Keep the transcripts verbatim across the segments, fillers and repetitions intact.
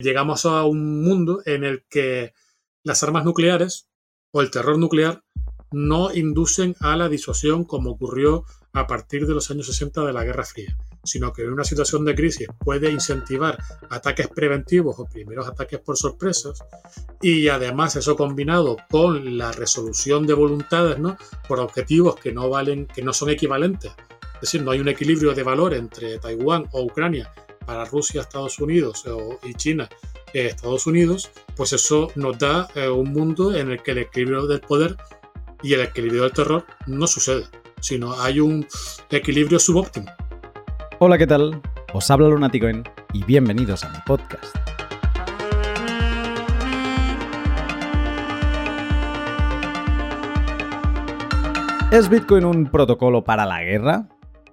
llegamos a un mundo en el que las armas nucleares o el terror nuclear no inducen a la disuasión como ocurrió a partir de los años sesenta de la Guerra Fría, sino que en una situación de crisis puede incentivar ataques preventivos o primeros ataques por sorpresas, y además eso combinado con la resolución de voluntades, ¿no?, por objetivos que no valen, que no son equivalentes. Es decir, no hay un equilibrio de valor entre Taiwán o Ucrania para Rusia, Estados Unidos o, y China, eh, Estados Unidos, pues eso nos da eh, un mundo en el que el equilibrio del poder y el equilibrio del terror no sucede, sino hay un equilibrio subóptimo. Hola, ¿qué tal? Os habla Lunaticoin y bienvenidos a mi podcast. ¿Es Bitcoin un protocolo para la guerra?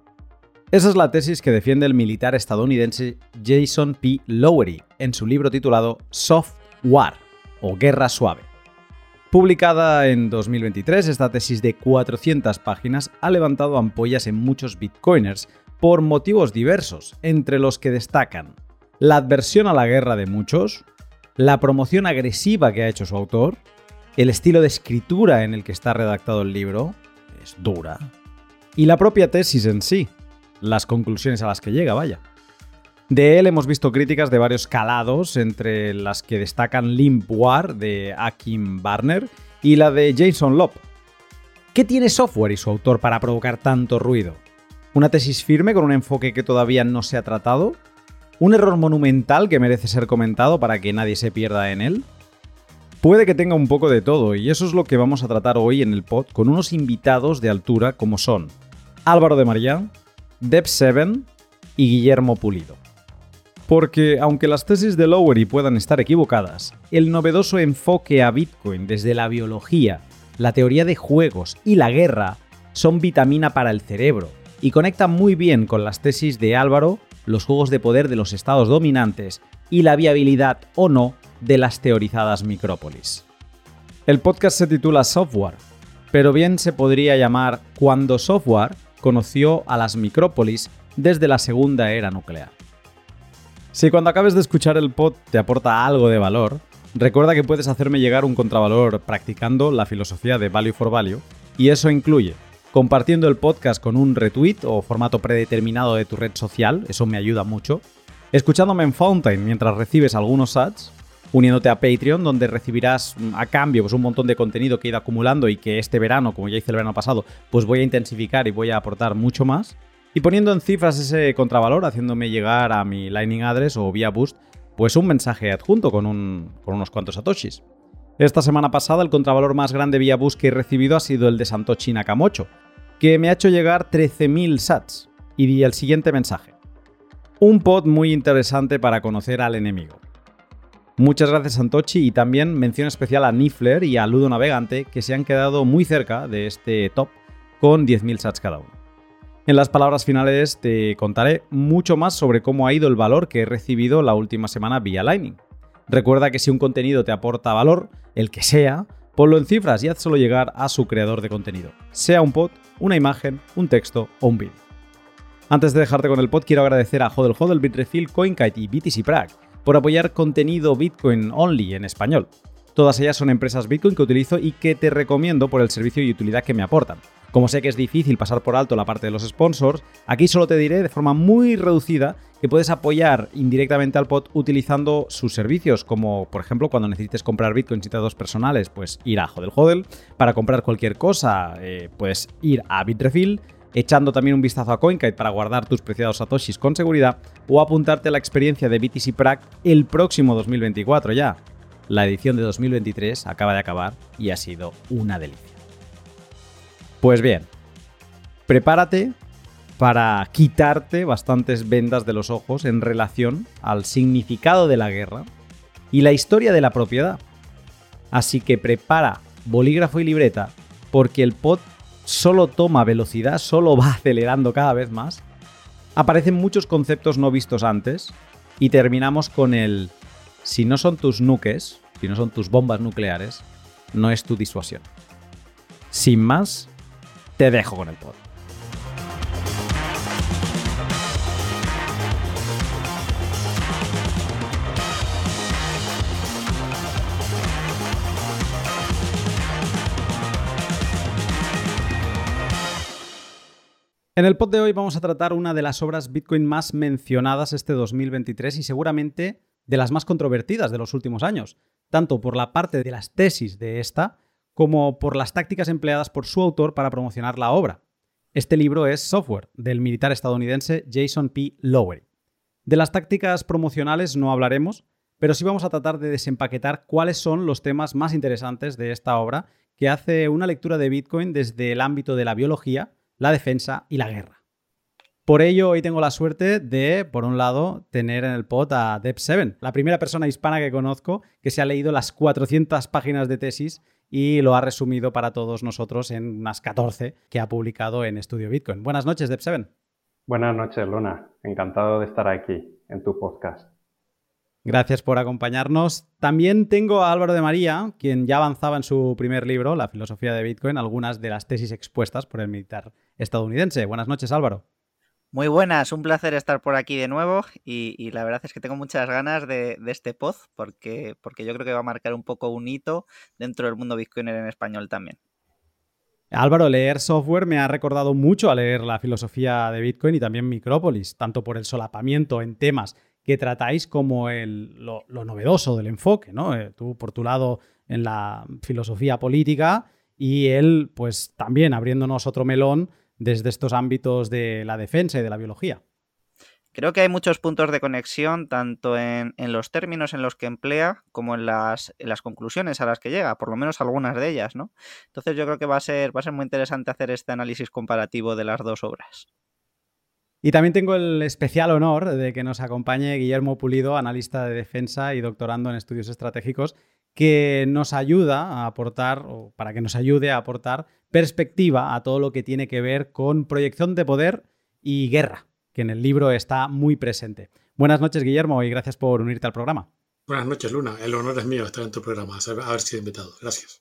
Esa es la tesis que defiende el militar estadounidense Jason P. Lowery en su libro titulado Soft War o Guerra Suave. Publicada en dos mil veintitrés, esta tesis de cuatrocientas páginas ha levantado ampollas en muchos bitcoiners por motivos diversos, entre los que destacan la adversión a la guerra de muchos, la promoción agresiva que ha hecho su autor, el estilo de escritura en el que está redactado el libro, es dura, y la propia tesis en sí, las conclusiones a las que llega, vaya. De él hemos visto críticas de varios calados, entre las que destacan Limp War de Akim Barner y la de Jason Lopp. ¿Qué tiene software y su autor para provocar tanto ruido? ¿Una tesis firme con un enfoque que todavía no se ha tratado? ¿Un error monumental que merece ser comentado para que nadie se pierda en él? Puede que tenga un poco de todo, y eso es lo que vamos a tratar hoy en el pod con unos invitados de altura como son Álvaro de María, Deb Seven y Guillermo Pulido. Porque, aunque las tesis de Lowery puedan estar equivocadas, el novedoso enfoque a Bitcoin desde la biología, la teoría de juegos y la guerra son vitamina para el cerebro y conectan muy bien con las tesis de Álvaro, los juegos de poder de los estados dominantes y la viabilidad o no de las teorizadas micrópolis. El podcast se titula Software, pero bien se podría llamar Cuando Software conoció a las micrópolis desde la segunda era nuclear. Si cuando acabes de escuchar el pod te aporta algo de valor, recuerda que puedes hacerme llegar un contravalor practicando la filosofía de Value for Value, y eso incluye compartiendo el podcast con un retweet o formato predeterminado de tu red social, eso me ayuda mucho, escuchándome en Fountain mientras recibes algunos ads, uniéndote a Patreon, donde recibirás a cambio pues, un montón de contenido que he ido acumulando y que este verano, como ya hice el verano pasado, pues voy a intensificar y voy a aportar mucho más. Y poniendo en cifras ese contravalor, haciéndome llegar a mi Lightning Address o vía Boost, pues un mensaje adjunto con, un, con unos cuantos satoshis. Esta semana pasada el contravalor más grande vía Boost que he recibido ha sido el de Satoshi Nakamoto, que me ha hecho llegar trece mil sats. Y di el siguiente mensaje. Un pod muy interesante para conocer al enemigo. Muchas gracias Satoshi, y también mención especial a Niffler y a Ludo Navegante, que se han quedado muy cerca de este top con diez mil sats cada uno. En las palabras finales te contaré mucho más sobre cómo ha ido el valor que he recibido la última semana vía Lightning. Recuerda que si un contenido te aporta valor, el que sea, ponlo en cifras y hazlo llegar a su creador de contenido, sea un pod, una imagen, un texto o un vídeo. Antes de dejarte con el pod, quiero agradecer a Hodl Hodl, Bitrefill, CoinKite y B T C Prague por apoyar contenido Bitcoin Only en español. Todas ellas son empresas Bitcoin que utilizo y que te recomiendo por el servicio y utilidad que me aportan. Como sé que es difícil pasar por alto la parte de los sponsors, aquí solo te diré de forma muy reducida que puedes apoyar indirectamente al pod utilizando sus servicios, como por ejemplo cuando necesites comprar Bitcoin citados personales, pues ir a Hodl Hodl. Para comprar cualquier cosa, eh, puedes ir a Bitrefill, echando también un vistazo a CoinKite para guardar tus preciados satoshis con seguridad, o apuntarte a la experiencia de B T C Prague el próximo dos mil veinticuatro ya. La edición de dos mil veintitrés acaba de acabar y ha sido una delicia. Pues bien, prepárate para quitarte bastantes vendas de los ojos en relación al significado de la guerra y la historia de la propiedad. Así que prepara bolígrafo y libreta, porque el pod solo toma velocidad, solo va acelerando cada vez más. Aparecen muchos conceptos no vistos antes y terminamos con el si no son tus nukes, si no son tus bombas nucleares, no es tu disuasión. Sin más, te dejo con el pod. En el pod de hoy vamos a tratar una de las obras Bitcoin más mencionadas este dos mil veintitrés y seguramente de las más controvertidas de los últimos años, tanto por la parte de las tesis de esta como por las tácticas empleadas por su autor para promocionar la obra. Este libro es Software, del militar estadounidense Jason P. Lowery. De las tácticas promocionales no hablaremos, pero sí vamos a tratar de desempaquetar cuáles son los temas más interesantes de esta obra, que hace una lectura de Bitcoin desde el ámbito de la biología, la defensa y la guerra. Por ello, hoy tengo la suerte de, por un lado, tener en el pod a Deb Seven, la primera persona hispana que conozco que se ha leído las cuatrocientas páginas de tesis y lo ha resumido para todos nosotros en unas catorce que ha publicado en Estudio Bitcoin. Buenas noches, Deb Seven. Buenas noches, Luna. Encantado de estar aquí en tu podcast. Gracias por acompañarnos. También tengo a Álvaro de María, quien ya avanzaba en su primer libro, La filosofía de Bitcoin, algunas de las tesis expuestas por el militar estadounidense. Buenas noches, Álvaro. Muy buenas, un placer estar por aquí de nuevo y, y la verdad es que tengo muchas ganas de, de este pod porque, porque yo creo que va a marcar un poco un hito dentro del mundo Bitcoiner en español también. Álvaro, leer Software me ha recordado mucho a leer La filosofía de Bitcoin y también Micrópolis, tanto por el solapamiento en temas que tratáis como el, lo, lo novedoso del enfoque, ¿no? Eh, tú por tu lado en la filosofía política y él pues también abriéndonos otro melón desde estos ámbitos de la defensa y de la biología. Creo que hay muchos puntos de conexión tanto en, en los términos en los que emplea como en las, en las conclusiones a las que llega, por lo menos algunas de ellas, ¿no? Entonces yo creo que va a ser, va a ser muy interesante hacer este análisis comparativo de las dos obras. Y también tengo el especial honor de que nos acompañe Guillermo Pulido, analista de defensa y doctorando en estudios estratégicos, que nos ayuda a aportar, o para que nos ayude a aportar perspectiva a todo lo que tiene que ver con proyección de poder y guerra, que en el libro está muy presente. Buenas noches, Guillermo, y gracias por unirte al programa. Buenas noches, Luna. El honor es mío estar en tu programa, haber sido invitado. Gracias.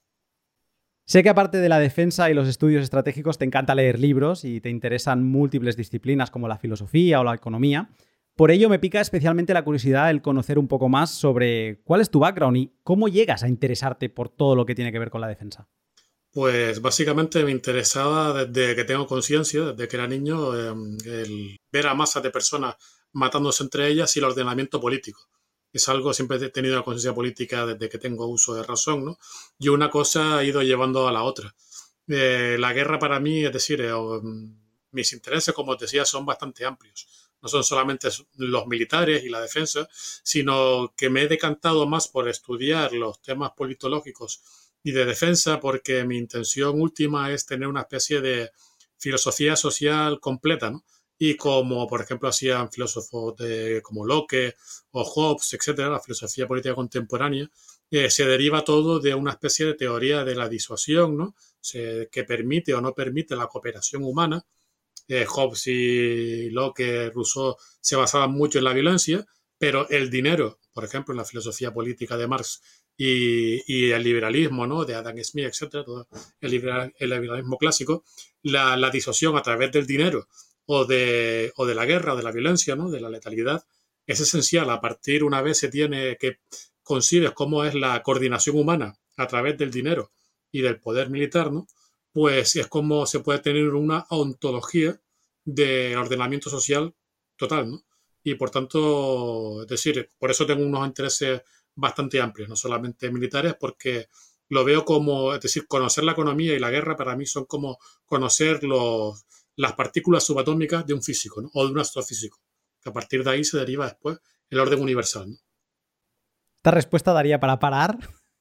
Sé que aparte de la defensa y los estudios estratégicos te encanta leer libros y te interesan múltiples disciplinas como la filosofía o la economía. Por ello me pica especialmente la curiosidad el conocer un poco más sobre cuál es tu background y cómo llegas a interesarte por todo lo que tiene que ver con la defensa. Pues básicamente me interesaba desde que tengo conciencia, desde que era niño, eh, el ver a masas de personas matándose entre ellas y el ordenamiento político. Es algo, siempre he tenido una conciencia política desde que tengo uso de razón, ¿no? Y una cosa ha ido llevando a la otra. Eh, la guerra para mí, es decir, eh, mis intereses, como os decía, son bastante amplios. No son solamente los militares y la defensa, sino que me he decantado más por estudiar los temas politológicos y de defensa porque mi intención última es tener una especie de filosofía social completa, ¿no? Y como, por ejemplo, hacían filósofos de, como Locke o Hobbes, etcétera, la filosofía política contemporánea, eh, se deriva todo de una especie de teoría de la disuasión, ¿no? Se, que permite o no permite la cooperación humana. Eh, Hobbes y Locke, Rousseau se basaban mucho en la violencia, pero el dinero, por ejemplo, en la filosofía política de Marx y, y el liberalismo, ¿no? De Adam Smith, etcétera, todo el, liberal, el liberalismo clásico, la, la disuasión a través del dinero o de, o de la guerra, o de la violencia, ¿no? De la letalidad, es esencial. A partir, una vez se tiene que concibes cómo es la coordinación humana a través del dinero y del poder militar, ¿no? Pues es como se puede tener una ontología de ordenamiento social total, ¿no? Y por tanto, es decir, por eso tengo unos intereses bastante amplios, no solamente militares, porque lo veo como, es decir, conocer la economía y la guerra para mí son como conocer los, las partículas subatómicas de un físico, ¿no? O de un astrofísico, que a partir de ahí se deriva después el orden universal, ¿no? Esta respuesta daría para parar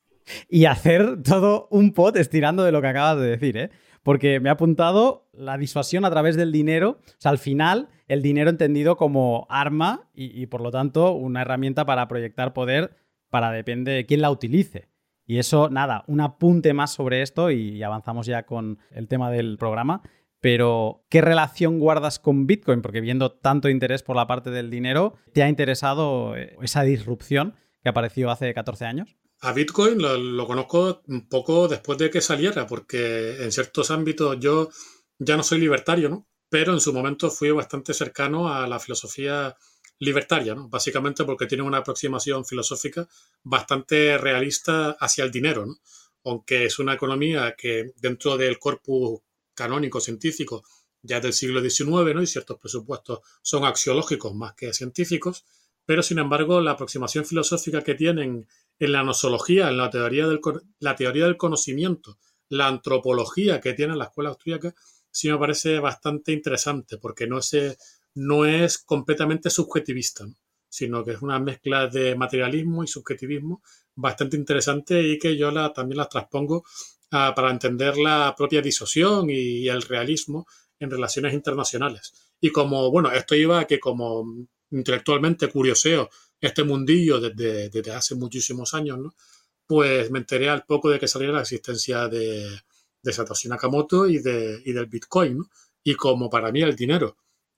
y hacer todo un pod estirando de lo que acabas de decir, ¿eh? Porque me ha apuntado la disuasión a través del dinero, o sea, al final el dinero entendido como arma y, y por lo tanto una herramienta para proyectar poder para depende de quién la utilice. Y eso, nada, un apunte más sobre esto y avanzamos ya con el tema del programa. Pero, ¿qué relación guardas con Bitcoin? Porque viendo tanto interés por la parte del dinero, ¿te ha interesado esa disrupción que apareció hace catorce años? A Bitcoin lo, lo conozco un poco después de que saliera, porque en ciertos ámbitos yo ya no soy libertario, ¿no? Pero en su momento fui bastante cercano a la filosofía libertaria, ¿no? Básicamente porque tiene una aproximación filosófica bastante realista hacia el dinero, ¿no? Aunque es una economía que dentro del corpus canónico científico ya del siglo diecinueve, ¿no? Y ciertos presupuestos son axiológicos más que científicos, pero sin embargo la aproximación filosófica que tienen en la nosología, en la teoría del, la teoría del conocimiento, la antropología que tiene la escuela austríaca, sí me parece bastante interesante, porque no es, no es completamente subjetivista, ¿no? Sino que es una mezcla de materialismo y subjetivismo bastante interesante y que yo la, también las transpongo uh, para entender la propia disociación y, y el realismo en relaciones internacionales. Y como, bueno, esto iba a que como intelectualmente curioseo este mundillo desde, desde hace muchísimos años, ¿no? Pues me enteré al poco de que saliera la existencia de, de Satoshi Nakamoto y, de, y del Bitcoin, ¿no? Y como para mí el dinero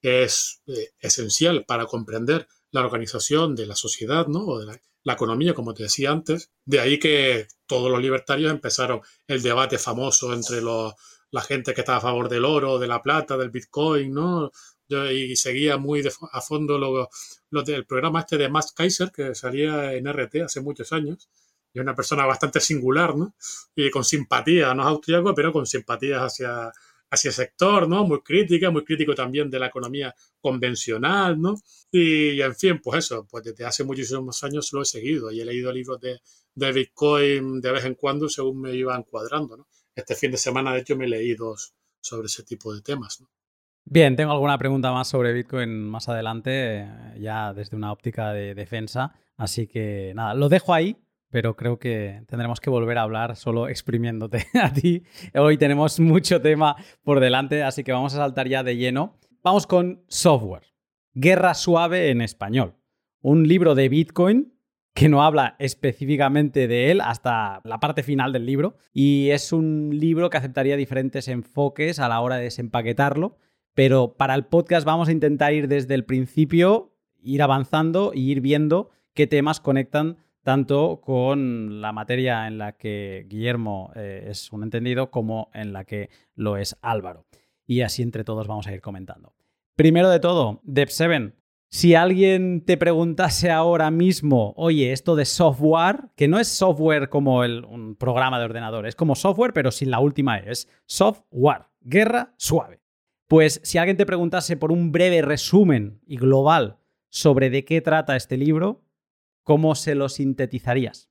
es eh, esencial para comprender la organización de la sociedad, ¿no? O de la, la economía, como te decía antes, de ahí que todos los libertarios empezaron el debate famoso entre los, la gente que estaba a favor del oro, de la plata, del Bitcoin, ¿no? Yo, y seguía muy de, a fondo lo, lo del programa este de Max Kaiser, que salía en R T hace muchos años. Y una persona bastante singular, ¿no? Y con simpatía, no es austriaco, pero con simpatías hacia, hacia el sector, ¿no? Muy crítica, muy crítico también de la economía convencional, ¿no? Y, en fin, pues eso, pues desde hace muchísimos años lo he seguido y he leído libros de, de Bitcoin de vez en cuando según me iba encuadrando, ¿no? Este fin de semana, de hecho, me he leído sobre ese tipo de temas, ¿no? Bien, tengo alguna pregunta más sobre Bitcoin más adelante, ya desde una óptica de defensa, así que nada, lo dejo ahí. Pero creo que tendremos que volver a hablar solo exprimiéndote a ti. Hoy tenemos mucho tema por delante, así que vamos a saltar ya de lleno. Vamos con Software. Guerra suave en español. Un libro de Bitcoin que no habla específicamente de él hasta la parte final del libro. Y es un libro que aceptaría diferentes enfoques a la hora de desempaquetarlo. Pero para el podcast vamos a intentar ir desde el principio, ir avanzando y ir viendo qué temas conectan tanto con la materia en la que Guillermo eh, es un entendido como en la que lo es Álvaro. Y así entre todos vamos a ir comentando. Primero de todo, Dev siete, si alguien te preguntase ahora mismo, oye, esto de software, que no es software como el, un programa de ordenador, es como software, pero sin la última E, es software, guerra suave. Pues si alguien te preguntase por un breve resumen y global sobre de qué trata este libro, ¿cómo se lo sintetizarías?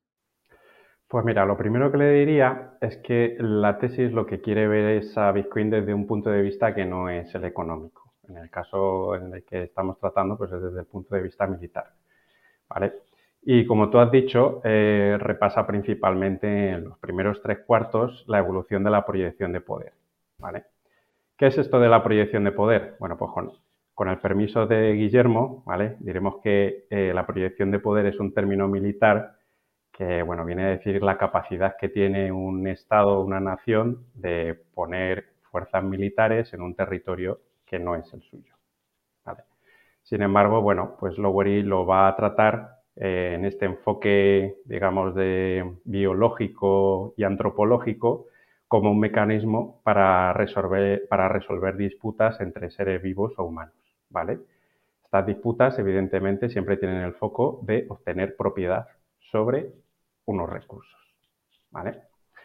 Pues mira, lo primero que le diría es que la tesis lo que quiere ver es a Bitcoin desde un punto de vista que no es el económico. En el caso en el que estamos tratando, pues es desde el punto de vista militar, ¿vale? Y como tú has dicho, eh, repasa principalmente en los primeros tres cuartos la evolución de la proyección de poder, ¿vale? ¿Qué es esto de la proyección de poder? Bueno, pues con, con el permiso de Guillermo, ¿vale? Diremos que eh, la proyección de poder es un término militar que, bueno, viene a decir la capacidad que tiene un Estado o una nación de poner fuerzas militares en un territorio que no es el suyo, ¿vale? Sin embargo, bueno, pues Lowery lo va a tratar eh, en este enfoque, digamos, de biológico y antropológico como un mecanismo para resolver, para resolver disputas entre seres vivos o humanos, ¿vale? Estas disputas, evidentemente, siempre tienen el foco de obtener propiedad sobre unos recursos, ¿vale?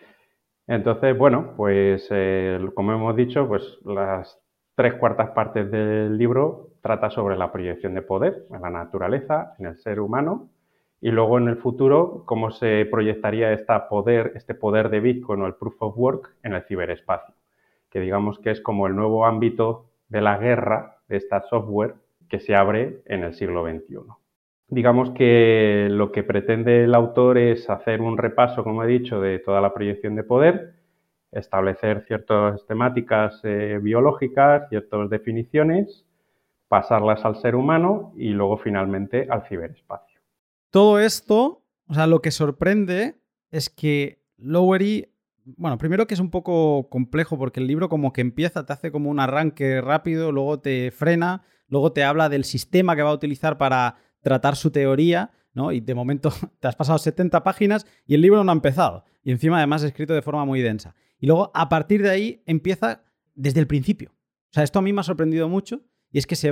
Entonces, bueno, pues eh, como hemos dicho, pues las tres cuartas partes del libro trata sobre la proyección de poder en la naturaleza, en el ser humano, y luego en el futuro cómo se proyectaría esta poder, este poder de Bitcoin o el Proof of Work en el ciberespacio, que digamos que es como el nuevo ámbito de la guerra de esta software que se abre en el siglo veintiuno. Digamos que lo que pretende el autor es hacer un repaso, como he dicho, de toda la proyección de poder, establecer ciertas temáticas eh, biológicas, ciertas definiciones, pasarlas al ser humano y luego finalmente al ciberespacio. Todo esto, o sea, lo que sorprende es que Lowery, bueno, primero que es un poco complejo porque el libro como que empieza, te hace como un arranque rápido, luego te frena, luego te habla del sistema que va a utilizar para tratar su teoría, ¿no? Y de momento te has pasado setenta páginas y el libro no ha empezado. Y encima además escrito de forma muy densa. Y luego a partir de ahí empieza desde el principio. O sea, esto a mí me ha sorprendido mucho y es que se va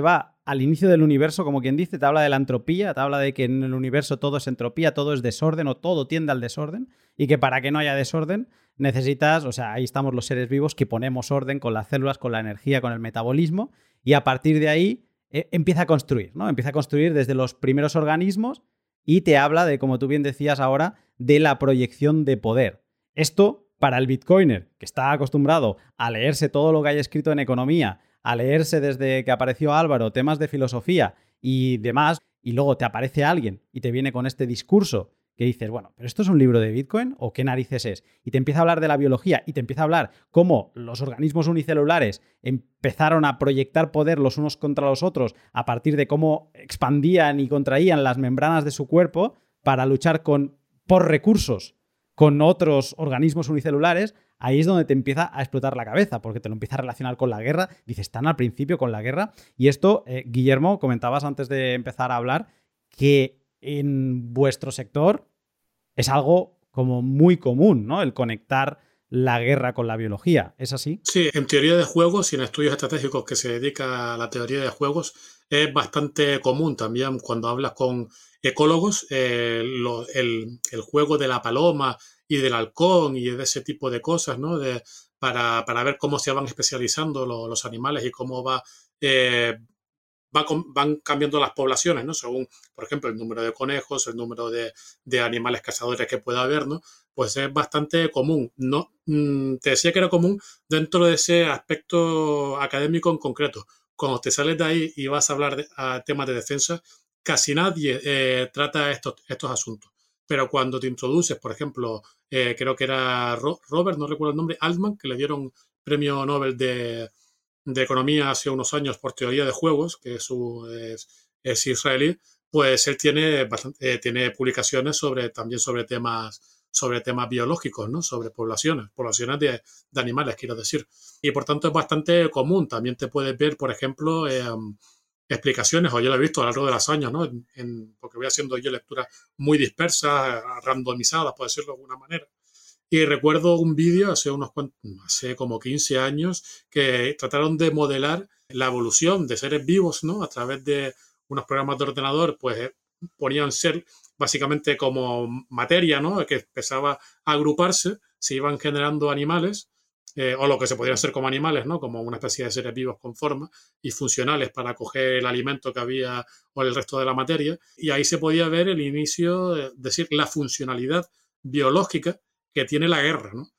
al inicio del universo, como quien dice, te habla de la entropía, te habla de que en el universo todo es entropía, todo es desorden o todo tiende al desorden y que para que no haya desorden necesitas, o sea, ahí estamos los seres vivos que ponemos orden con las células, con la energía, con el metabolismo y a partir de ahí eh, empieza a construir, ¿no? Empieza a construir desde los primeros organismos y te habla de, como tú bien decías ahora, de la proyección de poder. Esto, para el bitcoiner, que está acostumbrado a leerse todo lo que hay escrito en economía, a leerse desde que apareció Álvaro temas de filosofía y demás, y luego te aparece alguien y te viene con este discurso que dices, bueno, ¿pero esto es un libro de Bitcoin o qué narices es? Y te empieza a hablar de la biología y te empieza a hablar cómo los organismos unicelulares empezaron a proyectar poder los unos contra los otros a partir de cómo expandían y contraían las membranas de su cuerpo para luchar con, por recursos con otros organismos unicelulares. Ahí es donde te empieza a explotar la cabeza, porque te lo empieza a relacionar con la guerra. Dices, están al principio con la guerra. Y esto, eh, Guillermo, comentabas antes de empezar a hablar que en vuestro sector es algo como muy común, ¿no? El conectar la guerra con la biología. ¿Es así? Sí, en teoría de juegos y en estudios estratégicos que se dedica a la teoría de juegos es bastante común también cuando hablas con ecólogos, eh, lo, el, el juego de la paloma y del halcón y de ese tipo de cosas, ¿no? De, para, para ver cómo se van especializando lo, los animales y cómo va, eh, va con, van cambiando las poblaciones, ¿no? Según, por ejemplo, el número de conejos, el número de, de animales cazadores que pueda haber, ¿no? Pues es bastante común. No, mmm, te decía que era común dentro de ese aspecto académico en concreto. Cuando te sales de ahí y vas a hablar de a temas de defensa, casi nadie eh, trata estos, estos asuntos. Pero cuando te introduces, por ejemplo, eh, creo que era Ro Robert, no recuerdo el nombre, Altman, que le dieron premio Nobel de, de Economía hace unos años por teoría de juegos, que es, su, es, es israelí, pues él tiene, bastante, eh, tiene publicaciones sobre, también sobre temas, sobre temas biológicos, ¿no? Sobre poblaciones, poblaciones de, de animales, quiero decir. Y por tanto es bastante común. También te puedes ver, por ejemplo, eh, explicaciones, o yo lo he visto a lo largo de los años, ¿no? En, en, porque voy haciendo yo lecturas muy dispersas, randomizadas, por decirlo de alguna manera. Y recuerdo un vídeo hace unos cuantos, hace como quince años, que trataron de modelar la evolución de seres vivos, ¿no? A través de unos programas de ordenador, pues ponían ser básicamente como materia, ¿no? Que empezaba a agruparse, se iban generando animales, eh, o lo que se podrían hacer como animales, ¿no? Como una especie de seres vivos con forma y funcionales para coger el alimento que había o el resto de la materia. Y ahí se podía ver el inicio, es decir, la funcionalidad biológica que tiene la guerra, ¿no?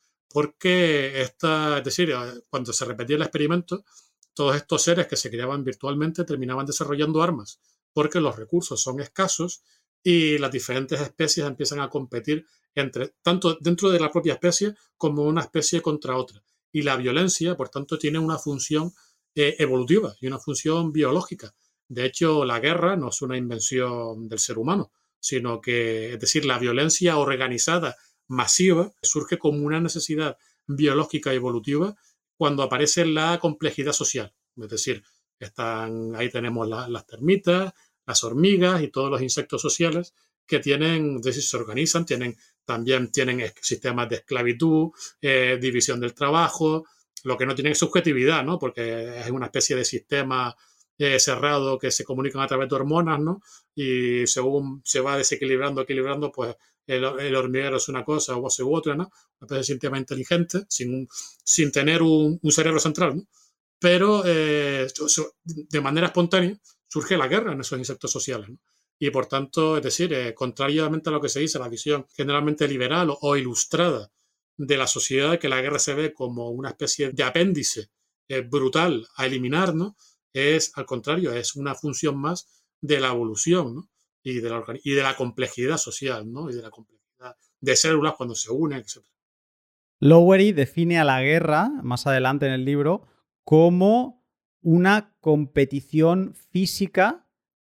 Porque esta, es decir, cuando se repetía el experimento, todos estos seres que se creaban virtualmente terminaban desarrollando armas, porque los recursos son escasos y las diferentes especies empiezan a competir entre, tanto dentro de la propia especie como una especie contra otra. Y la violencia, por tanto, tiene una función eh, evolutiva y una función biológica. De hecho, la guerra no es una invención del ser humano, sino que, es decir, la violencia organizada masiva surge como una necesidad biológica y evolutiva cuando aparece la complejidad social. Es decir, están, ahí tenemos la, las termitas, las hormigas y todos los insectos sociales que tienen, es decir, se organizan, tienen, también tienen sistemas de esclavitud, eh, división del trabajo, lo que no tienen es subjetividad, ¿no? Porque es una especie de sistema eh, cerrado que se comunican a través de hormonas, ¿no? Y según se va desequilibrando, equilibrando, pues el, el hormiguero es una cosa o hace otra, ¿no? Una especie de sistema inteligente sin, sin tener un, un cerebro central, ¿no? Pero eh, de manera espontánea surge la guerra en esos insectos sociales, ¿no? Y por tanto, es decir, eh, contrariamente a lo que se dice, la visión generalmente liberal o, o ilustrada de la sociedad, que la guerra se ve como una especie de apéndice eh, brutal a eliminar, ¿no? Es, al contrario, es una función más de la evolución, ¿no? Y de la, y de la complejidad social, ¿no? Y de la complejidad de células cuando se unen, etcétera. Lowery define a la guerra, más adelante en el libro, como una competición física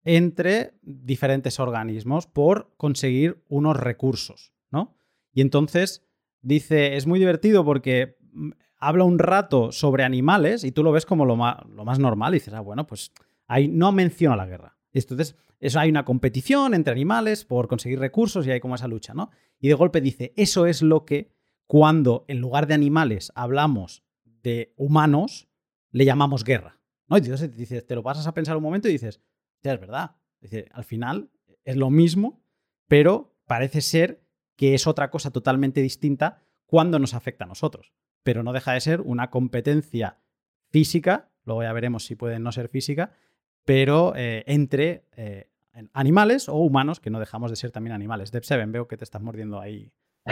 entre diferentes organismos por conseguir unos recursos, ¿no? Y entonces dice, es muy divertido porque habla un rato sobre animales y tú lo ves como lo más, lo más normal y dices, ah, bueno, pues ahí no menciona la guerra. Entonces, eso, hay una competición entre animales por conseguir recursos y hay como esa lucha, ¿no? Y de golpe dice, eso es lo que cuando en lugar de animales hablamos de humanos, le llamamos guerra. ¿no? Y entonces dices, te lo pasas a pensar un momento y dices, ya es verdad. Dice, al final es lo mismo, pero parece ser que es otra cosa totalmente distinta cuando nos afecta a nosotros. Pero no deja de ser una competencia física, luego ya veremos si puede no ser física, pero eh, entre eh, animales o humanos, que no dejamos de ser también animales. Dev Seven, veo que te estás mordiendo ahí.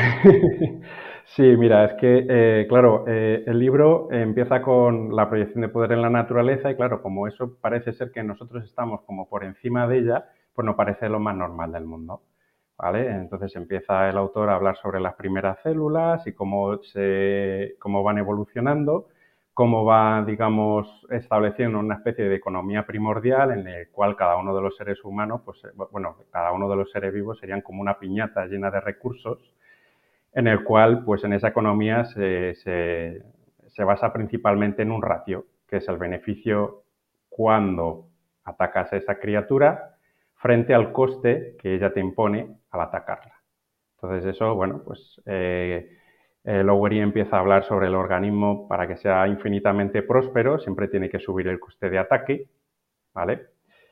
Sí, mira, es que, eh, claro, eh, el libro empieza con la proyección de poder en la naturaleza y, claro, como eso parece ser que nosotros estamos como por encima de ella, pues nos parece lo más normal del mundo, ¿vale? Entonces empieza el autor a hablar sobre las primeras células y cómo, se, cómo van evolucionando, cómo va, digamos, estableciendo una especie de economía primordial en el cual cada uno de los seres humanos, pues, bueno, cada uno de los seres vivos serían como una piñata llena de recursos, en el cual, pues en esa economía se, se, se basa principalmente en un ratio, que es el beneficio cuando atacas a esa criatura frente al coste que ella te impone al atacarla. Entonces eso, bueno, pues eh, eh, Lowery empieza a hablar sobre el organismo para que sea infinitamente próspero, siempre tiene que subir el coste de ataque, ¿vale?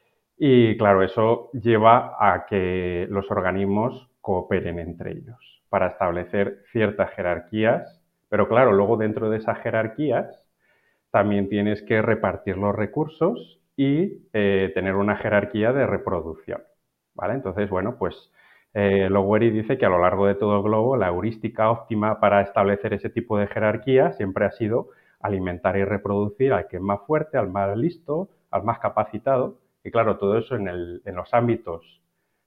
Y claro, eso lleva a que los organismos cooperen entre ellos para establecer ciertas jerarquías, pero claro, luego dentro de esas jerarquías también tienes que repartir los recursos y eh, tener una jerarquía de reproducción, ¿vale? Entonces, bueno, pues eh, Lowery dice que a lo largo de todo el globo la heurística óptima para establecer ese tipo de jerarquía siempre ha sido alimentar y reproducir al que es más fuerte, al más listo, al más capacitado, y claro, todo eso en, el, en los ámbitos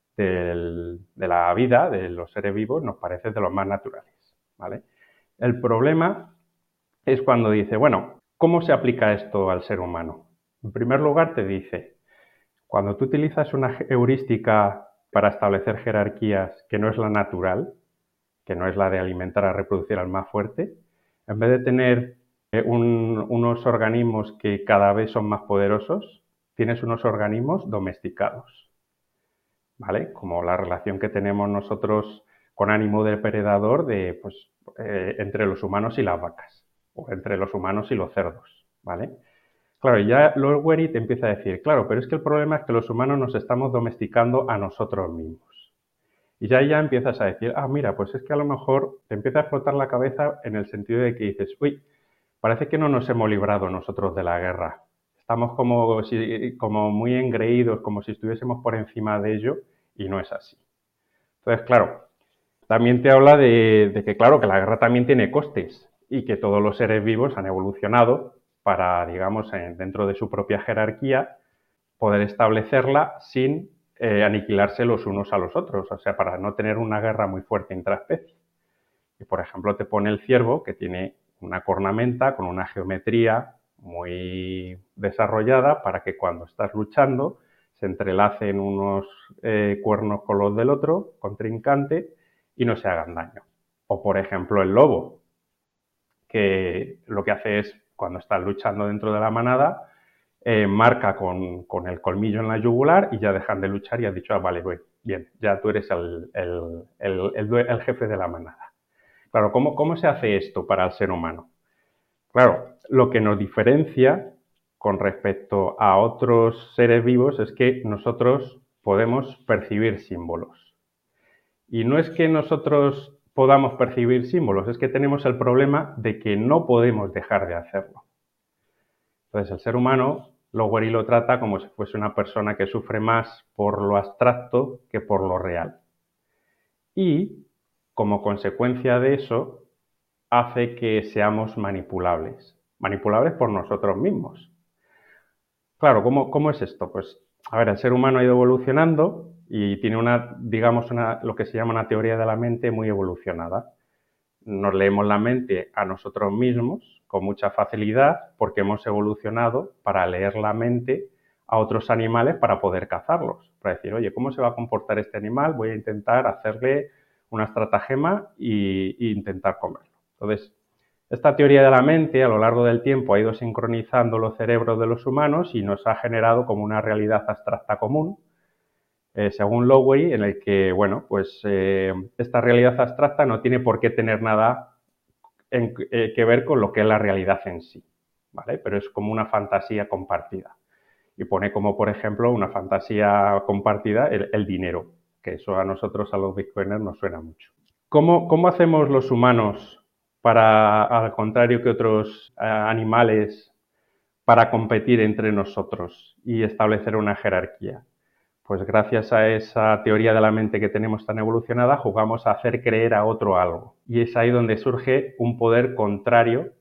del, de la vida, de los seres vivos, nos parece de los más naturales, ¿vale? El problema es cuando dice, bueno, ¿cómo se aplica esto al ser humano? En primer lugar te dice, cuando tú utilizas una heurística para establecer jerarquías que no es la natural, que no es la de alimentar a reproducir al más fuerte, en vez de tener eh, un, unos organismos que cada vez son más poderosos, tienes unos organismos domesticados, ¿vale? Como la relación que tenemos nosotros con ánimo depredador de, pues, eh, entre los humanos y las vacas, o entre los humanos y los cerdos, ¿vale? Claro, y ya Lowery te empieza a decir, claro, pero es que el problema es que los humanos nos estamos domesticando a nosotros mismos. Y ya ya empiezas a decir, ah, mira, pues es que a lo mejor te empieza a explotar la cabeza en el sentido de que dices, uy, parece que no nos hemos librado nosotros de la guerra. Estamos como, si, como muy engreídos, como si estuviésemos por encima de ello, y no es así. Entonces, claro, también te habla de, de que, claro, que la guerra también tiene costes y que todos los seres vivos han evolucionado para, digamos, en, dentro de su propia jerarquía, poder establecerla sin eh, aniquilarse los unos a los otros, o sea, para no tener una guerra muy fuerte intraespecie. Y, por ejemplo, te pone el ciervo, que tiene una cornamenta con una geometría muy desarrollada para que cuando estás luchando se entrelacen unos eh, cuernos con los del otro, contrincante, y no se hagan daño. O, por ejemplo, el lobo, que lo que hace es, cuando estás luchando dentro de la manada, eh, marca con, con el colmillo en la yugular y ya dejan de luchar y has dicho, ah, vale, voy, bien, ya tú eres el, el, el, el, el jefe de la manada. Claro, ¿cómo, ¿cómo se hace esto para el ser humano? Claro, lo que nos diferencia con respecto a otros seres vivos es que nosotros podemos percibir símbolos. Y no es que nosotros podamos percibir símbolos, es que tenemos el problema de que no podemos dejar de hacerlo. Entonces, el ser humano, Lowery lo trata como si fuese una persona que sufre más por lo abstracto que por lo real. Y, como consecuencia de eso, hace que seamos manipulables. Manipulables por nosotros mismos. Claro, ¿cómo, cómo es esto? Pues, a ver, el ser humano ha ido evolucionando y tiene una, digamos, una, lo que se llama una teoría de la mente muy evolucionada. Nos leemos la mente a nosotros mismos con mucha facilidad porque hemos evolucionado para leer la mente a otros animales para poder cazarlos. Para decir, oye, ¿cómo se va a comportar este animal? Voy a intentar hacerle una estratagema e intentar comerlo. Entonces, esta teoría de la mente a lo largo del tiempo ha ido sincronizando los cerebros de los humanos y nos ha generado como una realidad abstracta común, eh, según Lowery, en el que, bueno, pues eh, esta realidad abstracta no tiene por qué tener nada en, eh, que ver con lo que es la realidad en sí, ¿vale? Pero es como una fantasía compartida. Y pone como, por ejemplo, una fantasía compartida el, el dinero, que eso a nosotros, a los bitcoiners, nos suena mucho. ¿Cómo, cómo hacemos los humanos para, al contrario que otros eh, animales, para competir entre nosotros y establecer una jerarquía? Pues gracias a esa teoría de la mente que tenemos tan evolucionada, jugamos a hacer creer a otro algo. Y es ahí donde surge un poder contrario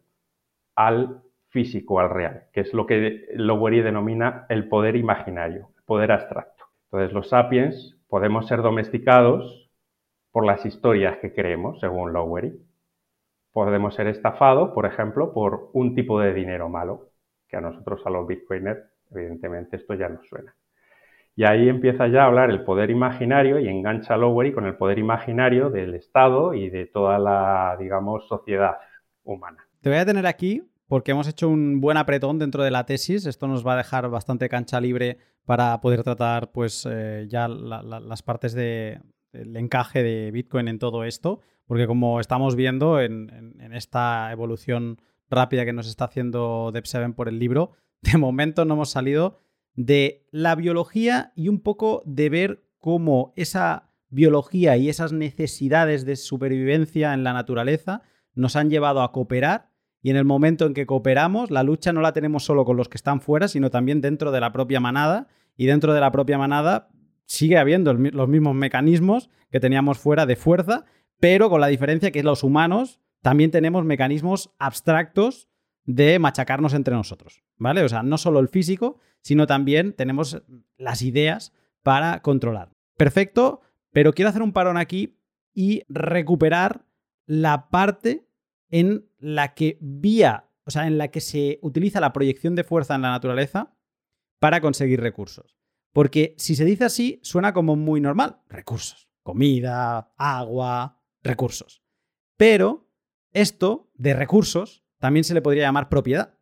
al físico, al real, que es lo que Lowery denomina el poder imaginario, el poder abstracto. Entonces, los sapiens podemos ser domesticados por las historias que creemos, según Lowery. Podemos ser estafados, por ejemplo, por un tipo de dinero malo, que a nosotros, a los bitcoiners, evidentemente esto ya nos suena. Y ahí empieza ya a hablar el poder imaginario y engancha a Lowery con el poder imaginario del Estado y de toda la, digamos, sociedad humana. Te voy a tener aquí porque hemos hecho un buen apretón dentro de la tesis. Esto nos va a dejar bastante cancha libre para poder tratar pues eh, ya la, la, las partes de, del encaje de Bitcoin en todo esto, porque como estamos viendo en, en, en esta evolución rápida que nos está haciendo Dev siete por el libro, de momento no hemos salido de la biología y un poco de ver cómo esa biología y esas necesidades de supervivencia en la naturaleza nos han llevado a cooperar, y en el momento en que cooperamos, la lucha no la tenemos solo con los que están fuera, sino también dentro de la propia manada, y dentro de la propia manada sigue habiendo el, los mismos mecanismos que teníamos fuera de fuerza, pero con la diferencia que los humanos también tenemos mecanismos abstractos de machacarnos entre nosotros, ¿vale? O sea, no solo el físico, sino también tenemos las ideas para controlar. Perfecto, pero quiero hacer un parón aquí y recuperar la parte en la que vía, o sea, en la que se utiliza la proyección de fuerza en la naturaleza para conseguir recursos. Porque si se dice así, suena como muy normal. Recursos, comida, agua, recursos. Pero esto de recursos también se le podría llamar propiedad.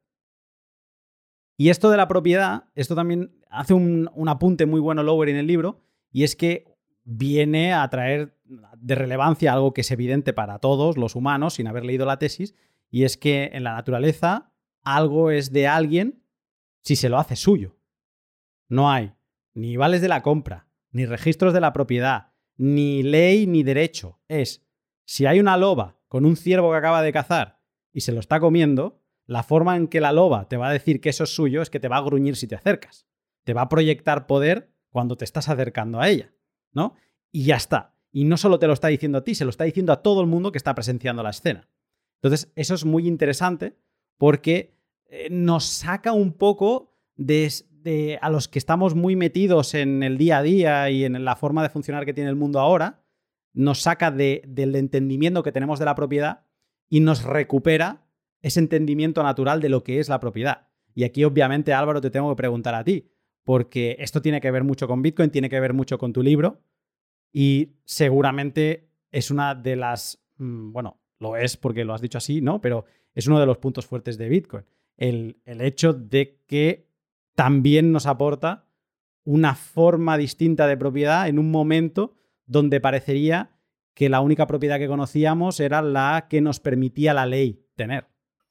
Y esto de la propiedad, esto también hace un, un apunte muy bueno Lowery en el libro, y es que viene a traer de relevancia algo que es evidente para todos los humanos sin haber leído la tesis, y es que en la naturaleza algo es de alguien si se lo hace suyo. No hay ni vales de la compra, ni registros de la propiedad, ni ley ni derecho. Es, si hay una loba con un ciervo que acaba de cazar y se lo está comiendo, la forma en que la loba te va a decir que eso es suyo es que te va a gruñir si te acercas. Te va a proyectar poder cuando te estás acercando a ella, ¿no? Y ya está. Y no solo te lo está diciendo a ti, se lo está diciendo a todo el mundo que está presenciando la escena. Entonces, eso es muy interesante porque eh, nos saca un poco de, de a los que estamos muy metidos en el día a día y en la forma de funcionar que tiene el mundo ahora, nos saca de, del entendimiento que tenemos de la propiedad y nos recupera ese entendimiento natural de lo que es la propiedad. Y aquí, obviamente, Álvaro, te tengo que preguntar a ti, porque esto tiene que ver mucho con Bitcoin, tiene que ver mucho con tu libro, y seguramente es una de las, bueno, lo es porque lo has dicho así, ¿no? Pero es uno de los puntos fuertes de Bitcoin. El, el hecho de que también nos aporta una forma distinta de propiedad en un momento donde parecería que la única propiedad que conocíamos era la que nos permitía la ley tener.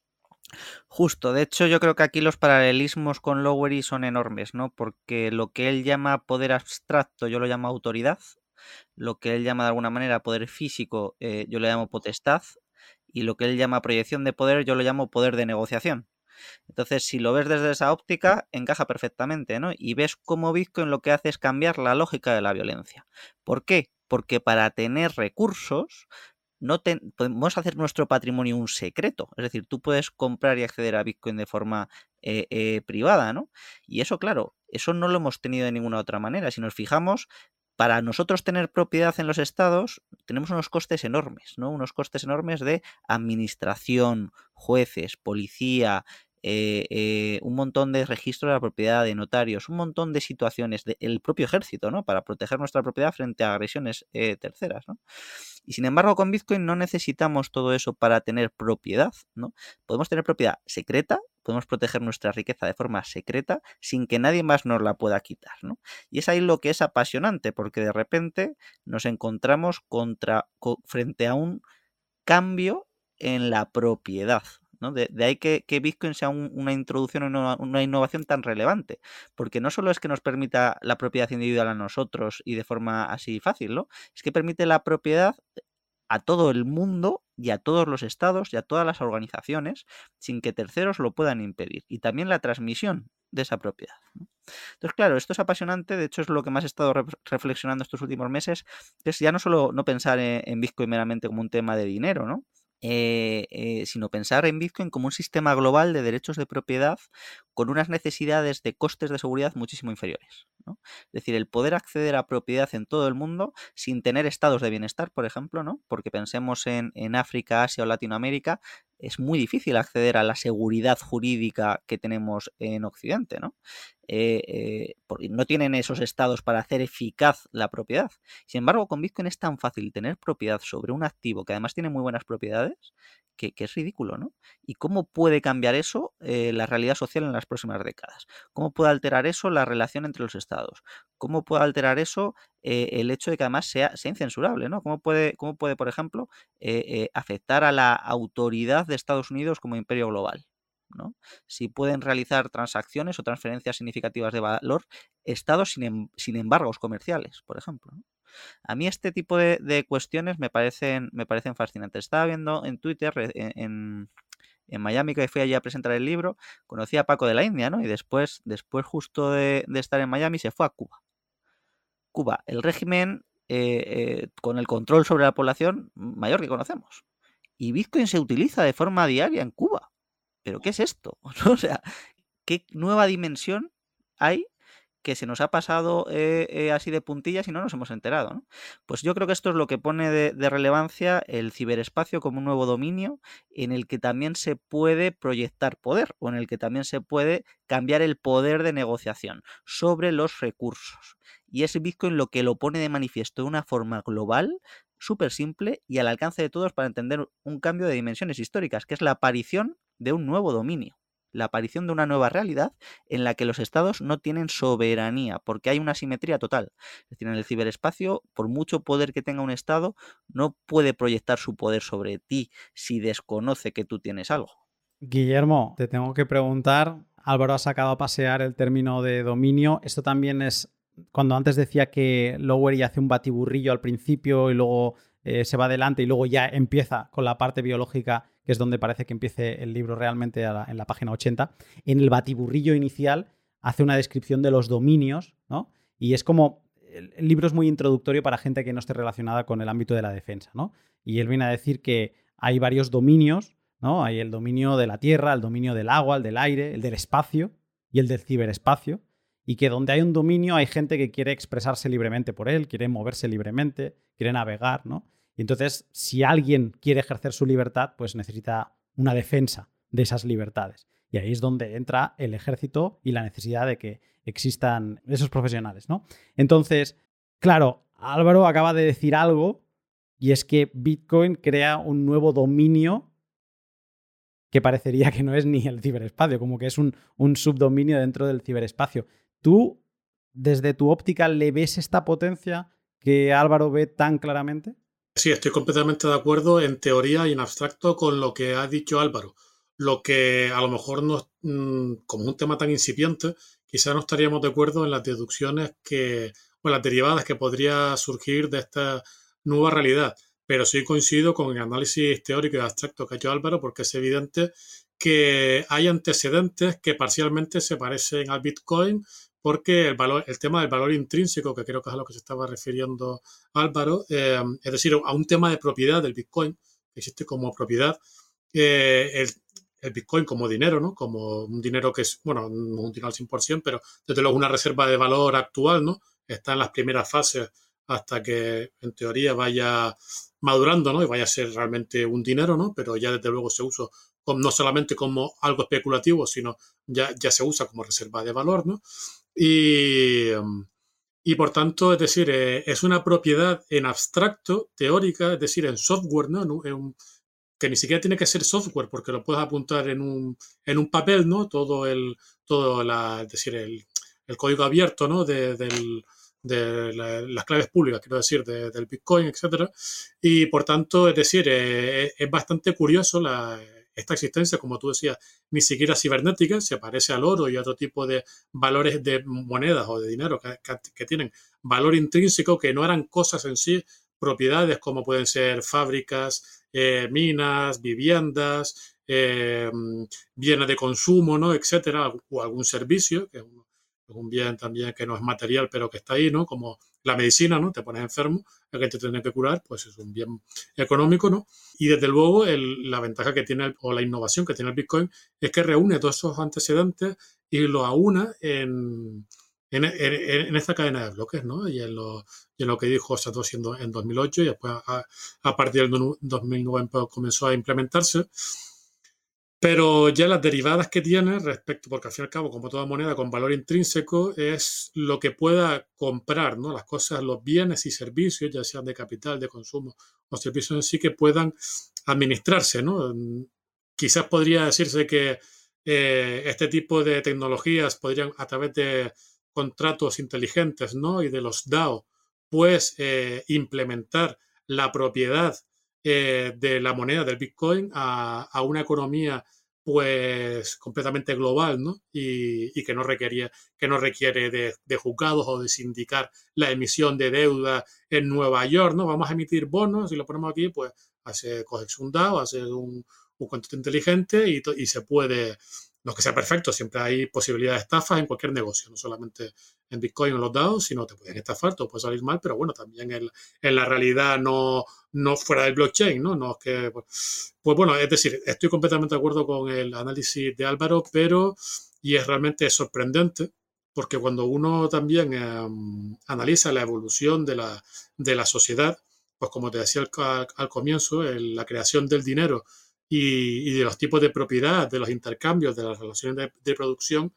Justo, de hecho yo creo que aquí los paralelismos con Lowery son enormes, ¿no? Porque lo que él llama poder abstracto yo lo llamo autoridad, lo que él llama de alguna manera poder físico eh, yo lo llamo potestad, y lo que él llama proyección de poder yo lo llamo poder de negociación. Entonces, si lo ves desde esa óptica, encaja perfectamente, ¿no? Y ves cómo Bitcoin lo que hace es cambiar la lógica de la violencia. ¿Por qué? Porque para tener recursos no te, podemos hacer nuestro patrimonio un secreto. Es decir, tú puedes comprar y acceder a Bitcoin de forma eh, eh, privada, ¿no? Y eso, claro, eso no lo hemos tenido de ninguna otra manera. Si nos fijamos, para nosotros tener propiedad en los estados tenemos unos costes enormes, ¿no? Unos costes enormes de administración, jueces, policía, eh, eh, un montón de registros de la propiedad, de notarios, un montón de situaciones del propio ejército, ¿no? Para proteger nuestra propiedad frente a agresiones eh, terceras, ¿no? Y sin embargo, con Bitcoin no necesitamos todo eso para tener propiedad, ¿no? Podemos tener propiedad secreta, podemos proteger nuestra riqueza de forma secreta sin que nadie más nos la pueda quitar, ¿no? Y es ahí lo que es apasionante, porque de repente nos encontramos contra, co, frente a un cambio en la propiedad, ¿no? De, de ahí que, que Bitcoin sea un, una introducción, una, una innovación tan relevante, porque no solo es que nos permita la propiedad individual a nosotros y de forma así fácil, ¿no? Es que permite la propiedad a todo el mundo y a todos los estados y a todas las organizaciones sin que terceros lo puedan impedir. Y también la transmisión de esa propiedad, ¿no? Entonces, claro, esto es apasionante, de hecho es lo que más he estado re reflexionando estos últimos meses, que es ya no solo no pensar en, en Bitcoin meramente como un tema de dinero, ¿no? Eh, eh, sino pensar en Bitcoin como un sistema global de derechos de propiedad con unas necesidades de costes de seguridad muchísimo inferiores, ¿no? Es decir, el poder acceder a propiedad en todo el mundo sin tener estados de bienestar, por ejemplo, ¿no? Porque pensemos en, en África, Asia o Latinoamérica, es muy difícil acceder a la seguridad jurídica que tenemos en Occidente, ¿no? Eh, eh, porque no tienen esos estados para hacer eficaz la propiedad. Sin embargo, con Bitcoin es tan fácil tener propiedad sobre un activo que además tiene muy buenas propiedades que, que es ridículo, ¿no? ¿Y cómo puede cambiar eso eh, la realidad social en las próximas décadas? ¿Cómo puede alterar eso la relación entre los estados? ¿Cómo puede alterar eso eh, el hecho de que además sea, sea incensurable, ¿no? ¿Cómo puede, cómo puede por ejemplo, eh, eh, afectar a la autoridad de Estados Unidos como imperio global, ¿no? Si pueden realizar transacciones o transferencias significativas de valor estados sin, em, sin embargos comerciales, por ejemplo, ¿no? A mí este tipo de, de cuestiones me parecen, me parecen fascinantes. Estaba viendo en Twitter, en, en, en Miami, que fui allí a presentar el libro, conocí a Paco de la India, ¿no? Y después, después justo de, de estar en Miami, se fue a Cuba. Cuba, el régimen eh, eh, con el control sobre la población mayor que conocemos. Y Bitcoin se utiliza de forma diaria en Cuba. ¿Pero qué es esto? O sea, ¿qué nueva dimensión hay que se nos ha pasado eh, eh, así de puntillas y no nos hemos enterado, ¿no? Pues yo creo que esto es lo que pone de, de relevancia el ciberespacio como un nuevo dominio en el que también se puede proyectar poder o en el que también se puede cambiar el poder de negociación sobre los recursos. Y es Bitcoin lo que lo pone de manifiesto de una forma global, súper simple y al alcance de todos para entender un cambio de dimensiones históricas, que es la aparición de un nuevo dominio, la aparición de una nueva realidad en la que los estados no tienen soberanía, porque hay una asimetría total. Es decir, en el ciberespacio, por mucho poder que tenga un estado, no puede proyectar su poder sobre ti si desconoce que tú tienes algo. Guillermo, te tengo que preguntar, Álvaro ha sacado a pasear el término de dominio. Esto también es, cuando antes decía que Lowery hace un batiburrillo al principio y luego eh, se va adelante y luego ya empieza con la parte biológica, que es donde parece que empiece el libro realmente a la, en la página ochenta. En el batiburrillo inicial hace una descripción de los dominios, ¿no? Y es como, el, el libro es muy introductorio para gente que no esté relacionada con el ámbito de la defensa, ¿no? Y él viene a decir que hay varios dominios, ¿no? Hay el dominio de la tierra, el dominio del agua, el del aire, el del espacio y el del ciberespacio. Y que donde hay un dominio hay gente que quiere expresarse libremente por él, quiere moverse libremente, quiere navegar, ¿no? Y entonces, si alguien quiere ejercer su libertad, pues necesita una defensa de esas libertades. Y ahí es donde entra el ejército y la necesidad de que existan esos profesionales, ¿no? Entonces, claro, Álvaro acaba de decir algo y es que Bitcoin crea un nuevo dominio que parecería que no es ni el ciberespacio, como que es un, un subdominio dentro del ciberespacio. ¿Tú, desde tu óptica, le ves esta potencia que Álvaro ve tan claramente? Sí, estoy completamente de acuerdo en teoría y en abstracto con lo que ha dicho Álvaro. Lo que a lo mejor, no, como un tema tan incipiente, quizá no estaríamos de acuerdo en las deducciones que, o las derivadas que podría surgir de esta nueva realidad. Pero sí coincido con el análisis teórico y abstracto que ha hecho Álvaro, porque es evidente que hay antecedentes que parcialmente se parecen al Bitcoin, porque el valor, el tema del valor intrínseco, que creo que es a lo que se estaba refiriendo Álvaro, eh, es decir, a un tema de propiedad del Bitcoin, que existe como propiedad, eh, el, el Bitcoin como dinero, ¿no? Como un dinero que es, bueno, no un dinero al cien por ciento, pero desde luego una reserva de valor actual, ¿no? Está en las primeras fases hasta que, en teoría, vaya madurando, ¿no? Y vaya a ser realmente un dinero, ¿no? Pero ya desde luego se usa como, no solamente como algo especulativo, sino ya, ya se usa como reserva de valor, ¿no? Y, y por tanto, es decir, eh, es una propiedad en abstracto, teórica, es decir, en software, ¿no? En un, que ni siquiera tiene que ser software, porque lo puedes apuntar en un, en un papel, ¿no? Todo el, todo la, es decir, el, el código abierto, ¿no? De, del, de la, las claves públicas, quiero decir, de, del Bitcoin, etcétera. Y por tanto, es decir, eh, es bastante curioso la, esta existencia, como tú decías, ni siquiera cibernética, se parece al oro y a otro tipo de valores de monedas o de dinero que, que, que tienen valor intrínseco, que no eran cosas en sí, propiedades como pueden ser fábricas, eh, minas, viviendas, eh, bienes de consumo, ¿no? Etcétera, o algún servicio, que es un, un bien también que no es material, pero que está ahí, ¿no? Como la medicina, ¿no? Te pones enfermo, el que te tienen que curar, pues es un bien económico, ¿no? Y desde luego el, la ventaja que tiene, o la innovación que tiene el Bitcoin, es que reúne todos esos antecedentes y lo aúna en, en, en, en esta cadena de bloques, ¿no? Y en lo, y en lo que dijo Satoshi en, en dos mil ocho, y después a, a partir del dos mil nueve comenzó a implementarse. Pero ya las derivadas que tiene respecto, porque al fin y al cabo, como toda moneda con valor intrínseco, es lo que pueda comprar, ¿no? Las cosas, los bienes y servicios, ya sean de capital, de consumo o servicios en sí, que puedan administrarse, ¿no? Quizás podría decirse que eh, este tipo de tecnologías podrían, a través de contratos inteligentes, ¿no? Y de los DAO, pues eh, implementar la propiedad Eh, de la moneda del Bitcoin a, a una economía pues completamente global, ¿no? Y, y que no requería, que no requiere de, de juzgados o de sindicar la emisión de deuda en Nueva York, ¿no? Vamos a emitir bonos y lo ponemos aquí, pues hace coges un DAO, hace un, un contrato inteligente y, y se puede, no es que sea perfecto, siempre hay posibilidad de estafas en cualquier negocio, no solamente en Bitcoin o en los DAOs, sino te pueden estafar, todo puede salir mal, pero bueno, también en, en la realidad no, no fuera del blockchain, ¿no? No es que, pues, pues bueno, es decir, estoy completamente de acuerdo con el análisis de Álvaro, pero, y es realmente sorprendente, porque cuando uno también eh, analiza la evolución de la, de la sociedad, pues como te decía al, al comienzo, el, la creación del dinero y, y de los tipos de propiedad, de los intercambios, de las relaciones de, de producción,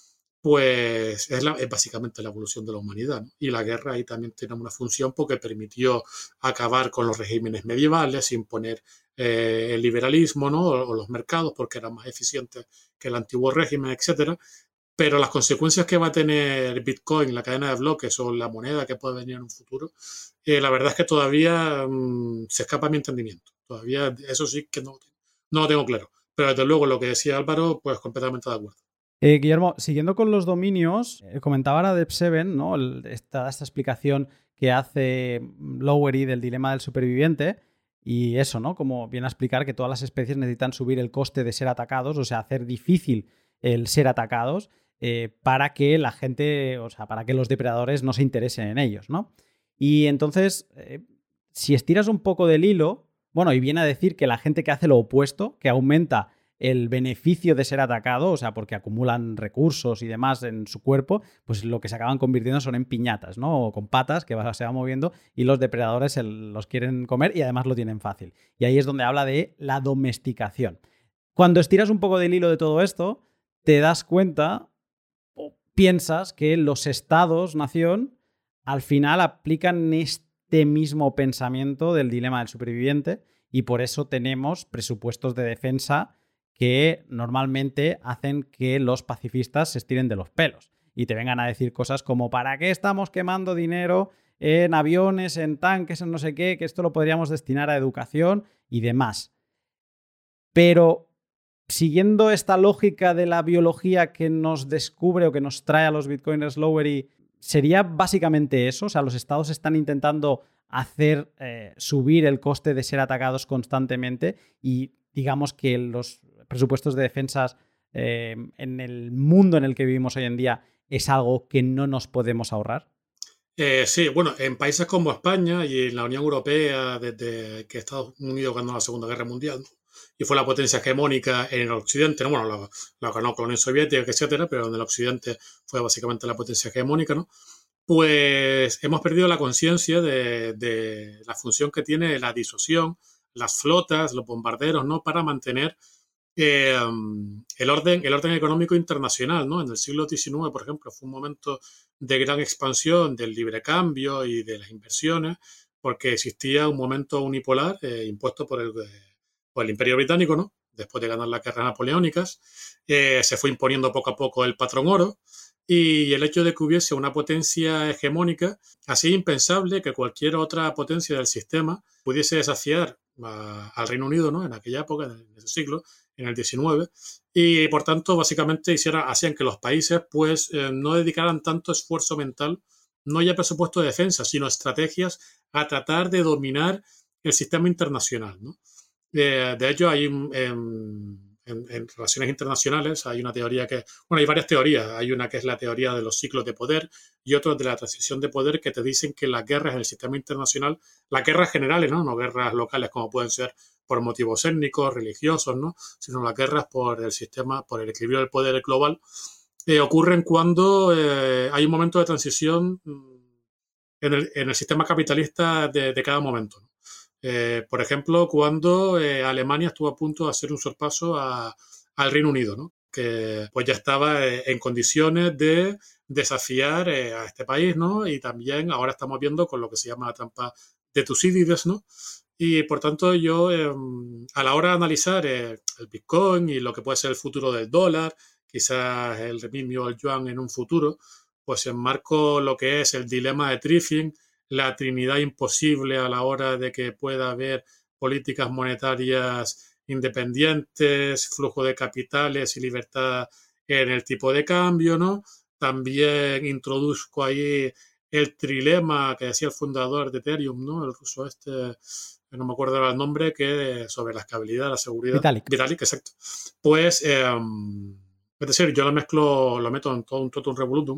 pues es, la, es básicamente la evolución de la humanidad, ¿no? Y la guerra ahí también tiene una función porque permitió acabar con los regímenes medievales, imponer eh, el liberalismo, ¿no? o, o los mercados porque eran más eficientes que el antiguo régimen, etcétera. Pero las consecuencias que va a tener Bitcoin, la cadena de bloques o la moneda que puede venir en un futuro, eh, la verdad es que todavía mmm, se escapa a mi entendimiento. Todavía eso sí que no, no lo tengo claro. Pero desde luego lo que decía Álvaro, pues completamente de acuerdo. Eh, Guillermo, siguiendo con los dominios, eh, comentaba ahora Deb Seven, ¿no? El, esta, esta explicación que hace Lowery del dilema del superviviente y eso, ¿no? Como viene a explicar que todas las especies necesitan subir el coste de ser atacados, o sea, hacer difícil el ser atacados eh, para que la gente, o sea, para que los depredadores no se interesen en ellos, ¿no? Y entonces, eh, si estiras un poco del hilo, bueno, y viene a decir que la gente que hace lo opuesto, que aumenta el beneficio de ser atacado, o sea, porque acumulan recursos y demás en su cuerpo, pues lo que se acaban convirtiendo son en piñatas, ¿no? O con patas que se van moviendo y los depredadores los quieren comer y además lo tienen fácil. Y ahí es donde habla de la domesticación. Cuando estiras un poco del hilo de todo esto, te das cuenta o piensas que los estados-nación al final aplican este mismo pensamiento del dilema del superviviente y por eso tenemos presupuestos de defensa que normalmente hacen que los pacifistas se estiren de los pelos y te vengan a decir cosas como ¿para qué estamos quemando dinero en aviones, en tanques, en no sé qué? Que esto lo podríamos destinar a educación y demás. Pero siguiendo esta lógica de la biología que nos descubre o que nos trae a los bitcoiners Lowery, ¿sería básicamente eso? O sea, los estados están intentando hacer eh, subir el coste de ser atacados constantemente y digamos que los presupuestos de defensas eh, en el mundo en el que vivimos hoy en día es algo que no nos podemos ahorrar. Eh, sí, bueno, en países como España y en la Unión Europea, desde que Estados Unidos ganó la Segunda Guerra Mundial, ¿no? Y fue la potencia hegemónica en el occidente, ¿no? Bueno, la, la ganó con la Unión Soviética, etcétera, pero en el occidente fue básicamente la potencia hegemónica, ¿no? Pues hemos perdido la conciencia de, de la función que tiene la disuasión, las flotas, los bombarderos, ¿no? Para mantener eh, el, orden, el orden económico internacional, ¿no? En el siglo diecinueve, por ejemplo, fue un momento de gran expansión del libre cambio y de las inversiones, porque existía un momento unipolar eh, impuesto por el, eh, por el Imperio Británico, ¿no? Después de ganar las guerras napoleónicas, eh, se fue imponiendo poco a poco el patrón oro y el hecho de que hubiese una potencia hegemónica hacía impensable que cualquier otra potencia del sistema pudiese desafiar a, al Reino Unido, ¿no? En aquella época, en ese siglo, en el diecinueve, y por tanto básicamente hiciera, hacían que los países pues eh, no dedicaran tanto esfuerzo mental, no ya presupuesto de defensa, sino estrategias a tratar de dominar el sistema internacional, ¿no? Eh, de hecho, hay en, en, en relaciones internacionales hay una teoría que, bueno, hay varias teorías. Hay una que es la teoría de los ciclos de poder y otra de la transición de poder, que te dicen que las guerras en el sistema internacional, las guerras generales, ¿no? No guerras locales como pueden ser por motivos étnicos, religiosos, ¿no? Sino las guerras por el sistema, por el equilibrio del poder global, eh, ocurren cuando eh, hay un momento de transición en el, en el sistema capitalista de, de cada momento, ¿no? Eh, por ejemplo, cuando eh, Alemania estuvo a punto de hacer un sorpaso a, al Reino Unido, ¿no? Que pues ya estaba eh, en condiciones de desafiar eh, a este país, ¿no? Y también ahora estamos viendo con lo que se llama la trampa de Tucídides, ¿no? Y por tanto yo eh, a la hora de analizar eh, el Bitcoin y lo que puede ser el futuro del dólar, quizás el renminbi o el yuan en un futuro, pues enmarco lo que es el dilema de Triffin, la trinidad imposible a la hora de que pueda haber políticas monetarias independientes, flujo de capitales y libertad en el tipo de cambio, ¿no? También introduzco ahí el trilema que decía el fundador de Ethereum, ¿no? El ruso este, no me acuerdo el nombre, que sobre la escalabilidad, la seguridad. Vitalik. Vitalik, exacto. Pues, eh, es decir, yo lo mezclo, lo meto en todo un totum revolutum.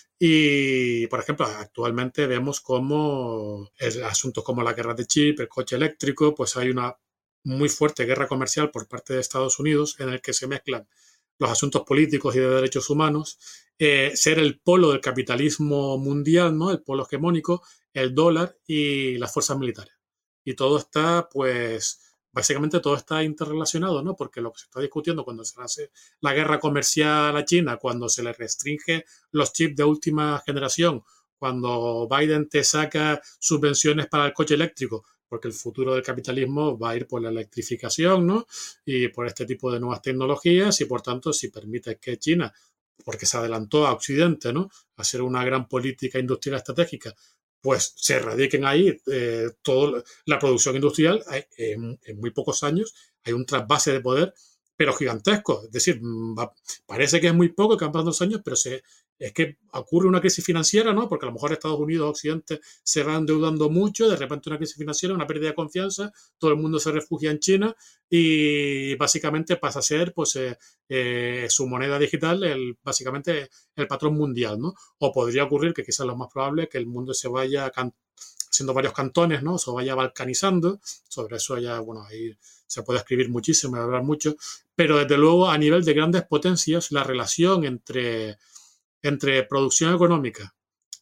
Y, por ejemplo, actualmente vemos cómo asuntos como la guerra de chip, el coche eléctrico, pues hay una muy fuerte guerra comercial por parte de Estados Unidos en el que se mezclan los asuntos políticos y de derechos humanos, eh, ser el polo del capitalismo mundial, ¿no? El polo hegemónico, el dólar y las fuerzas militares. Y todo está, pues, básicamente todo está interrelacionado, ¿no? Porque lo que se está discutiendo cuando se hace la guerra comercial a China, cuando se le restringe los chips de última generación, cuando Biden te saca subvenciones para el coche eléctrico, porque el futuro del capitalismo va a ir por la electrificación, ¿no? Y por este tipo de nuevas tecnologías, y por tanto, si permite que China, porque se adelantó a Occidente, ¿no? A hacer una gran política industrial estratégica, pues se radiquen ahí eh, toda la producción industrial, hay, en, en muy pocos años hay un trasvase de poder, pero gigantesco. Es decir, va, parece que es muy poco, que han pasado los años, pero se, es que ocurre una crisis financiera, ¿no? Porque a lo mejor Estados Unidos, Occidente, se va endeudando mucho, de repente una crisis financiera, una pérdida de confianza, todo el mundo se refugia en China y básicamente pasa a ser, pues, eh, eh, su moneda digital, el, básicamente el patrón mundial, ¿no? O podría ocurrir, que quizás lo más probable, que el mundo se vaya can- haciendo varios cantones, ¿no? Se vaya balcanizando. Sobre eso ya, bueno, ahí se puede escribir muchísimo y hablar mucho, pero desde luego a nivel de grandes potencias, la relación entre, entre producción económica,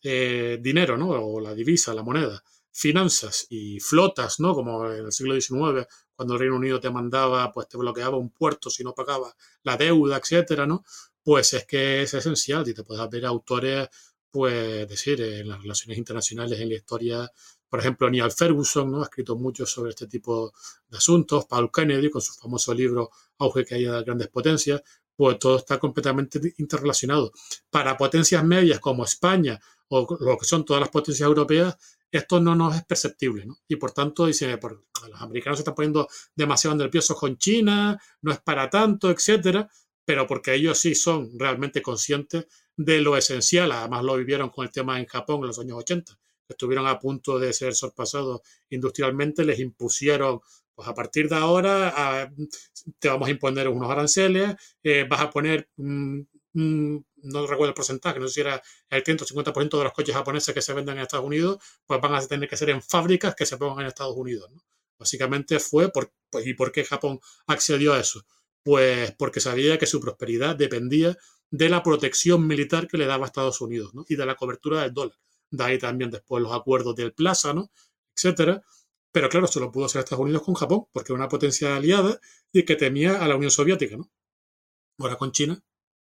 eh, dinero, ¿no? O la divisa, la moneda, finanzas y flotas, ¿no? Como en el siglo diecinueve, cuando el Reino Unido te mandaba, pues te bloqueaba un puerto si no pagaba la deuda, etcétera, ¿no? Pues es que es esencial y te puedes ver autores, pues decir, en las relaciones internacionales, en la historia, por ejemplo, Niall Ferguson, ¿no? Ha escrito mucho sobre este tipo de asuntos, Paul Kennedy con su famoso libro Auge que hay de las grandes potencias, pues todo está completamente interrelacionado. Para potencias medias como España o lo que son todas las potencias europeas, esto no nos es perceptible, ¿no? Y por tanto, dice, por, los americanos se están poniendo demasiado nerviosos con China, no es para tanto, etcétera, pero porque ellos sí son realmente conscientes de lo esencial. Además lo vivieron con el tema en Japón en los años ochenta. Estuvieron a punto de ser sorpasados industrialmente, les impusieron, pues a partir de ahora a, te vamos a imponer unos aranceles, eh, vas a poner, mm, mm, no recuerdo el porcentaje, no sé si era el treinta o cincuenta por ciento de los coches japoneses que se venden en Estados Unidos, pues van a tener que ser en fábricas que se pongan en Estados Unidos, ¿no? Básicamente fue, por, pues, ¿y por qué Japón accedió a eso? Pues porque sabía que su prosperidad dependía de la protección militar que le daba a Estados Unidos, ¿no? Y de la cobertura del dólar. De ahí también después los acuerdos del Plaza, ¿no? Etcétera. Pero claro, se lo pudo hacer Estados Unidos con Japón, porque era una potencia aliada y que temía a la Unión Soviética, ¿no? Ahora con China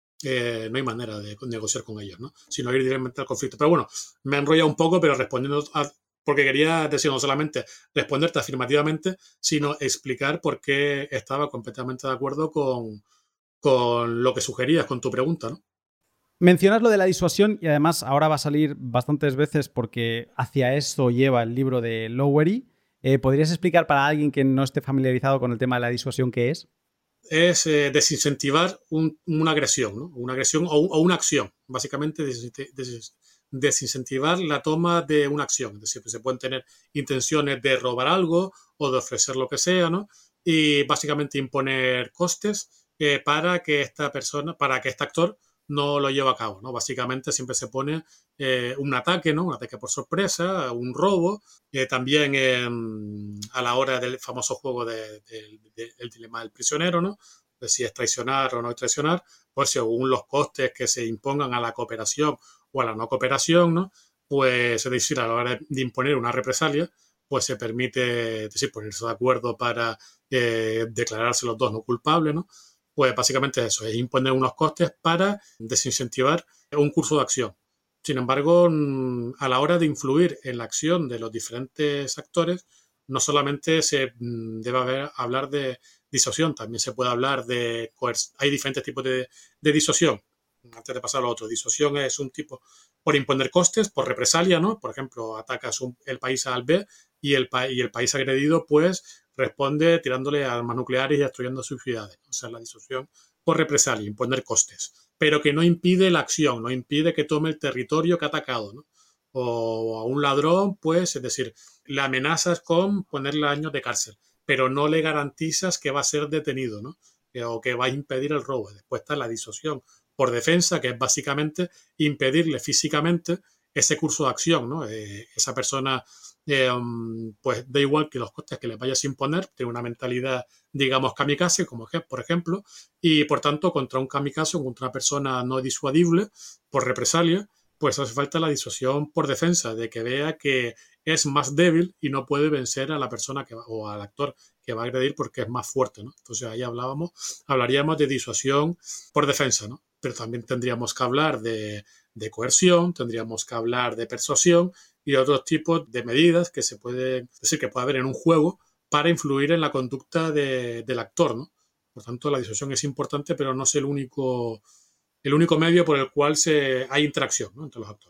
eh, no hay manera de negociar con ellos, ¿no? Sino ir directamente al conflicto. Pero bueno, me he enrollado un poco, pero respondiendo a, porque quería decir no solamente responderte afirmativamente, sino explicar por qué estaba completamente de acuerdo con, con lo que sugerías, con tu pregunta, ¿no? Mencionas lo de la disuasión y además ahora va a salir bastantes veces porque hacia eso lleva el libro de Lowery. Eh, ¿Podrías explicar para alguien que no esté familiarizado con el tema de la disuasión qué es? Es eh, desincentivar un, una agresión, ¿no? Una agresión o, o una acción. Básicamente des, des, desincentivar la toma de una acción. Es decir, que se pueden tener intenciones de robar algo o de ofrecer lo que sea, ¿no? Y básicamente imponer costes eh, para que esta persona, para que este actor no lo lleve a cabo, ¿no? Básicamente siempre se pone eh, un ataque, ¿no? Un ataque por sorpresa, un robo. Eh, también eh, a la hora del famoso juego del de, de, de, dilema del prisionero, ¿no? De si es traicionar o no es traicionar, pues según los costes que se impongan a la cooperación o a la no cooperación, ¿no? Pues es decir, a la hora de imponer una represalia, pues se permite, es decir, ponerse de acuerdo para eh, declararse los dos no culpables, ¿no? Pues básicamente eso, es imponer unos costes para desincentivar un curso de acción. Sin embargo, a la hora de influir en la acción de los diferentes actores, no solamente se debe haber, hablar de disuasión, también se puede hablar de coerción. Hay diferentes tipos de, de disuasión. Antes de pasar a lo otro, disuasión es un tipo por imponer costes, por represalia, ¿no? Por ejemplo, atacas un, el país al B y el, y el país agredido, pues, responde tirándole armas nucleares y destruyendo sus ciudades. O sea, la disuasión por represalia, imponer costes, pero que no impide la acción, no impide que tome el territorio que ha atacado, ¿no? O a un ladrón, pues, es decir, le amenazas con ponerle años de cárcel, pero no le garantizas que va a ser detenido, ¿no? O que va a impedir el robo. Después está la disuasión por defensa, que es básicamente impedirle físicamente ese curso de acción, ¿no? Eh, esa persona, eh, pues da igual que los costes que le vayas a imponer, tiene una mentalidad, digamos, kamikaze, como que, por ejemplo, y por tanto, contra un kamikaze o contra una persona no disuadible por represalia, pues hace falta la disuasión por defensa, de que vea que es más débil y no puede vencer a la persona que va, o al actor que va a agredir porque es más fuerte, ¿no? Entonces ahí hablábamos, hablaríamos de disuasión por defensa, ¿no? Pero también tendríamos que hablar de, de coerción, tendríamos que hablar de persuasión y otros tipos de medidas que se pueden, es decir, que puede haber en un juego para influir en la conducta de, del actor, ¿no? Por tanto, la disuasión es importante, pero no es el único, el único medio por el cual se, hay interacción, ¿no?, entre los actores.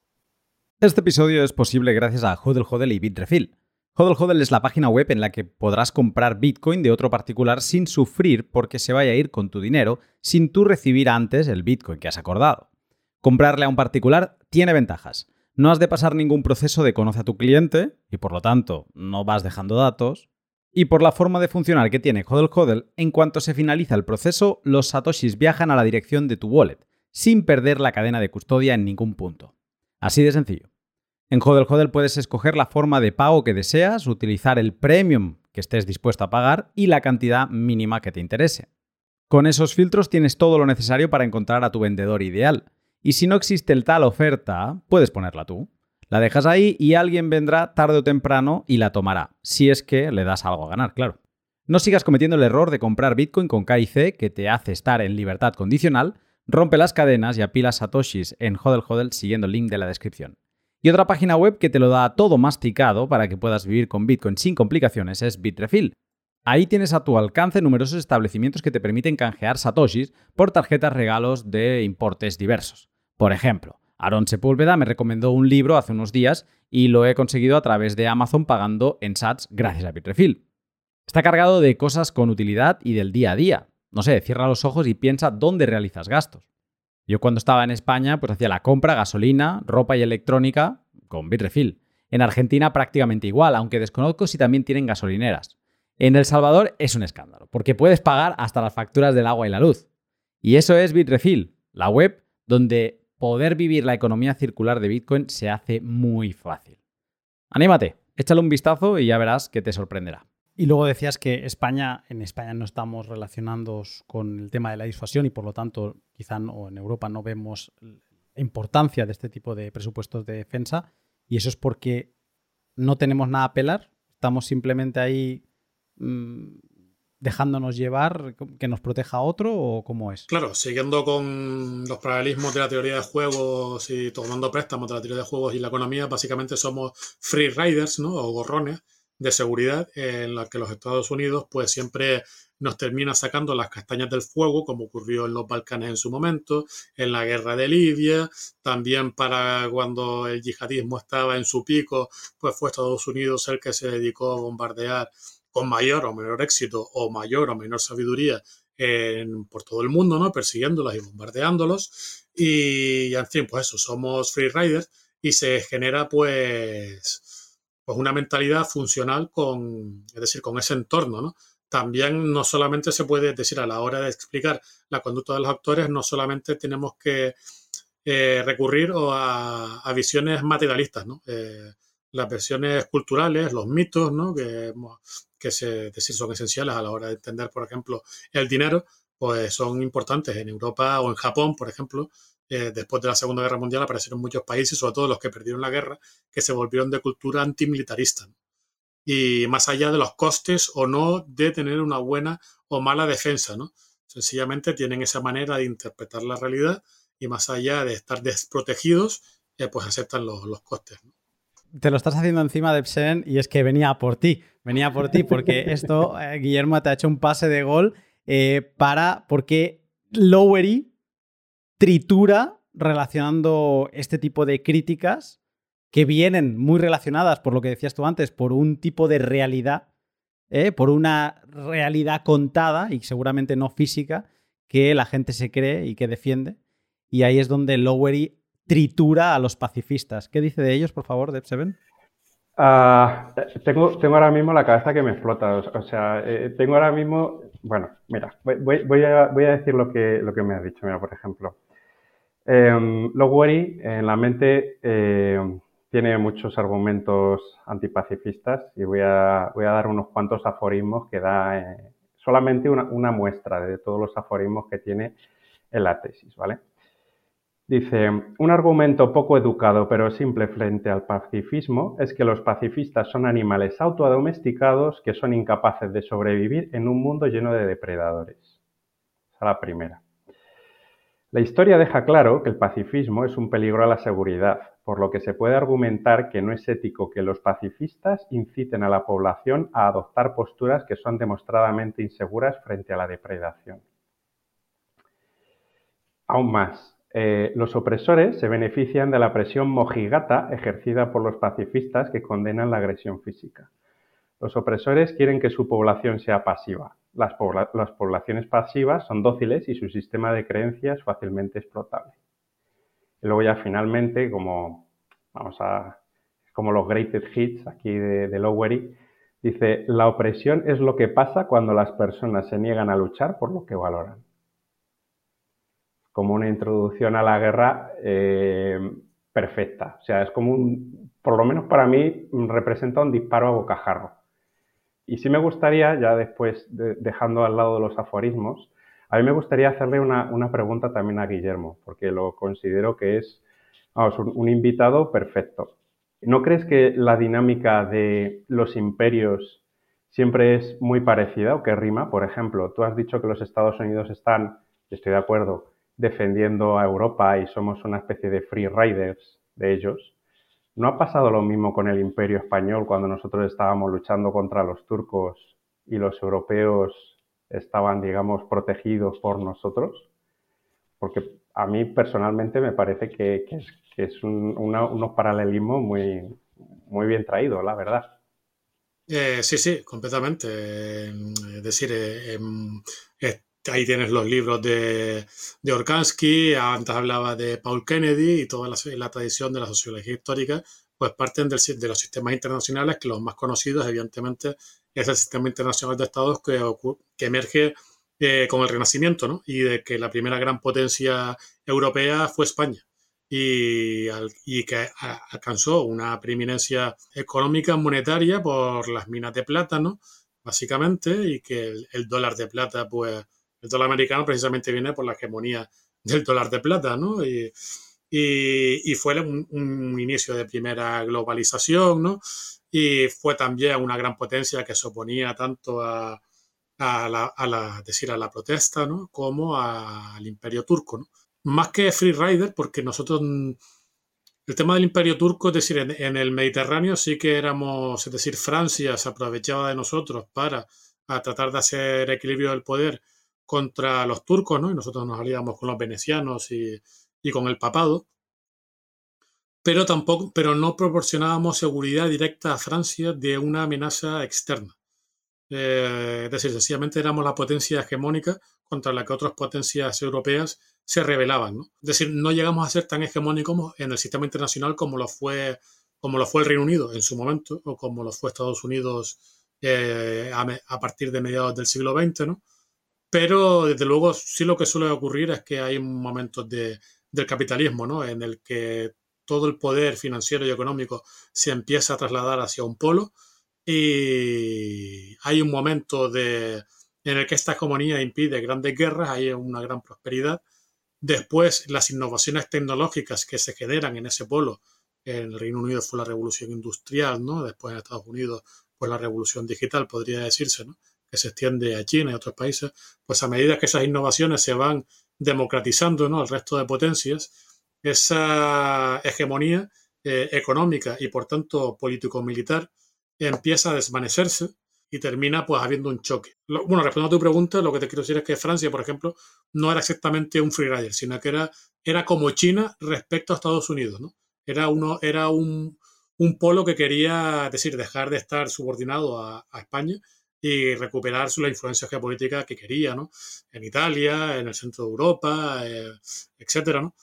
Este episodio es posible gracias a Hodl Hodl y Bitrefill. Hodl Hodl es la página web en la que podrás comprar Bitcoin de otro particular sin sufrir porque se vaya a ir con tu dinero sin tú recibir antes el Bitcoin que has acordado. Comprarle a un particular tiene ventajas. No has de pasar ningún proceso de conoce a tu cliente y por lo tanto no vas dejando datos. Y por la forma de funcionar que tiene Hodl Hodl, en cuanto se finaliza el proceso, los satoshis viajan a la dirección de tu wallet, sin perder la cadena de custodia en ningún punto. Así de sencillo. En Hodl Hodl puedes escoger la forma de pago que deseas, utilizar el premium que estés dispuesto a pagar y la cantidad mínima que te interese. Con esos filtros tienes todo lo necesario para encontrar a tu vendedor ideal. Y si no existe el tal oferta, puedes ponerla tú. La dejas ahí y alguien vendrá tarde o temprano y la tomará, si es que le das algo a ganar, claro. No sigas cometiendo el error de comprar Bitcoin con K I C que te hace estar en libertad condicional, rompe las cadenas y apila satoshis en Hodl Hodl siguiendo el link de la descripción. Y otra página web que te lo da todo masticado para que puedas vivir con Bitcoin sin complicaciones es Bitrefill. Ahí tienes a tu alcance numerosos establecimientos que te permiten canjear satoshis por tarjetas regalos de importes diversos. Por ejemplo, Aaron Sepúlveda me recomendó un libro hace unos días y lo he conseguido a través de Amazon pagando en sats gracias a Bitrefill. Está cargado de cosas con utilidad y del día a día. No sé, cierra los ojos y piensa dónde realizas gastos. Yo cuando estaba en España pues hacía la compra, gasolina, ropa y electrónica con Bitrefill. En Argentina prácticamente igual, aunque desconozco si también tienen gasolineras. En El Salvador es un escándalo, porque puedes pagar hasta las facturas del agua y la luz. Y eso es Bitrefill, la web donde poder vivir la economía circular de Bitcoin se hace muy fácil. Anímate, échale un vistazo y ya verás que te sorprenderá. Y luego decías que España, en España no estamos relacionados con el tema de la disuasión y por lo tanto quizá no, en Europa no vemos la importancia de este tipo de presupuestos de defensa y eso es porque no tenemos nada a pelar, estamos simplemente ahí mmm, dejándonos llevar, que nos proteja otro o cómo es. Claro, siguiendo con los paralelismos de la teoría de juegos y tomando préstamos de la teoría de juegos y la economía, básicamente somos free riders, ¿no?, o gorrones, de seguridad en la que los Estados Unidos pues siempre nos termina sacando las castañas del fuego, como ocurrió en los Balcanes en su momento, en la guerra de Libia, también para cuando el yihadismo estaba en su pico, pues fue Estados Unidos el que se dedicó a bombardear con mayor o menor éxito o mayor o menor sabiduría en, por todo el mundo, ¿no? Persiguiéndolos y bombardeándolos. Y, en fin, pues eso, somos free riders y se genera pues, pues una mentalidad funcional con, es decir, con ese entorno, ¿no? También no solamente se puede decir a la hora de explicar la conducta de los actores, no solamente tenemos que eh, recurrir a, a visiones materialistas, ¿no? Eh, las versiones culturales, los mitos, ¿no? Que, que se, decir, son esenciales a la hora de entender, por ejemplo, el dinero, pues son importantes en Europa o en Japón, por ejemplo. Eh, después de la Segunda Guerra Mundial aparecieron muchos países, sobre todo los que perdieron la guerra, que se volvieron de cultura antimilitarista, ¿no? Y más allá de los costes o no de tener una buena o mala defensa, ¿no? Sencillamente tienen esa manera de interpretar la realidad y más allá de estar desprotegidos, eh, pues aceptan los, los costes, ¿no? Te lo estás haciendo encima de Ebsen y es que venía por ti, venía por ti, porque esto, eh, Guillermo, te ha hecho un pase de gol eh, para, porque Lowery tritura relacionando este tipo de críticas que vienen muy relacionadas, por lo que decías tú antes, por un tipo de realidad, ¿eh? Por una realidad contada y seguramente no física que la gente se cree y que defiende. Y ahí es donde Lowery tritura a los pacifistas. ¿Qué dice de ellos, por favor, Deb Seven? Uh, tengo, tengo ahora mismo la cabeza que me explota. O sea, eh, tengo ahora mismo... Bueno, mira, voy, voy, a, voy a decir lo que, lo que me has dicho. Mira, por ejemplo, eh, Lowery en la mente... Eh, tiene muchos argumentos antipacifistas y voy a, voy a dar unos cuantos aforismos que da eh, solamente una, una muestra de todos los aforismos que tiene en la tesis, ¿vale? Dice, un argumento poco educado pero simple frente al pacifismo es que los pacifistas son animales autodomesticados que son incapaces de sobrevivir en un mundo lleno de depredadores. Esa es la primera. La historia deja claro que el pacifismo es un peligro a la seguridad, por lo que se puede argumentar que no es ético que los pacifistas inciten a la población a adoptar posturas que son demostradamente inseguras frente a la depredación. Aún más, eh, los opresores se benefician de la presión mojigata ejercida por los pacifistas que condenan la agresión física. Los opresores quieren que su población sea pasiva. Las, pobla las poblaciones pasivas son dóciles y su sistema de creencias fácilmente explotable. Y luego ya finalmente, como, vamos a, como los greatest hits aquí de, de Lowery, dice, la opresión es lo que pasa cuando las personas se niegan a luchar por lo que valoran. Como una introducción a la guerra eh, perfecta. O sea, es como un, por lo menos para mí, representa un disparo a bocajarro. Y sí me gustaría, ya después de, dejando al lado los aforismos, a mí me gustaría hacerle una, una pregunta también a Guillermo, porque lo considero que es vamos, un, un invitado perfecto. ¿No crees que la dinámica de los imperios siempre es muy parecida o que rima? Por ejemplo, tú has dicho que los Estados Unidos están, estoy de acuerdo, defendiendo a Europa y somos una especie de free riders de ellos. ¿No ha pasado lo mismo con el Imperio Español cuando nosotros estábamos luchando contra los turcos y los europeos estaban, digamos, protegidos por nosotros? Porque a mí personalmente me parece que, que es, que es un, una, unos paralelismos muy, muy bien traídos, la verdad. Eh, sí, sí, completamente. Eh, es decir, eh, eh, ahí tienes los libros de, de Orkansky, antes hablaba de Paul Kennedy y toda la, la tradición de la sociología histórica, pues parten del, de los sistemas internacionales, que los más conocidos, evidentemente, es el sistema internacional de estados que, que emerge eh, con el Renacimiento, ¿no? Y de que la primera gran potencia europea fue España. Y, y que alcanzó una preeminencia económica monetaria por las minas de plátano, básicamente, y que el, el dólar de plata, pues, el dólar americano precisamente viene por la hegemonía del dólar de plata, ¿no? Y, y, y fue un, un inicio de primera globalización, ¿no? Y fue también una gran potencia que se oponía tanto a, a, la, a, la, decir, a la protesta, ¿no? Como a, al imperio turco, ¿no? Más que free rider, porque nosotros el tema del Imperio Turco, es decir, en, en el Mediterráneo sí que éramos, es decir, Francia se aprovechaba de nosotros para a tratar de hacer equilibrio del poder contra los turcos, ¿no? Y nosotros nos aliábamos con los venecianos y, y con el papado, pero tampoco, pero no proporcionábamos seguridad directa a Francia de una amenaza externa. Eh, es decir, sencillamente éramos la potencia hegemónica contra la que otras potencias europeas se rebelaban, ¿no? Es decir, no llegamos a ser tan hegemónicos en el sistema internacional como lo fue, como lo fue el Reino Unido en su momento, o como lo fue Estados Unidos eh, a, a partir de mediados del siglo veinte, ¿no? Pero, desde luego, sí lo que suele ocurrir es que hay momentos de, del capitalismo, ¿no? En el que todo el poder financiero y económico se empieza a trasladar hacia un polo, y hay un momento de, en el que esta hegemonía impide grandes guerras, hay una gran prosperidad. Después, las innovaciones tecnológicas que se generan en ese polo, en el Reino Unido fue la revolución industrial, ¿no? Después en Estados Unidos, pues la revolución digital, podría decirse, ¿no? Que se extiende a China y a otros países. Pues a medida que esas innovaciones se van democratizando, ¿no?, al resto de potencias, esa hegemonía eh, económica y, por tanto, político-militar empieza a desvanecerse y termina pues habiendo un choque. Lo, bueno, respondiendo a tu pregunta, lo que te quiero decir es que Francia, por ejemplo, no era exactamente un free rider, sino que era, era como China respecto a Estados Unidos, ¿no? Era, uno, era un, un polo que quería, es decir, dejar de estar subordinado a, a España y recuperar la influencia geopolítica que quería, ¿no? En Italia, en el centro de Europa, eh, etcétera, ¿no?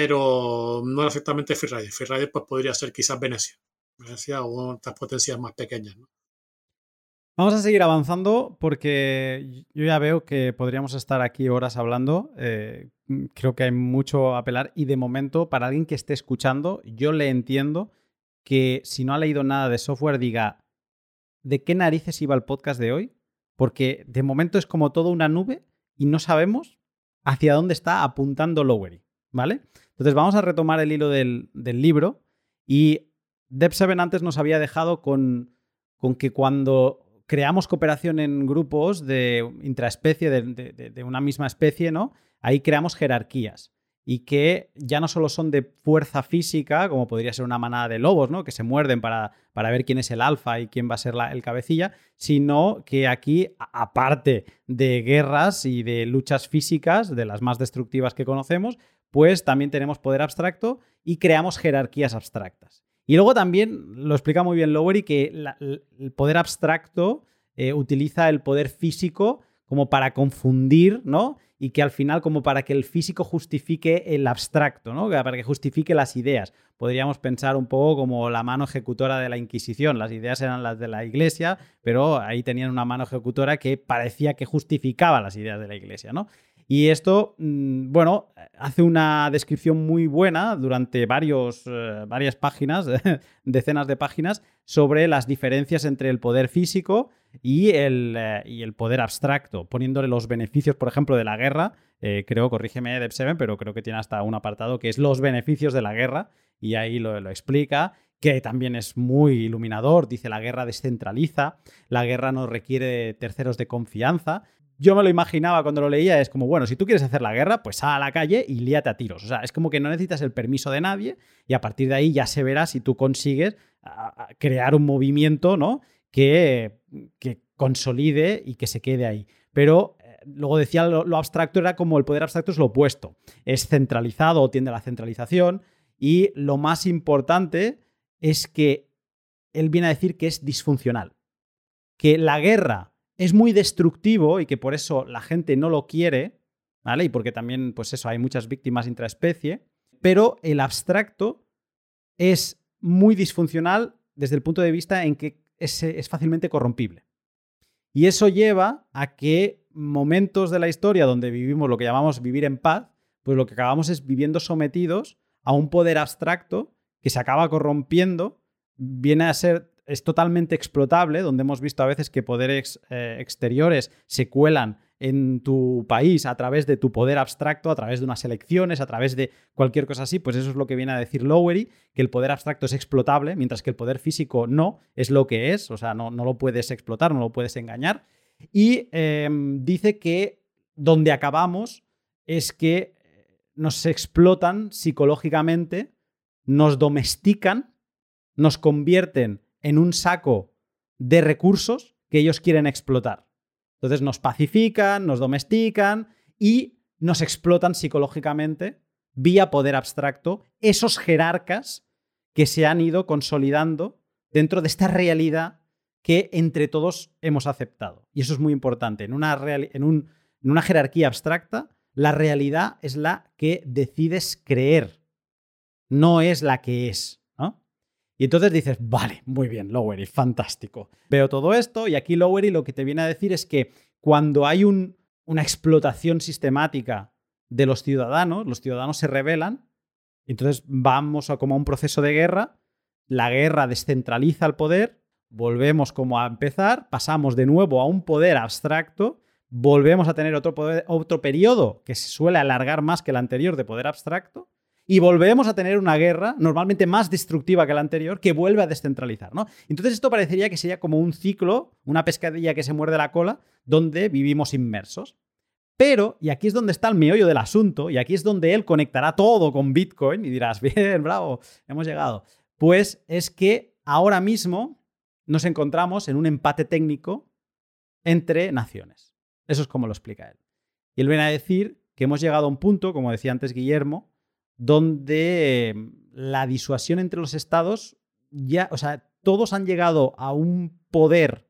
Pero no era exactamente free rider. Free rider pues podría ser quizás Venecia. Venecia o otras potencias más pequeñas, ¿no? Vamos a seguir avanzando porque yo ya veo que podríamos estar aquí horas hablando. Eh, creo que hay mucho a apelar y de momento, para alguien que esté escuchando, yo le entiendo que si no ha leído nada de software diga ¿de qué narices iba el podcast de hoy? Porque de momento es como toda una nube y no sabemos hacia dónde está apuntando Lowery, ¿vale? Entonces vamos a retomar el hilo del, del libro y Dev siete antes nos había dejado con, con que cuando creamos cooperación en grupos de intraespecie, de, de, de una misma especie, ¿no? Ahí creamos jerarquías y que ya no solo son de fuerza física, como podría ser una manada de lobos, ¿no?, que se muerden para, para ver quién es el alfa y quién va a ser la, el cabecilla, sino que aquí, aparte de guerras y de luchas físicas, de las más destructivas que conocemos, pues también tenemos poder abstracto y creamos jerarquías abstractas. Y luego también lo explica muy bien Lowery que la, el poder abstracto eh, utiliza el poder físico como para confundir, ¿no? Y que al final como para que el físico justifique el abstracto, ¿no? Para que justifique las ideas. Podríamos pensar un poco como la mano ejecutora de la Inquisición. Las ideas eran las de la Iglesia, pero ahí tenían una mano ejecutora que parecía que justificaba las ideas de la Iglesia, ¿no? Y esto, bueno, hace una descripción muy buena durante varios, eh, varias páginas, decenas de páginas, sobre las diferencias entre el poder físico y el, eh, y el poder abstracto, poniéndole los beneficios, por ejemplo, de la guerra. Eh, creo, corrígeme, Dev siete, pero creo que tiene hasta un apartado que es los beneficios de la guerra, y ahí lo, lo explica, que también es muy iluminador. Dice, la guerra descentraliza, la guerra no requiere terceros de confianza. Yo me lo imaginaba cuando lo leía, es como, bueno, si tú quieres hacer la guerra, pues sal a la calle y líate a tiros. O sea, es como que no necesitas el permiso de nadie y a partir de ahí ya se verá si tú consigues a, a crear un movimiento, ¿no?, que, que consolide y que se quede ahí. Pero eh, luego decía, lo, lo abstracto era como el poder abstracto es lo opuesto. Es centralizado o tiende a la centralización y lo más importante es que él viene a decir que es disfuncional. Que la guerra es muy destructivo y que por eso la gente no lo quiere, ¿vale? Y porque también, pues eso, hay muchas víctimas intraespecie, pero el abstracto es muy disfuncional desde el punto de vista en que es, es fácilmente corrompible. Y eso lleva a que momentos de la historia donde vivimos lo que llamamos vivir en paz, pues lo que acabamos es viviendo sometidos a un poder abstracto que se acaba corrompiendo, viene a ser... es totalmente explotable, donde hemos visto a veces que poderes eh, exteriores se cuelan en tu país a través de tu poder abstracto, a través de unas elecciones, a través de cualquier cosa así. Pues eso es lo que viene a decir Lowery, que el poder abstracto es explotable, mientras que el poder físico no, es lo que es, o sea, no, no lo puedes explotar, no lo puedes engañar. Y eh, dice que donde acabamos es que nos explotan psicológicamente nos domestican, nos convierten en un saco de recursos que ellos quieren explotar. Entonces nos pacifican, nos domestican y nos explotan psicológicamente vía poder abstracto esos jerarcas que se han ido consolidando dentro de esta realidad que entre todos hemos aceptado. Y eso es muy importante. En una, real, en un, en una jerarquía abstracta, la realidad es la que decides creer, no es la que es, ¿no? Y entonces dices, vale, muy bien, Lowery, fantástico. Veo todo esto y aquí Lowery lo que te viene a decir es que cuando hay un, una explotación sistemática de los ciudadanos, los ciudadanos se rebelan, entonces vamos a como a un proceso de guerra, la guerra descentraliza el poder, volvemos como a empezar, pasamos de nuevo a un poder abstracto, volvemos a tener otro, poder, otro periodo que se suele alargar más que el anterior de poder abstracto y volvemos a tener una guerra normalmente más destructiva que la anterior que vuelve a descentralizar, ¿no? Entonces esto parecería que sería como un ciclo, una pescadilla que se muerde la cola, donde vivimos inmersos. Pero, y aquí es donde está el meollo del asunto, y aquí es donde él conectará todo con Bitcoin y dirás, bien, bravo, hemos llegado. Pues es que ahora mismo nos encontramos en un empate técnico entre naciones. Eso es como lo explica él. Y él viene a decir que hemos llegado a un punto, como decía antes Guillermo, donde la disuasión entre los estados ya, o sea, todos han llegado a un poder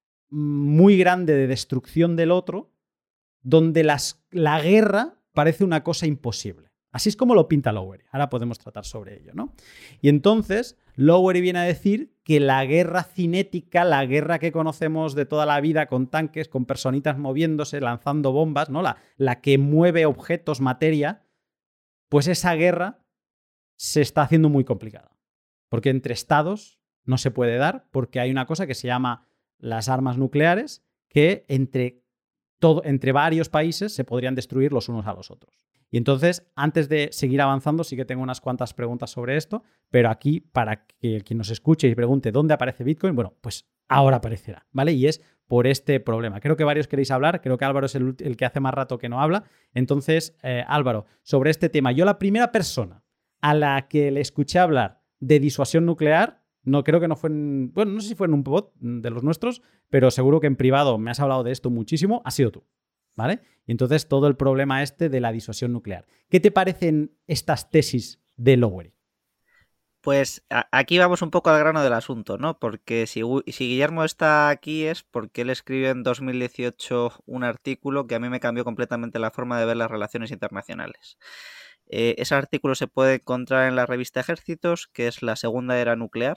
muy grande de destrucción del otro, donde las, la guerra parece una cosa imposible. Así es como lo pinta Lowery. Ahora podemos tratar sobre ello, ¿no? Y entonces Lowery viene a decir que la guerra cinética, la guerra que conocemos de toda la vida con tanques, con personitas moviéndose, lanzando bombas, ¿no? La, la que mueve objetos, materia, pues esa guerra se está haciendo muy complicada. Porque entre estados no se puede dar, porque hay una cosa que se llama las armas nucleares, que entre, todo, entre varios países se podrían destruir los unos a los otros. Y entonces, antes de seguir avanzando, sí que tengo unas cuantas preguntas sobre esto, pero aquí, para que quien nos escuche y pregunte dónde aparece Bitcoin, bueno, pues ahora aparecerá, ¿vale? Y es por este problema. Creo que varios queréis hablar, creo que Álvaro es el, el que hace más rato que no habla. Entonces, eh, Álvaro, sobre este tema, yo la primera persona a la que le escuché hablar de disuasión nuclear, no creo que no fue en, bueno, no sé si fue en un pod de los nuestros, pero seguro que en privado me has hablado de esto muchísimo, ha sido tú. ¿Vale? Y entonces todo el problema este de la disuasión nuclear. ¿Qué te parecen estas tesis de Lowery? Pues a- aquí vamos un poco al grano del asunto, ¿no? Porque si, Gu- si Guillermo está aquí es porque él escribió en dos mil dieciocho un artículo que a mí me cambió completamente la forma de ver las relaciones internacionales. Eh, ese artículo se puede encontrar en la revista Ejércitos, que es la segunda era nuclear.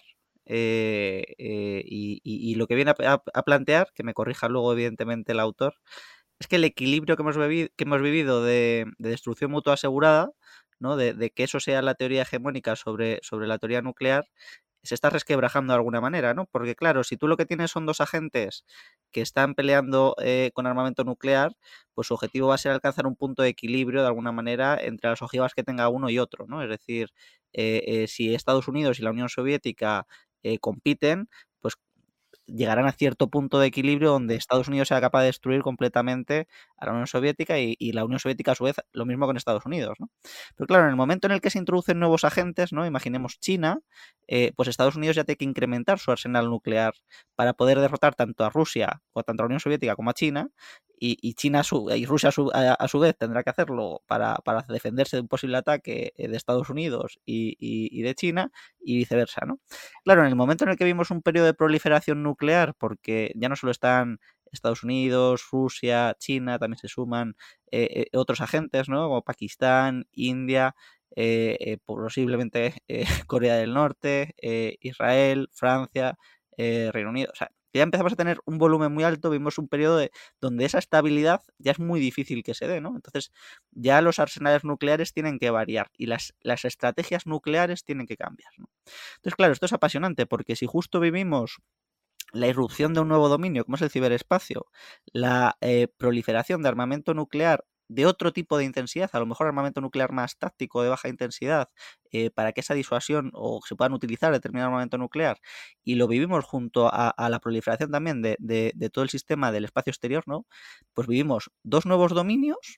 eh, eh, y, y- y lo que viene a, a- a plantear, que me corrija luego evidentemente el autor, es que el equilibrio que hemos, bebi- que hemos vivido de, de destrucción mutua asegurada, ¿no? De, de que eso sea la teoría hegemónica sobre, sobre la teoría nuclear, se está resquebrajando de alguna manera, ¿no? Porque claro, si tú lo que tienes son dos agentes que están peleando eh, con armamento nuclear, pues su objetivo va a ser alcanzar un punto de equilibrio de alguna manera entre las ojivas que tenga uno y otro, ¿no? Es decir, eh, eh, si Estados Unidos y la Unión Soviética eh, compiten, pues llegarán a cierto punto de equilibrio donde Estados Unidos sea capaz de destruir completamente a la Unión Soviética y, y la Unión Soviética a su vez lo mismo con Estados Unidos, ¿no? Pero claro, en el momento en el que se introducen nuevos agentes, ¿no? Imaginemos China, eh, pues Estados Unidos ya tiene que incrementar su arsenal nuclear para poder derrotar tanto a Rusia o tanto a la Unión Soviética como a China, y, y China a su, y Rusia a su, a, a su vez tendrá que hacerlo para, para defenderse de un posible ataque de Estados Unidos y, y, y de China y viceversa, ¿no? Claro, en el momento en el que vimos un periodo de proliferación nuclear, porque ya no solo están Estados Unidos, Rusia, China, también se suman eh, eh, otros agentes, ¿no? Como Pakistán, India, eh, eh, posiblemente eh, Corea del Norte, eh, Israel, Francia, eh, Reino Unido. O sea, que ya empezamos a tener un volumen muy alto, vimos un periodo de, donde esa estabilidad ya es muy difícil que se dé, ¿no? Entonces, ya los arsenales nucleares tienen que variar y las, las estrategias nucleares tienen que cambiar, ¿no? Entonces, claro, esto es apasionante porque si justo vivimos la irrupción de un nuevo dominio, como es el ciberespacio, la eh, proliferación de armamento nuclear de otro tipo de intensidad, a lo mejor armamento nuclear más táctico, de baja intensidad, eh, para que esa disuasión o se puedan utilizar determinado armamento nuclear, y lo vivimos junto a, a la proliferación también de, de, de todo el sistema del espacio exterior, ¿no? Pues vivimos dos nuevos dominios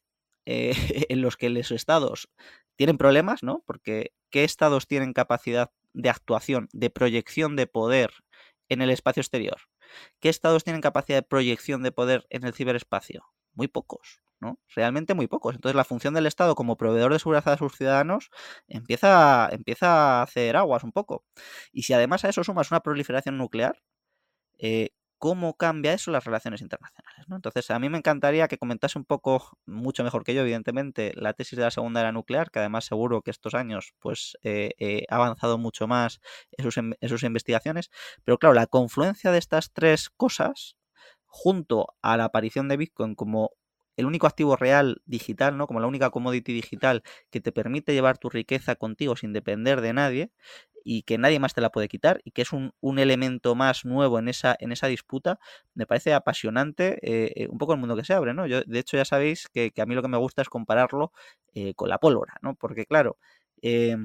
eh, en los que los estados tienen problemas, ¿no? Porque ¿qué estados tienen capacidad de actuación, de proyección de poder en el espacio exterior? ¿Qué estados tienen capacidad de proyección de poder en el ciberespacio? Muy pocos, ¿no? Realmente muy pocos. Entonces la función del Estado como proveedor de seguridad a sus ciudadanos empieza, empieza a hacer aguas un poco. Y si además a eso sumas una proliferación nuclear, eh, ¿cómo cambia eso las relaciones internacionales, ¿no? Entonces, a mí me encantaría que comentase un poco, mucho mejor que yo, evidentemente, la tesis de la Segunda Era Nuclear, que además seguro que estos años pues, eh, eh, ha avanzado mucho más en sus, en sus investigaciones. Pero claro, la confluencia de estas tres cosas, junto a la aparición de Bitcoin como el único activo real digital, ¿no? Como la única commodity digital que te permite llevar tu riqueza contigo sin depender de nadie y que nadie más te la puede quitar y que es un, un elemento más nuevo en esa, en esa disputa, me parece apasionante eh, un poco el mundo que se abre, ¿no? Yo, de hecho, ya sabéis que, que a mí lo que me gusta es compararlo eh, con la pólvora, ¿no? Porque, claro, eh,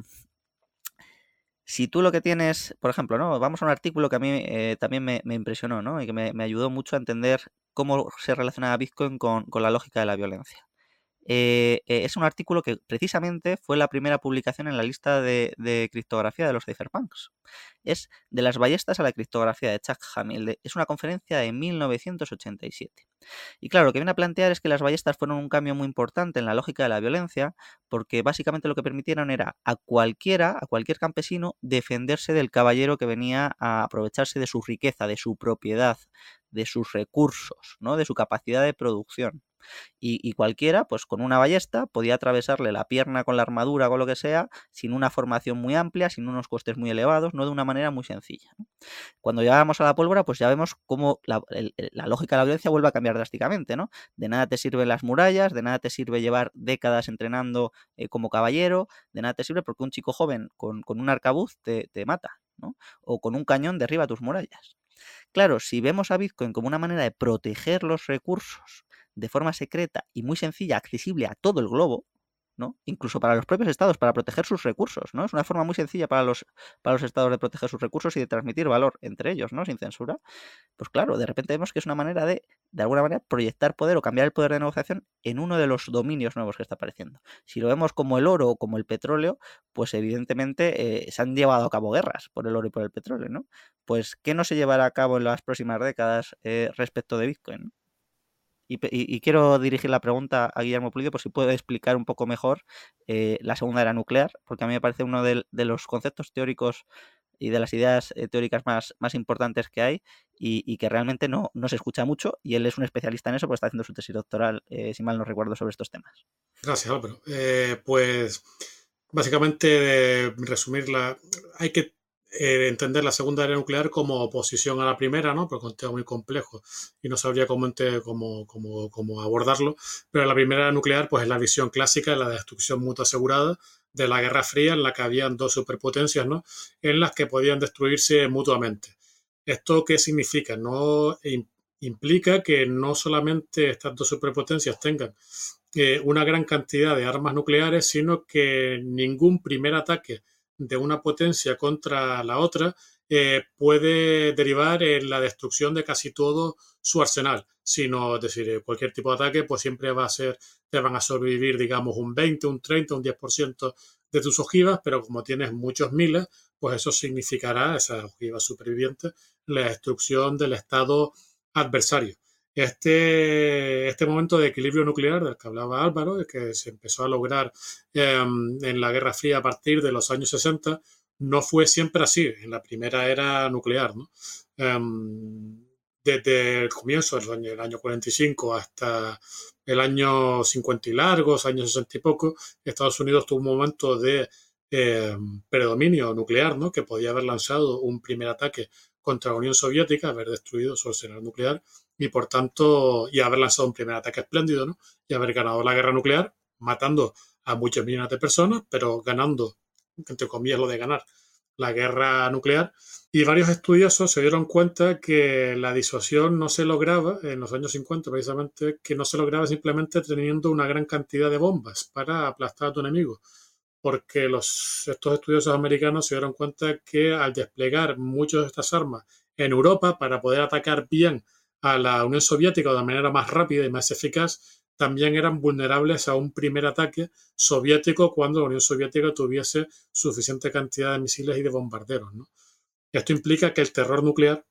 si tú lo que tienes, por ejemplo, ¿no? Vamos a un artículo que a mí eh, también me, me impresionó, ¿no? Y que me, me ayudó mucho a entender cómo se relaciona Bitcoin con, con la lógica de la violencia. Eh, eh, es un artículo que precisamente fue la primera publicación en la lista de, de criptografía de los cypherpunks. Es de las ballestas a la criptografía de Chuck Hamill. Es una conferencia de mil novecientos ochenta y siete. Y claro, lo que viene a plantear es que las ballestas fueron un cambio muy importante en la lógica de la violencia, porque básicamente lo que permitieron era a cualquiera, a cualquier campesino, defenderse del caballero que venía a aprovecharse de su riqueza, de su propiedad, de sus recursos, ¿no? De su capacidad de producción. Y, y cualquiera, pues con una ballesta, podía atravesarle la pierna con la armadura o con lo que sea, sin una formación muy amplia, sin unos costes muy elevados, no de una manera muy sencilla, ¿no? Cuando llegamos a la pólvora, pues ya vemos cómo la, el, la lógica de la violencia vuelve a cambiar drásticamente, ¿no? De nada te sirven las murallas, de nada te sirve llevar décadas entrenando eh, como caballero, de nada te sirve porque un chico joven con, con un arcabuz te, te mata, ¿no? O con un cañón derriba tus murallas. Claro, si vemos a Bitcoin como una manera de proteger los recursos de forma secreta y muy sencilla, accesible a todo el globo, ¿no? Incluso para los propios estados, para proteger sus recursos, ¿no? Es una forma muy sencilla para los, para los estados de proteger sus recursos y de transmitir valor entre ellos, ¿no? Sin censura. Pues claro, de repente vemos que es una manera de, de alguna manera, proyectar poder o cambiar el poder de negociación en uno de los dominios nuevos que está apareciendo. Si lo vemos como el oro o como el petróleo, pues evidentemente eh, se han llevado a cabo guerras por el oro y por el petróleo, ¿no? Pues, ¿qué no se llevará a cabo en las próximas décadas eh, respecto de Bitcoin, ¿no? Y, y, y quiero dirigir la pregunta a Guillermo Pulido por si puede explicar un poco mejor eh, la Segunda Era Nuclear, porque a mí me parece uno de, de los conceptos teóricos y de las ideas eh, teóricas más, más importantes que hay y, y que realmente no, no se escucha mucho, y él es un especialista en eso porque está haciendo su tesis doctoral, eh, si mal no recuerdo, sobre estos temas. Gracias, Álvaro. Eh, pues básicamente, de resumirla, hay que eh, entender la Segunda Era Nuclear como oposición a la primera, ¿no? Porque es un tema muy complejo y no sabría cómo, cómo, cómo, cómo abordarlo. Pero la Primera Era Nuclear, pues es la visión clásica de la destrucción mutua asegurada de la Guerra Fría, en la que habían dos superpotencias, ¿no? En las que podían destruirse mutuamente. ¿Esto qué significa? No implica que no solamente estas dos superpotencias tengan eh, una gran cantidad de armas nucleares, sino que ningún primer ataque de una potencia contra la otra eh, puede derivar en la destrucción de casi todo su arsenal, sino, es decir, cualquier tipo de ataque pues siempre va a ser, te van a sobrevivir, digamos, un veinte, un treinta, un diez por ciento de tus ojivas, pero como tienes muchos miles, pues eso significará, esas ojivas supervivientes, la destrucción del estado adversario. Este, este momento de equilibrio nuclear del que hablaba Álvaro, que se empezó a lograr eh, en la Guerra Fría a partir de los años sesenta, no fue siempre así en la primera era nuclear, ¿no? Um, desde el comienzo del año, el año cuarenta y cinco hasta el año cincuenta y largos, años sesenta y poco, Estados Unidos tuvo un momento de eh, predominio nuclear, ¿no? Que podía haber lanzado un primer ataque contra la Unión Soviética, haber destruido su arsenal nuclear y, por tanto, y haber lanzado un primer ataque espléndido, ¿no? Y haber ganado la guerra nuclear, matando a muchos millones de personas, pero ganando, entre comillas, lo de ganar la guerra nuclear. Y varios estudiosos se dieron cuenta que la disuasión no se lograba, en los años cincuenta precisamente, que no se lograba simplemente teniendo una gran cantidad de bombas para aplastar a tu enemigo, porque los, estos estudiosos americanos se dieron cuenta que al desplegar muchas de estas armas en Europa para poder atacar bien a la Unión Soviética de manera más rápida y más eficaz, también eran vulnerables a un primer ataque soviético cuando la Unión Soviética tuviese suficiente cantidad de misiles y de bombarderos, ¿no? Esto implica que el terror nuclear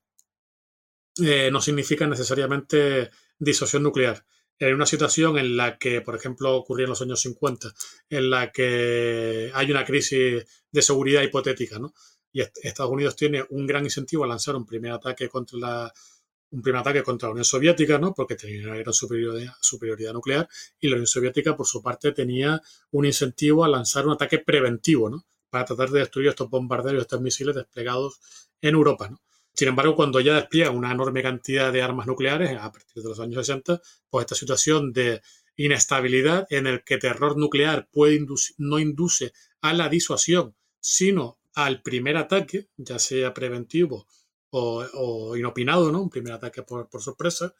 eh, no significa necesariamente disuasión nuclear. En una situación en la que, por ejemplo, ocurría en los años cincuenta, en la que hay una crisis de seguridad hipotética, ¿no? Y Estados Unidos tiene un gran incentivo a lanzar un primer ataque contra la, un primer ataque contra la Unión Soviética, ¿no? Porque tenía una gran superioridad, superioridad nuclear, y la Unión Soviética, por su parte, tenía un incentivo a lanzar un ataque preventivo, ¿no? Para tratar de destruir estos bombarderos, estos misiles desplegados en Europa, ¿no? Sin embargo, cuando ya despliega una enorme cantidad de armas nucleares a partir de los años sesenta, pues esta situación de inestabilidad en el que terror nuclear puede inducir, no induce a la disuasión, sino al primer ataque, ya sea preventivo o, o inopinado, ¿no? Un primer ataque por, por sorpresa,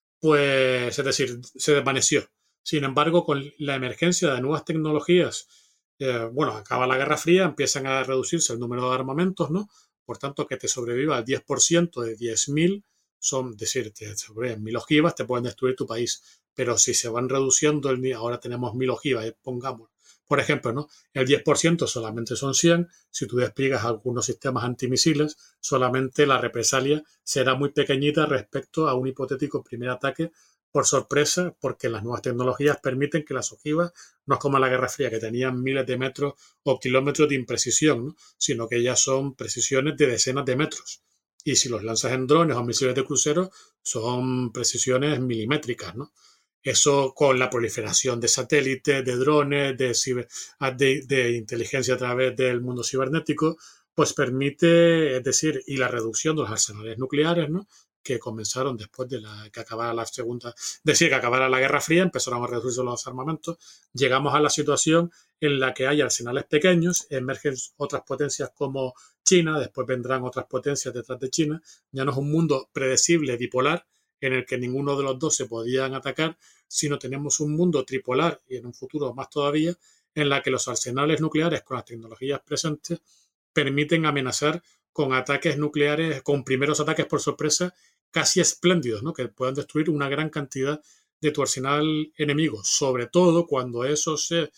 pues es decir, se desvaneció. Sin embargo, con la emergencia de nuevas tecnologías, eh, bueno, acaba la Guerra Fría, empiezan a reducirse el número de armamentos, ¿no? Por tanto, que te sobreviva el diez por ciento de diez mil, son, es decir, te sobreviven mil ojivas, te pueden destruir tu país. Pero si se van reduciendo, el, ahora tenemos mil ojivas, eh, pongamos, por ejemplo, ¿no? El diez por ciento solamente son cien. Si tú despliegas algunos sistemas antimisiles, solamente la represalia será muy pequeñita respecto a un hipotético primer ataque por sorpresa, porque las nuevas tecnologías permiten que las ojivas no es como la Guerra Fría, que tenían miles de metros o kilómetros de imprecisión, ¿no? Sino que ya son precisiones de decenas de metros. Y si los lanzas en drones o misiles de crucero, son precisiones milimétricas, ¿no? Eso con la proliferación de satélites, de drones, de, ciber, de, de inteligencia a través del mundo cibernético, pues permite, es decir, y la reducción de los arsenales nucleares, ¿no? Que comenzaron después de la, que acabara la segunda, decir, que acabara la Guerra Fría, empezaron a reducirse los armamentos, llegamos a la situación en la que hay arsenales pequeños, emergen otras potencias como China, después vendrán otras potencias detrás de China, ya no es un mundo predecible, bipolar, en el que ninguno de los dos se podían atacar, sino tenemos un mundo tripolar, y en un futuro más todavía, en la que los arsenales nucleares con las tecnologías presentes permiten amenazar con ataques nucleares, con primeros ataques por sorpresa casi espléndidos, ¿no? Que puedan destruir una gran cantidad de tu arsenal enemigo, sobre todo cuando eso se,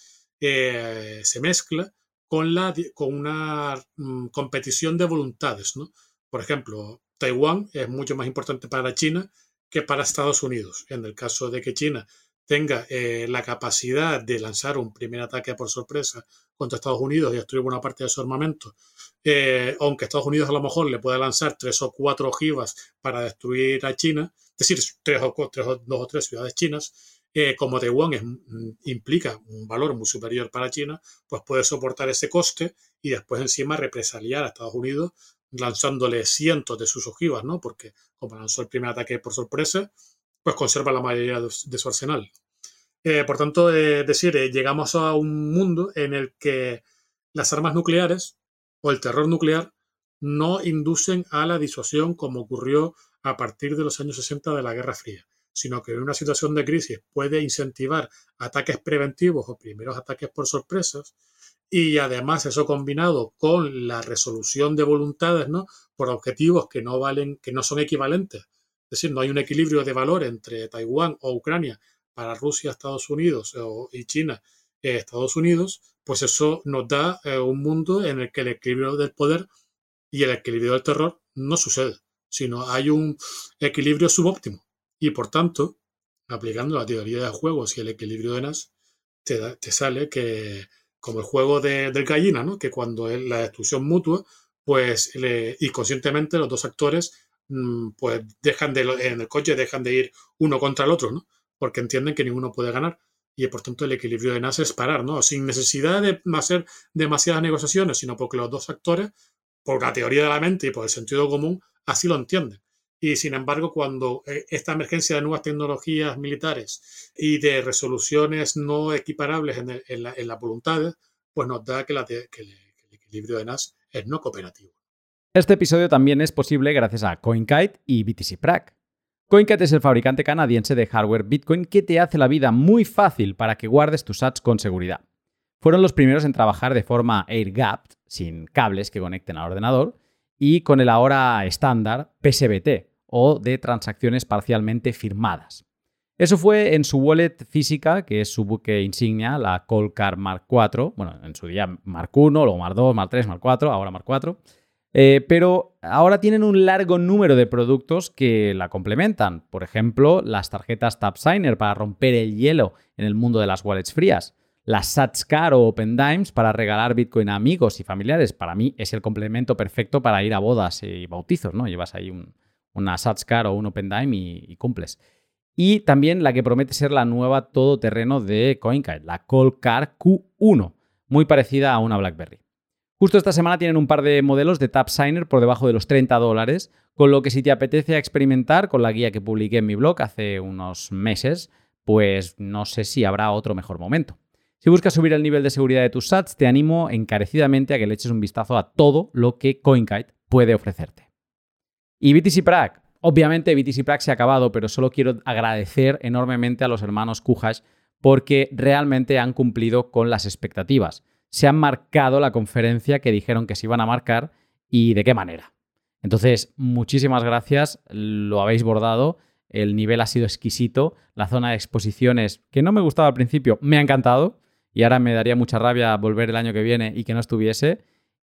eh, se mezcla con, la, con una mm, competición de voluntades, ¿no? Por ejemplo, Taiwán es mucho más importante para China que para Estados Unidos. En el caso de que China tenga eh, la capacidad de lanzar un primer ataque por sorpresa contra Estados Unidos y destruir buena parte de su armamento, eh, aunque Estados Unidos a lo mejor le pueda lanzar tres o cuatro ojivas para destruir a China, es decir, tres o, tres o dos o tres ciudades chinas, eh, como Taiwán es, implica un valor muy superior para China, pues puede soportar ese coste y después encima represaliar a Estados Unidos lanzándole cientos de sus ojivas, ¿no? Porque como lanzó el primer ataque por sorpresa, pues conserva la mayoría de, de su arsenal. Eh, por tanto, es eh, decir, eh, llegamos a un mundo en el que las armas nucleares o el terror nuclear no inducen a la disuasión como ocurrió a partir de los años sesenta de la Guerra Fría, sino que en una situación de crisis puede incentivar ataques preventivos o primeros ataques por sorpresas, y además eso combinado con la resolución de voluntades, ¿no? Por objetivos que no valen, que no son equivalentes. Es decir, no hay un equilibrio de valor entre Taiwán o Ucrania para Rusia, Estados Unidos o, y China, eh, Estados Unidos, pues eso nos da eh, un mundo en el que el equilibrio del poder y el equilibrio del terror no sucede, sino hay un equilibrio subóptimo. Y por tanto, aplicando la teoría de juegos y el equilibrio de Nash, te, da, te sale que, como el juego de, del gallina, ¿no? Que cuando es la destrucción mutua, pues le, inconscientemente los dos actores pues dejan de, en el coche dejan de ir uno contra el otro, ¿no? Porque entienden que ninguno puede ganar. Y por tanto el equilibrio de Nash es parar, ¿no? Sin necesidad de hacer demasiadas negociaciones, sino porque los dos actores, por la teoría de la mente y por el sentido común, así lo entienden. Y sin embargo, cuando esta emergencia de nuevas tecnologías militares y de resoluciones no equiparables en, el, en, la, en las voluntades, pues nos da que, la, que, el, que el equilibrio de Nash es no cooperativo. Este episodio también es posible gracias a CoinKite y B T C Prague. CoinKite es el fabricante canadiense de hardware Bitcoin que te hace la vida muy fácil para que guardes tus sats con seguridad. Fueron los primeros en trabajar de forma air-gapped, sin cables que conecten al ordenador, y con el ahora estándar P S B T, o de transacciones parcialmente firmadas. Eso fue en su wallet física, que es su buque insignia, la Coldcard Mark cuatro. Bueno, en su día Mark uno, luego Mark dos, Mark tres, Mark cuatro, ahora Mark cuatro. Eh, pero ahora tienen un largo número de productos que la complementan. Por ejemplo, las tarjetas TapSigner para romper el hielo en el mundo de las wallets frías. Las SatsCard o OpenDimes para regalar Bitcoin a amigos y familiares. Para mí es el complemento perfecto para ir a bodas y bautizos, ¿no? Llevas ahí un, una SatsCard o un OpenDime y, y cumples. Y también la que promete ser la nueva todoterreno de CoinKite, la Coldcard Q uno, muy parecida a una BlackBerry. Justo esta semana tienen un par de modelos de TapSigner por debajo de los treinta dólares, con lo que si te apetece experimentar con la guía que publiqué en mi blog hace unos meses, pues no sé si habrá otro mejor momento. Si buscas subir el nivel de seguridad de tus sats, te animo encarecidamente a que le eches un vistazo a todo lo que CoinKite puede ofrecerte. Y B T C Prague. Obviamente B T C Prague se ha acabado, pero solo quiero agradecer enormemente a los hermanos Kuhash porque realmente han cumplido con las expectativas. Se han marcado la conferencia que dijeron que se iban a marcar y de qué manera. Entonces, muchísimas gracias, lo habéis bordado, el nivel ha sido exquisito, la zona de exposiciones, que no me gustaba al principio, me ha encantado y ahora me daría mucha rabia volver el año que viene y que no estuviese,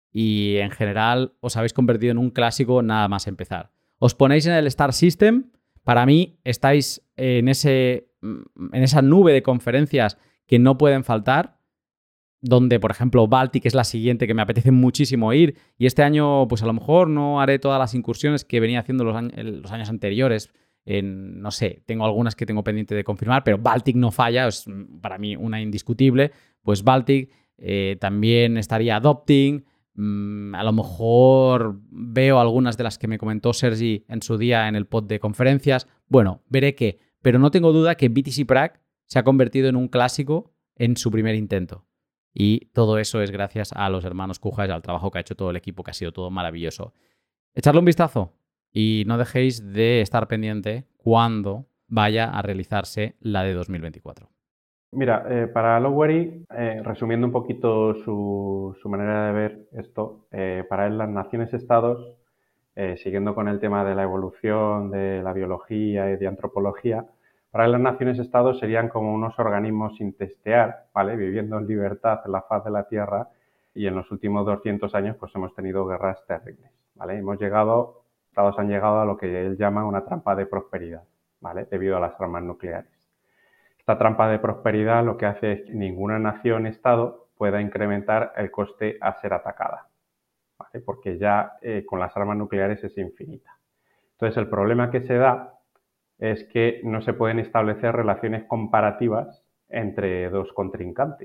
y en general os habéis convertido en un clásico nada más empezar. Os ponéis en el Star System, para mí estáis en, ese, en esa nube de conferencias que no pueden faltar, donde, por ejemplo, Baltic es la siguiente que me apetece muchísimo ir, y este año, pues a lo mejor no haré todas las incursiones que venía haciendo los, años, los años anteriores. En, no sé, tengo algunas que tengo pendiente de confirmar, pero Baltic no falla, es para mí una indiscutible. Pues Baltic, eh, también estaría Adopting, mmm, a lo mejor veo algunas de las que me comentó Sergi en su día en el pod de conferencias. Bueno, veré qué, pero no tengo duda que B T C Prague se ha convertido en un clásico en su primer intento. Y todo eso es gracias a los hermanos Kuhash, al trabajo que ha hecho todo el equipo, que ha sido todo maravilloso. Echadle un vistazo y no dejéis de estar pendiente cuando vaya a realizarse la de dos mil veinticuatro. Mira, eh, para Lowery, eh, resumiendo un poquito su, su manera de ver esto, eh, para él las naciones-estados, eh, siguiendo con el tema de la evolución, de la biología y de antropología, para él las naciones-estados serían como unos organismos sin testear, ¿vale? Viviendo en libertad en la faz de la Tierra, y en los últimos doscientos años pues hemos tenido guerras terribles, ¿vale? Hemos llegado, estados han llegado a lo que él llama una trampa de prosperidad, ¿vale? Debido a las armas nucleares. Esta trampa de prosperidad lo que hace es que ninguna nación-estado pueda incrementar el coste a ser atacada, ¿vale? Porque ya eh, con las armas nucleares es infinita. Entonces el problema que se da es que no se pueden establecer relaciones comparativas entre dos contrincantes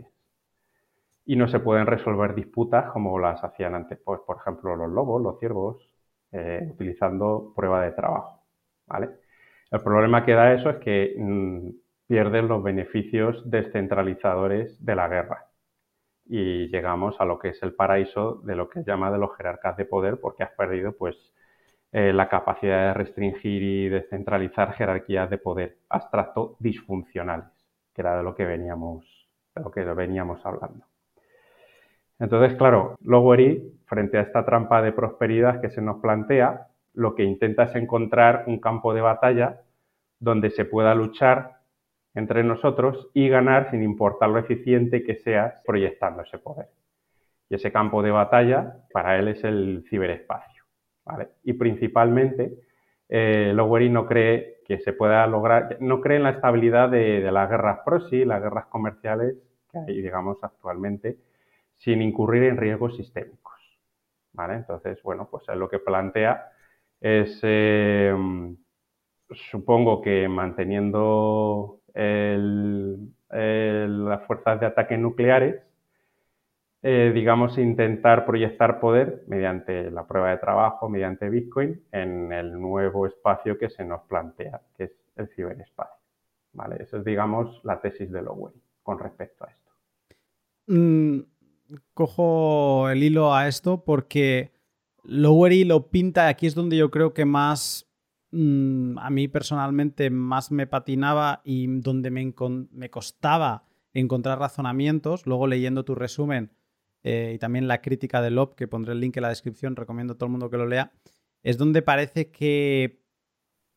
y no se pueden resolver disputas como las hacían antes, pues, por ejemplo, los lobos, los ciervos, eh, utilizando prueba de trabajo, ¿vale? El problema que da eso es que mmm, pierden los beneficios descentralizadores de la guerra y llegamos a lo que es el paraíso de lo que llama de los jerarcas de poder, porque has perdido pues Eh, la capacidad de restringir y descentralizar jerarquías de poder abstracto disfuncionales, que era de lo que veníamos, de lo que veníamos hablando. Entonces, claro, Lowery, frente a esta trampa de prosperidad que se nos plantea, lo que intenta es encontrar un campo de batalla donde se pueda luchar entre nosotros y ganar sin importar lo eficiente que seas proyectando ese poder. Y ese campo de batalla para él es el ciberespacio, ¿vale? Y principalmente eh, Lowery no cree que se pueda lograr, no cree en la estabilidad de, de las guerras proxy, las guerras comerciales que hay, digamos, actualmente, sin incurrir en riesgos sistémicos, ¿vale? Entonces, bueno, pues él lo que plantea es, eh, supongo que manteniendo el, el, las fuerzas de ataque nucleares, Eh, digamos, intentar proyectar poder mediante la prueba de trabajo, mediante Bitcoin, en el nuevo espacio que se nos plantea, que es el ciberespacio, ¿vale? Esa es, digamos, la tesis de Lowery con respecto a esto. Mm, cojo el hilo a esto porque Lowery lo pinta, aquí es donde yo creo que más, mmm, a mí personalmente, más me patinaba y donde me, me costaba encontrar razonamientos. Luego, leyendo tu resumen, Eh, y también la crítica de Lob, que pondré el link en la descripción, recomiendo a todo el mundo que lo lea, es donde parece que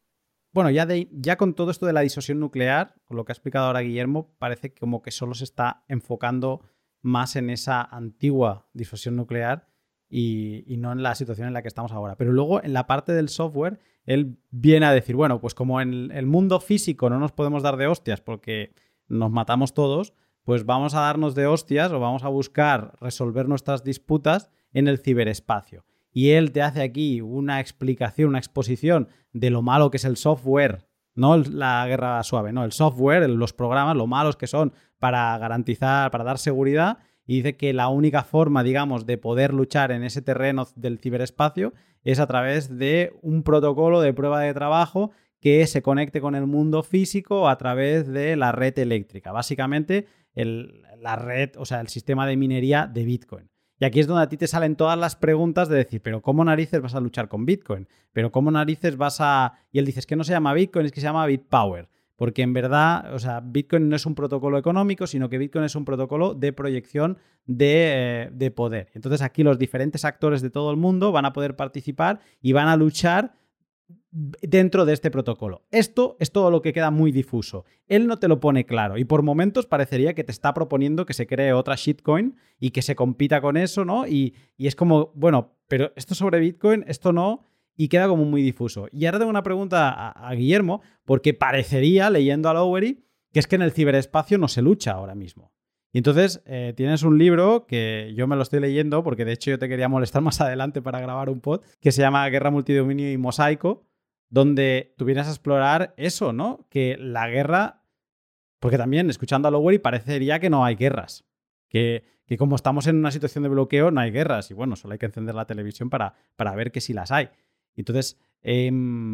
bueno, ya, de, ya con todo esto de la disuasión nuclear, con lo que ha explicado ahora Guillermo, parece como que solo se está enfocando más en esa antigua disuasión nuclear y, y no en la situación en la que estamos ahora. Pero luego, en la parte del software, él viene a decir, bueno, pues como en el mundo físico no nos podemos dar de hostias porque nos matamos todos, pues vamos a darnos de hostias o vamos a buscar resolver nuestras disputas en el ciberespacio. Y él te hace aquí una explicación, una exposición de lo malo que es el software, no la guerra suave, no, el software, los programas, lo malos que son para garantizar, para dar seguridad, y dice que la única forma, digamos, de poder luchar en ese terreno del ciberespacio es a través de un protocolo de prueba de trabajo que se conecte con el mundo físico a través de la red eléctrica. Básicamente, el, la red, o sea, el sistema de minería de Bitcoin. Y aquí es donde a ti te salen todas las preguntas de decir, pero ¿cómo narices vas a luchar con Bitcoin? ¿Pero cómo narices vas a...? Y él dice, es que no se llama Bitcoin, es que se llama BitPower. Porque en verdad, o sea, Bitcoin no es un protocolo económico, sino que Bitcoin es un protocolo de proyección de, eh, de poder. Entonces aquí los diferentes actores de todo el mundo van a poder participar y van a luchar dentro de este protocolo. Esto es todo lo que queda muy difuso. Él no te lo pone claro y por momentos parecería que te está proponiendo que se cree otra shitcoin y que se compita con eso, ¿no? Y, y es como, bueno, pero esto sobre Bitcoin, esto no, y queda como muy difuso. Y ahora tengo una pregunta a, a Guillermo, porque parecería, leyendo a Lowery, que es que en el ciberespacio no se lucha ahora mismo. Y entonces eh, tienes un libro que yo me lo estoy leyendo, porque de hecho yo te quería molestar más adelante para grabar un pod, que se llama Guerra, Multidominio y Mosaico, donde tú vienes a explorar eso, ¿no? Que la guerra, porque también escuchando a Lowery parecería que no hay guerras, que, que como estamos en una situación de bloqueo no hay guerras y bueno, solo hay que encender la televisión para, para ver que sí las hay. Entonces, eh,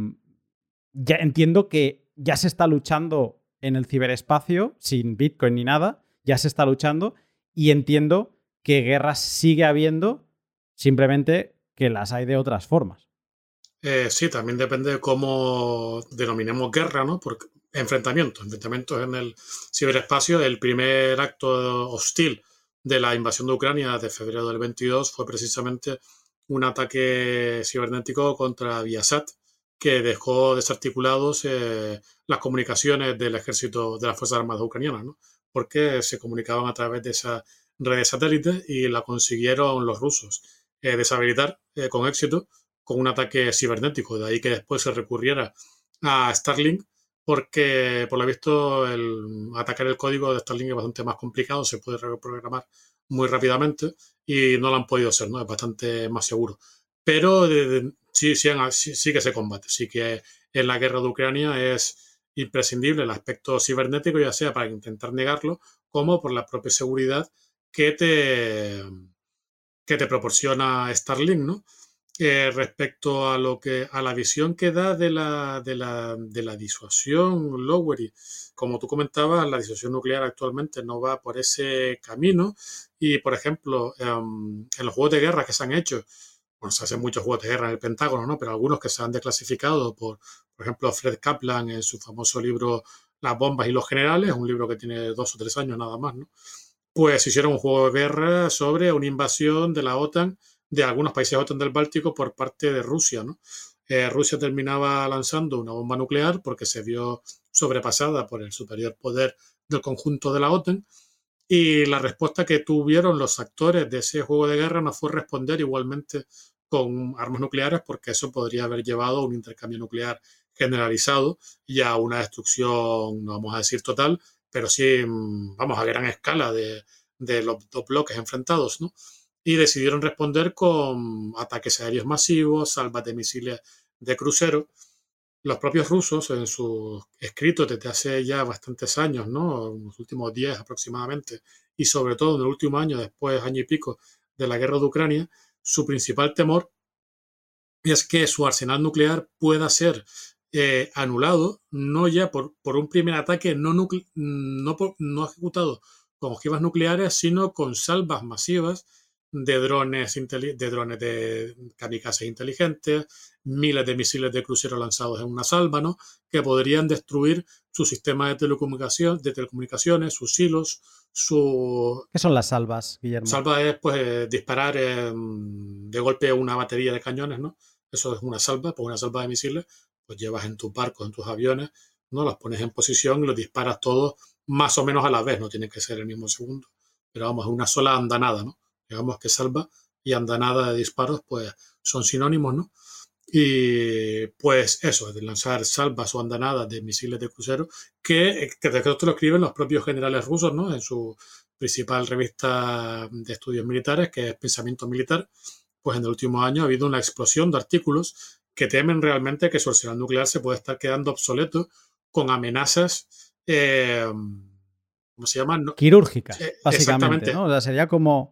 ya entiendo que ya se está luchando en el ciberespacio sin Bitcoin ni nada, ya se está luchando y entiendo que guerras sigue habiendo, simplemente que las hay de otras formas. Eh, sí, también depende de cómo denominemos guerra, ¿no? Porque enfrentamientos, enfrentamientos en el ciberespacio. El primer acto hostil de la invasión de Ucrania de febrero del veintidós fue precisamente un ataque cibernético contra Viasat que dejó desarticulados eh, las comunicaciones del ejército de las Fuerzas Armadas ucranianas, ¿no? Porque se comunicaban a través de esa red de satélites y la consiguieron los rusos eh, deshabilitar eh, con éxito con un ataque cibernético. De ahí que después se recurriera a Starlink, porque por lo visto el atacar el código de Starlink es bastante más complicado, se puede reprogramar muy rápidamente y no lo han podido hacer, ¿no? Es bastante más seguro. Pero de, sí, sí, sí, sí que se combate, sí que en la guerra de Ucrania es imprescindible el aspecto cibernético, ya sea para intentar negarlo, como por la propia seguridad que te, que te proporciona Starlink, ¿no? Eh, respecto a lo que a la visión que da de la, de la, de la disuasión Lowery, como tú comentabas, la disuasión nuclear actualmente no va por ese camino y, por ejemplo, um, en los juegos de guerra que se han hecho, bueno, se hacen muchos juegos de guerra en el Pentágono, ¿no? Pero algunos que se han desclasificado por, por ejemplo, Fred Kaplan en su famoso libro Las bombas y los generales, un libro que tiene dos o tres años nada más, ¿no? Pues hicieron un juego de guerra sobre una invasión de la OTAN de algunos países OTAN del Báltico por parte de Rusia, ¿no? Eh, Rusia terminaba lanzando una bomba nuclear porque se vio sobrepasada por el superior poder del conjunto de la OTAN y la respuesta que tuvieron los actores de ese juego de guerra no fue responder igualmente con armas nucleares porque eso podría haber llevado a un intercambio nuclear generalizado y a una destrucción, no vamos a decir total, pero sí, vamos, a gran escala de, de los dos bloques enfrentados, ¿no? Y decidieron responder con ataques aéreos masivos, salvas de misiles de crucero. Los propios rusos, en sus escritos desde hace ya bastantes años, ¿no? Los últimos diez aproximadamente, y sobre todo en el último año, después año y pico de la guerra de Ucrania, su principal temor es que su arsenal nuclear pueda ser eh, anulado, no ya por, por un primer ataque no, nucle- no, por, no ejecutado con ojivas nucleares, sino con salvas masivas de drones, de drones de kamikazes inteligentes, miles de misiles de crucero lanzados en una salva, ¿no? Que podrían destruir su sistema de, telecomunicación, de telecomunicaciones, sus hilos, su... ¿Qué son las salvas, Guillermo? Salva es, pues, eh, disparar eh, de golpe una batería de cañones, ¿no? Eso es una salva, pues una salva de misiles pues llevas en tus barcos, en tus aviones, ¿no? Los pones en posición y los disparas todos más o menos a la vez, no tiene que ser el mismo segundo, pero vamos, una sola andanada, ¿no? Digamos que salva y andanada de disparos, pues son sinónimos, ¿no? Y pues eso, de lanzar salvas o andanadas de misiles de crucero, que, que de esto lo escriben los propios generales rusos, ¿no? En su principal revista de estudios militares, que es Pensamiento Militar, pues en el último año ha habido una explosión de artículos que temen realmente que su arsenal nuclear se puede estar quedando obsoleto con amenazas, eh, ¿cómo se llama? No, quirúrgicas, eh, básicamente, ¿no? O sea, sería como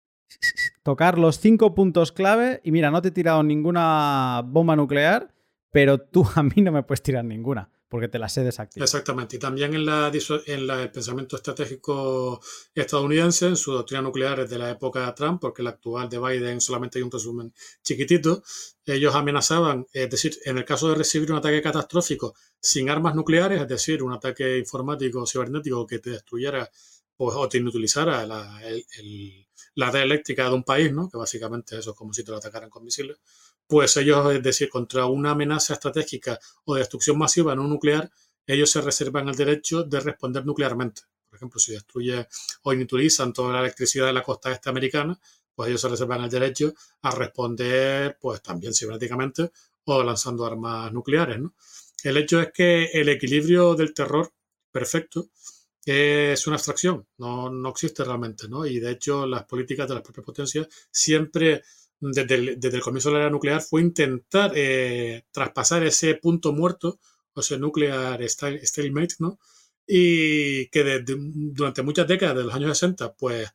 tocar los cinco puntos clave y mira, no te he tirado ninguna bomba nuclear, pero tú a mí no me puedes tirar ninguna, porque te las he desactivado. Exactamente. Y también en, la, en la, el pensamiento estratégico estadounidense, en su doctrina nuclear de la época de Trump, porque la actual de Biden solamente hay un resumen chiquitito, ellos amenazaban, es decir, en el caso de recibir un ataque catastrófico sin armas nucleares, es decir, un ataque informático o cibernético que te destruyera pues, o te inutilizara la, el, el, la red eléctrica de un país, ¿no? Que básicamente eso es como si te lo atacaran con misiles, pues ellos, es decir, contra una amenaza estratégica o de destrucción masiva no nuclear, ellos se reservan el derecho de responder nuclearmente. Por ejemplo, si destruyen o inutilizan toda la electricidad de la costa este americana, pues ellos se reservan el derecho a responder pues también cibernéticamente o lanzando armas nucleares, ¿no? El hecho es que el equilibrio del terror perfecto es una abstracción, no, no existe realmente, ¿no? Y de hecho las políticas de las propias potencias siempre, desde el, desde el comienzo de la era nuclear, fue intentar eh, traspasar ese punto muerto, o ese nuclear stalemate, ¿no? Y que desde, durante muchas décadas de los años sesenta pues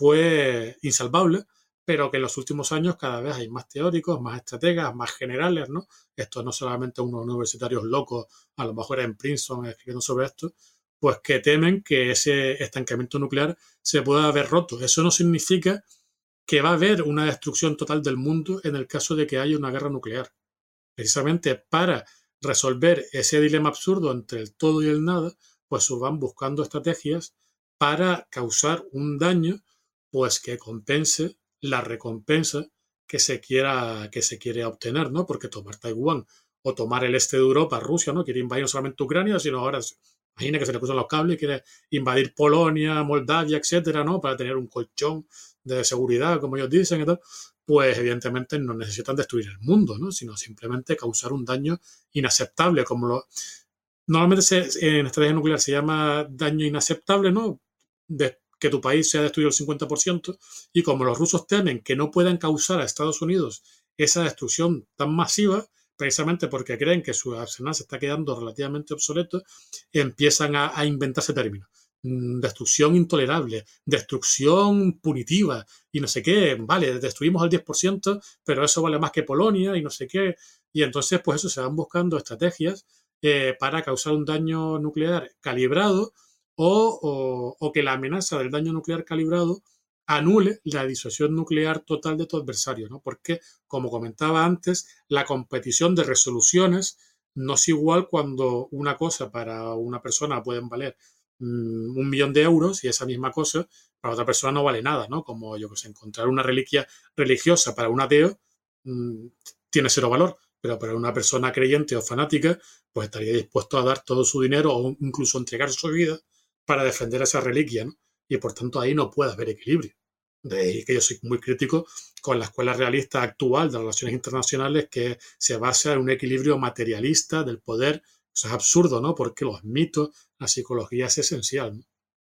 fue insalvable, pero que en los últimos años cada vez hay más teóricos, más estrategas, más generales, ¿no? Esto no solamente unos universitarios locos, a lo mejor en Princeton escribiendo sobre esto, pues que temen que ese estancamiento nuclear se pueda haber roto. Eso no significa que va a haber una destrucción total del mundo en el caso de que haya una guerra nuclear. Precisamente para resolver ese dilema absurdo entre el todo y el nada, pues se van buscando estrategias para causar un daño pues que compense la recompensa que se quiera que se quiere obtener, ¿no? Porque tomar Taiwán o tomar el este de Europa, Rusia, ¿no? Quiere invadir no solamente Ucrania, sino ahora imagina que se le cruzan los cables y quiere invadir Polonia, Moldavia, etcétera, ¿no? Para tener un colchón de seguridad, como ellos dicen y tal, pues evidentemente no necesitan destruir el mundo, ¿no? Sino simplemente causar un daño inaceptable, como lo normalmente se, en estrategia nuclear se llama daño inaceptable, ¿no? De que tu país sea destruido el cincuenta por ciento, y como los rusos temen que no puedan causar a Estados Unidos esa destrucción tan masiva, precisamente porque creen que su arsenal se está quedando relativamente obsoleto, empiezan a, a inventarse términos. Destrucción intolerable, destrucción punitiva y no sé qué, vale, destruimos el diez por ciento, pero eso vale más que Polonia y no sé qué. Y entonces, pues eso, se van buscando estrategias eh, para causar un daño nuclear calibrado o, o, o que la amenaza del daño nuclear calibrado anule la disuasión nuclear total de tu adversario, ¿no? Porque, como comentaba antes, la competición de resoluciones no es igual cuando una cosa para una persona pueden valer mmm, un millón de euros y esa misma cosa para otra persona no vale nada, ¿no? Como, yo que sé, encontrar una reliquia religiosa para un ateo mmm, tiene cero valor, pero para una persona creyente o fanática, pues estaría dispuesto a dar todo su dinero o incluso entregar su vida para defender esa reliquia, ¿no? Y por tanto ahí no puede haber equilibrio. De ahí que yo soy muy crítico con la escuela realista actual de relaciones internacionales, que se basa en un equilibrio materialista del poder. Eso es absurdo, ¿no? Porque los mitos, la psicología es esencial,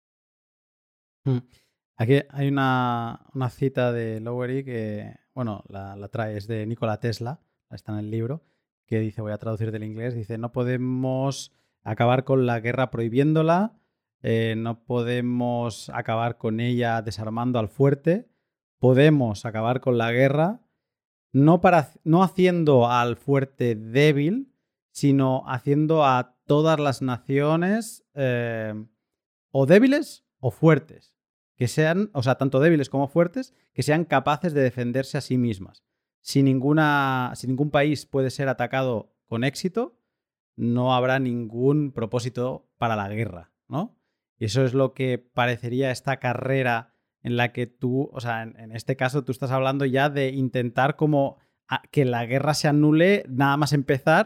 ¿no? Aquí hay una, una cita de Lowery que, bueno, la, la trae, es de Nikola Tesla, está en el libro, que dice, voy a traducir del inglés, dice, no podemos acabar con la guerra prohibiéndola, eh, no podemos acabar con ella desarmando al fuerte, podemos acabar con la guerra no, para, no haciendo al fuerte débil, sino haciendo a todas las naciones eh, o débiles o fuertes, que sean, o sea, tanto débiles como fuertes, que sean capaces de defenderse a sí mismas. Si, ninguna, si ningún país puede ser atacado con éxito, no habrá ningún propósito para la guerra, ¿no? Y eso es lo que parecería esta carrera en la que tú, o sea, en, en este caso tú estás hablando ya de intentar como a, que la guerra se anule nada más empezar,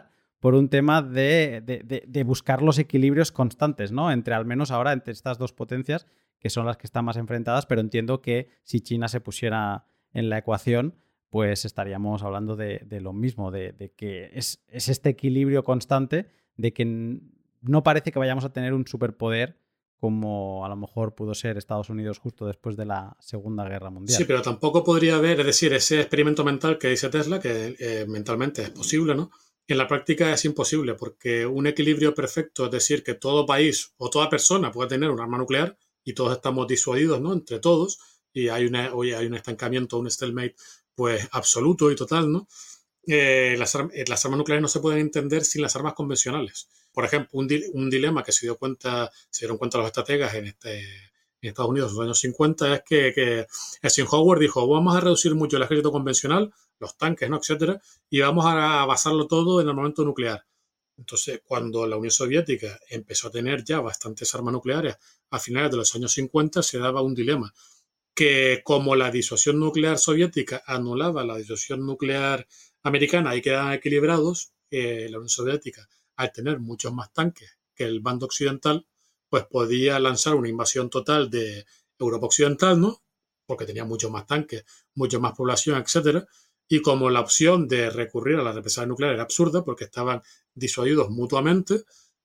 por un tema de, de, de, de buscar los equilibrios constantes, ¿no? Entre al menos ahora, entre estas dos potencias, que son las que están más enfrentadas, pero entiendo que si China se pusiera en la ecuación, pues estaríamos hablando de, de lo mismo, de, de que es, es este equilibrio constante de que no parece que vayamos a tener un superpoder como a lo mejor pudo ser Estados Unidos justo después de la Segunda Guerra Mundial. Sí, pero tampoco podría haber, es decir, ese experimento mental que dice Tesla, que eh, mentalmente es posible, ¿no? En la práctica es imposible, porque un equilibrio perfecto, es decir, que todo país o toda persona puede tener un arma nuclear y todos estamos disuadidos, ¿no? Entre todos, y hay, una, hoy hay un estancamiento, un stalemate, pues absoluto y total, ¿no? Eh, las, las armas nucleares no se pueden entender sin las armas convencionales. Por ejemplo, un, di un dilema que se dio cuenta, se dieron cuenta los estrategas en, este, en Estados Unidos en los años cincuenta es que, que Eisenhower dijo, vamos a reducir mucho el ejército convencional, los tanques, ¿no? etcétera, y vamos a basarlo todo en el armamento nuclear. Entonces, cuando la Unión Soviética empezó a tener ya bastantes armas nucleares a finales de los años cincuenta, se daba un dilema, que como la disuasión nuclear soviética anulaba la disuasión nuclear americana y quedaban equilibrados, eh, la Unión Soviética, al tener muchos más tanques que el bando occidental, pues podía lanzar una invasión total de Europa Occidental, ¿no? Porque tenía muchos más tanques, mucho más población, etcétera. Y como la opción de recurrir a la represalia nuclear era absurda, porque estaban disuadidos mutuamente,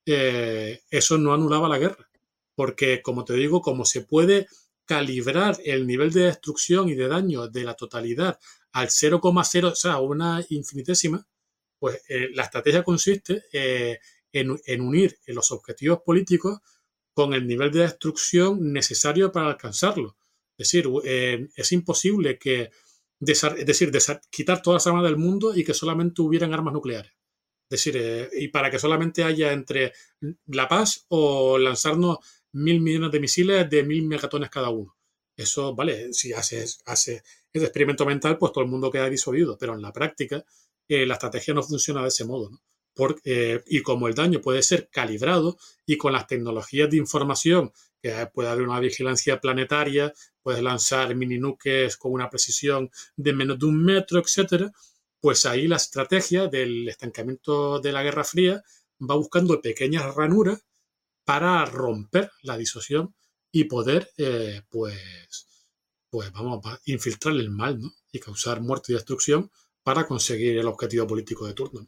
eh, eso no anulaba la guerra. Porque, como te digo, como se puede calibrar el nivel de destrucción y de daño de la totalidad al cero coma cero, o sea, una infinitésima, pues eh, la estrategia consiste eh, en, en unir los objetivos políticos con el nivel de destrucción necesario para alcanzarlo. Es decir, eh, es imposible que, desar es decir, desar quitar todas las armas del mundo y que solamente hubieran armas nucleares. Es decir, eh, y para que solamente haya entre la paz o lanzarnos mil millones de misiles de mil megatones cada uno. Eso, vale, si haces hace ese experimento mental, pues todo el mundo queda disuadido, pero en la práctica eh, la estrategia no funciona de ese modo, ¿no? Por, eh, y como el daño puede ser calibrado y con las tecnologías de información, que puede haber una vigilancia planetaria, puedes lanzar mini nuques con una precisión de menos de un metro, etcétera, pues ahí la estrategia del estancamiento de la Guerra Fría va buscando pequeñas ranuras para romper la disuasión y poder, eh, pues, pues vamos a infiltrar el mal, ¿no? Y causar muerte y destrucción para conseguir el objetivo político de turno.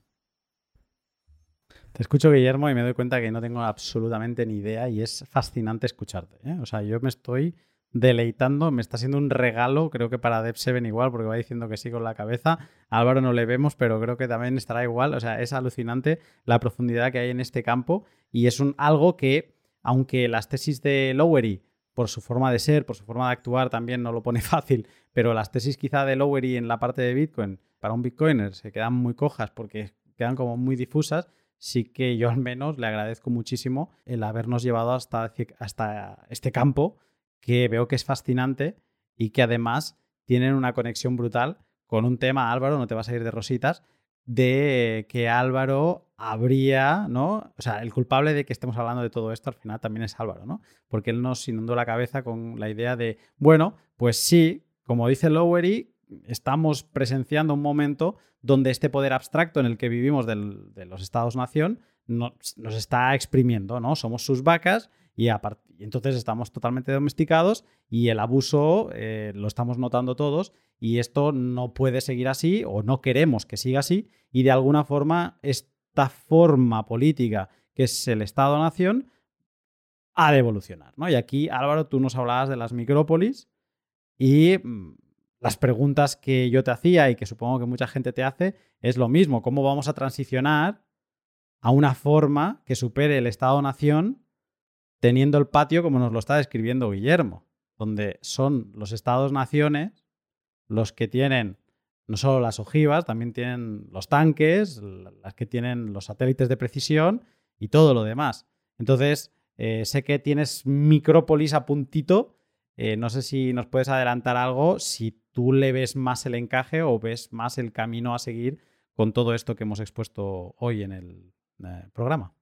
Te escucho, Guillermo, y me doy cuenta que no tengo absolutamente ni idea y es fascinante escucharte, ¿eh? O sea, yo me estoy deleitando, me está siendo un regalo, creo que para Dev siete igual, porque va diciendo que sí con la cabeza. A Álvaro no le vemos, pero creo que también estará igual. O sea, es alucinante la profundidad que hay en este campo y es un, algo que, aunque las tesis de Lowery, por su forma de ser, por su forma de actuar, también no lo pone fácil, pero las tesis quizá de Lowery en la parte de Bitcoin, para un Bitcoiner se quedan muy cojas porque quedan como muy difusas. Sí que yo al menos le agradezco muchísimo el habernos llevado hasta, hasta este campo, que veo que es fascinante y que además tienen una conexión brutal con un tema, Álvaro, no te vas a ir de rositas, de que Álvaro habría, ¿no? O sea, el culpable de que estemos hablando de todo esto al final también es Álvaro, ¿no? Porque él nos inundó la cabeza con la idea de, bueno, pues sí, como dice Lowery, estamos presenciando un momento donde este poder abstracto en el que vivimos del, de los Estados-nación no, nos está exprimiendo, ¿no? Somos sus vacas y, y entonces estamos totalmente domesticados y el abuso eh, lo estamos notando todos y esto no puede seguir así o no queremos que siga así y de alguna forma esta forma política que es el Estado-nación ha de evolucionar, ¿no? Y aquí, Álvaro, tú nos hablabas de las micrópolis y mmm, las preguntas que yo te hacía y que supongo que mucha gente te hace es lo mismo. ¿Cómo vamos a transicionar a una forma que supere el Estado-nación teniendo el patio como nos lo está describiendo Guillermo? Donde son los Estados-naciones los que tienen no solo las ojivas, también tienen los tanques, las que tienen los satélites de precisión y todo lo demás. Entonces, eh, sé que tienes micrópolis a puntito. Eh, no sé si nos puedes adelantar algo, si tú le ves más el encaje o ves más el camino a seguir con todo esto que hemos expuesto hoy en el eh, programa.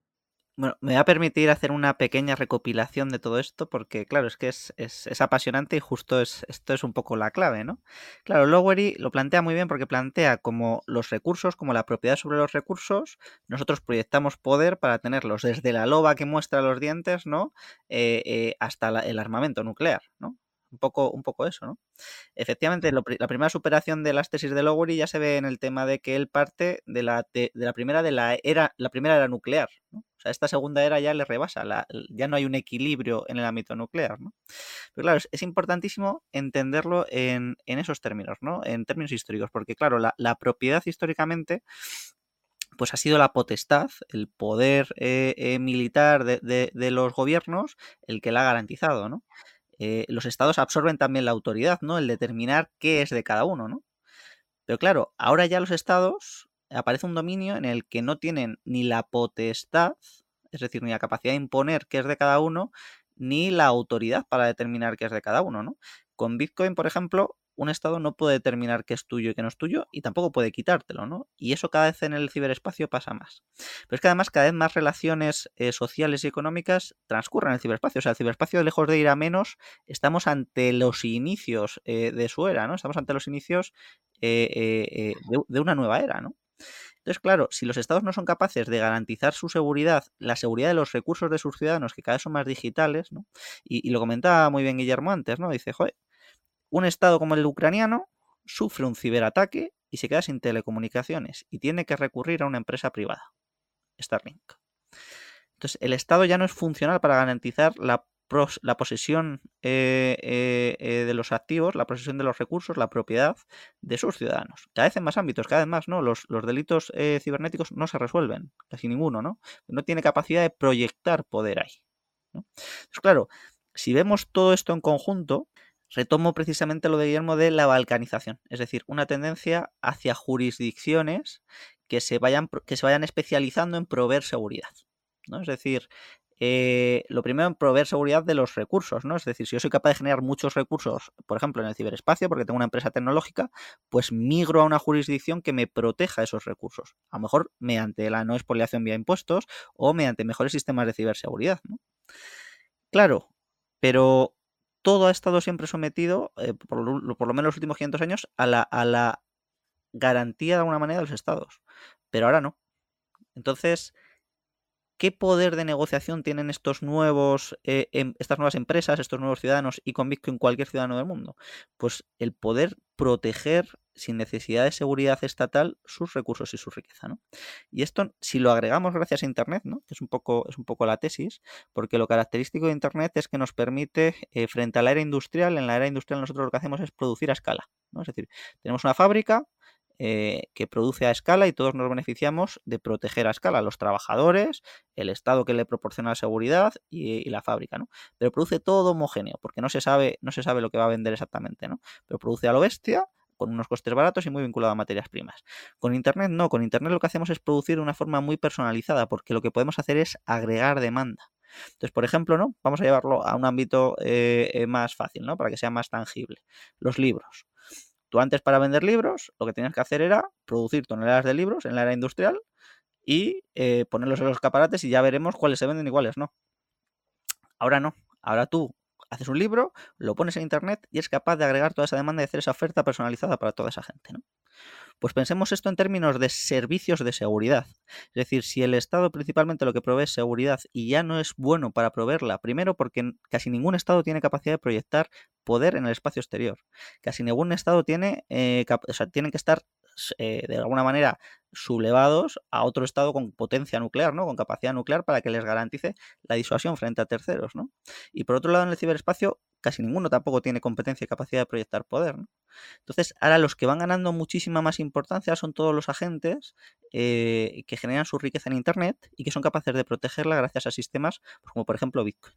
Bueno, me va a permitir hacer una pequeña recopilación de todo esto porque, claro, es que es, es, es apasionante y justo es, esto es un poco la clave, ¿no? Claro, Lowery lo plantea muy bien porque plantea como los recursos, como la propiedad sobre los recursos, nosotros proyectamos poder para tenerlos desde la loba que muestra los dientes, ¿no? Eh, eh, hasta la, el armamento nuclear, ¿no? Un poco, un poco eso, ¿no? Efectivamente, lo, la primera superación de las tesis de Lowery ya se ve en el tema de que él parte de la, de, de la primera de la era, la primera era nuclear, ¿no? O sea, esta segunda era ya le rebasa, la, ya no hay un equilibrio en el ámbito nuclear, ¿no? Pero claro, es, es importantísimo entenderlo en, en, esos términos, ¿no? En términos históricos, porque claro, la, la propiedad históricamente pues ha sido la potestad, el poder eh, eh, militar de, de, de los gobiernos el que la ha garantizado, ¿no? Eh, los estados absorben también la autoridad, ¿no? El determinar qué es de cada uno, ¿no? Pero claro, ahora ya los estados aparece un dominio en el que no tienen ni la potestad, es decir, ni la capacidad de imponer qué es de cada uno, ni la autoridad para determinar qué es de cada uno, ¿no? Con Bitcoin, por ejemplo, un estado no puede determinar qué es tuyo y qué no es tuyo y tampoco puede quitártelo, ¿no? Y eso cada vez en el ciberespacio pasa más. Pero es que además cada vez más relaciones eh, sociales y económicas transcurren en el ciberespacio. O sea, el ciberespacio, lejos de ir a menos, estamos ante los inicios eh, de su era, ¿no? Estamos ante los inicios eh, eh, de, de una nueva era, ¿no? Entonces, claro, si los estados no son capaces de garantizar su seguridad, la seguridad de los recursos de sus ciudadanos, que cada vez son más digitales, ¿no? Y, y lo comentaba muy bien Guillermo antes, ¿no? Dice, joder, un estado como el ucraniano sufre un ciberataque y se queda sin telecomunicaciones y tiene que recurrir a una empresa privada, Starlink. Entonces, el estado ya no es funcional para garantizar la la posesión eh, eh, de los activos, la posesión de los recursos, la propiedad de sus ciudadanos. Cada vez en más ámbitos, cada vez más, ¿no? Los, los delitos eh, cibernéticos no se resuelven, casi ninguno, ¿no? No tiene capacidad de proyectar poder ahí, ¿no? Entonces, claro, si vemos todo esto en conjunto, retomo precisamente lo de Guillermo de la balcanización, es decir, una tendencia hacia jurisdicciones que se vayan, que se vayan especializando en proveer seguridad, ¿no? Es decir, Eh, lo primero en proveer seguridad de los recursos, ¿no? Es decir, si yo soy capaz de generar muchos recursos, por ejemplo, en el ciberespacio, porque tengo una empresa tecnológica, pues migro a una jurisdicción que me proteja esos recursos. A lo mejor mediante la no expoliación vía impuestos o mediante mejores sistemas de ciberseguridad, ¿no? Claro, pero todo ha estado siempre sometido, eh, por, lo, por lo menos los últimos quinientos años, a la, a la garantía de alguna manera de los estados. Pero ahora no. Entonces, ¿qué poder de negociación tienen estos nuevos, eh, em, estas nuevas empresas, estos nuevos ciudadanos y con Bitcoin cualquier ciudadano del mundo? Pues el poder proteger sin necesidad de seguridad estatal sus recursos y su riqueza, ¿no? Y esto, si lo agregamos gracias a Internet, ¿no? Que es un poco, es un poco la tesis, porque lo característico de Internet es que nos permite, eh, frente a la era industrial, en la era industrial nosotros lo que hacemos es producir a escala, ¿no? Es decir, tenemos una fábrica Eh, que produce a escala y todos nos beneficiamos de proteger a escala a los trabajadores, el Estado que le proporciona la seguridad y, y la fábrica, ¿no? Pero produce todo homogéneo, porque no se sabe, no se sabe lo que va a vender exactamente, ¿no? Pero produce a lo bestia, con unos costes baratos y muy vinculado a materias primas. Con Internet no, con Internet lo que hacemos es producir de una forma muy personalizada, porque lo que podemos hacer es agregar demanda. Entonces, por ejemplo, ¿no? Vamos a llevarlo a un ámbito eh, más fácil, ¿no? Para que sea más tangible. Los libros. Tú antes para vender libros lo que tenías que hacer era producir toneladas de libros en la era industrial y eh, ponerlos en los escaparates y ya veremos cuáles se venden y cuáles no. Ahora no. Ahora tú haces un libro, lo pones en internet y es capaz de agregar toda esa demanda y hacer esa oferta personalizada para toda esa gente, ¿no? Pues pensemos esto en términos de servicios de seguridad. Es decir, si el Estado principalmente lo que provee es seguridad y ya no es bueno para proveerla, primero porque casi ningún Estado tiene capacidad de proyectar poder en el espacio exterior. Casi ningún Estado tiene, eh, o sea, tienen que estar eh, de alguna manera sublevados a otro Estado con potencia nuclear, ¿no? Con capacidad nuclear para que les garantice la disuasión frente a terceros, ¿no? Y por otro lado, en el ciberespacio, casi ninguno tampoco tiene competencia y capacidad de proyectar poder, ¿no? Entonces, ahora los que van ganando muchísima más importancia son todos los agentes eh, que generan su riqueza en Internet y que son capaces de protegerla gracias a sistemas pues, como por ejemplo Bitcoin.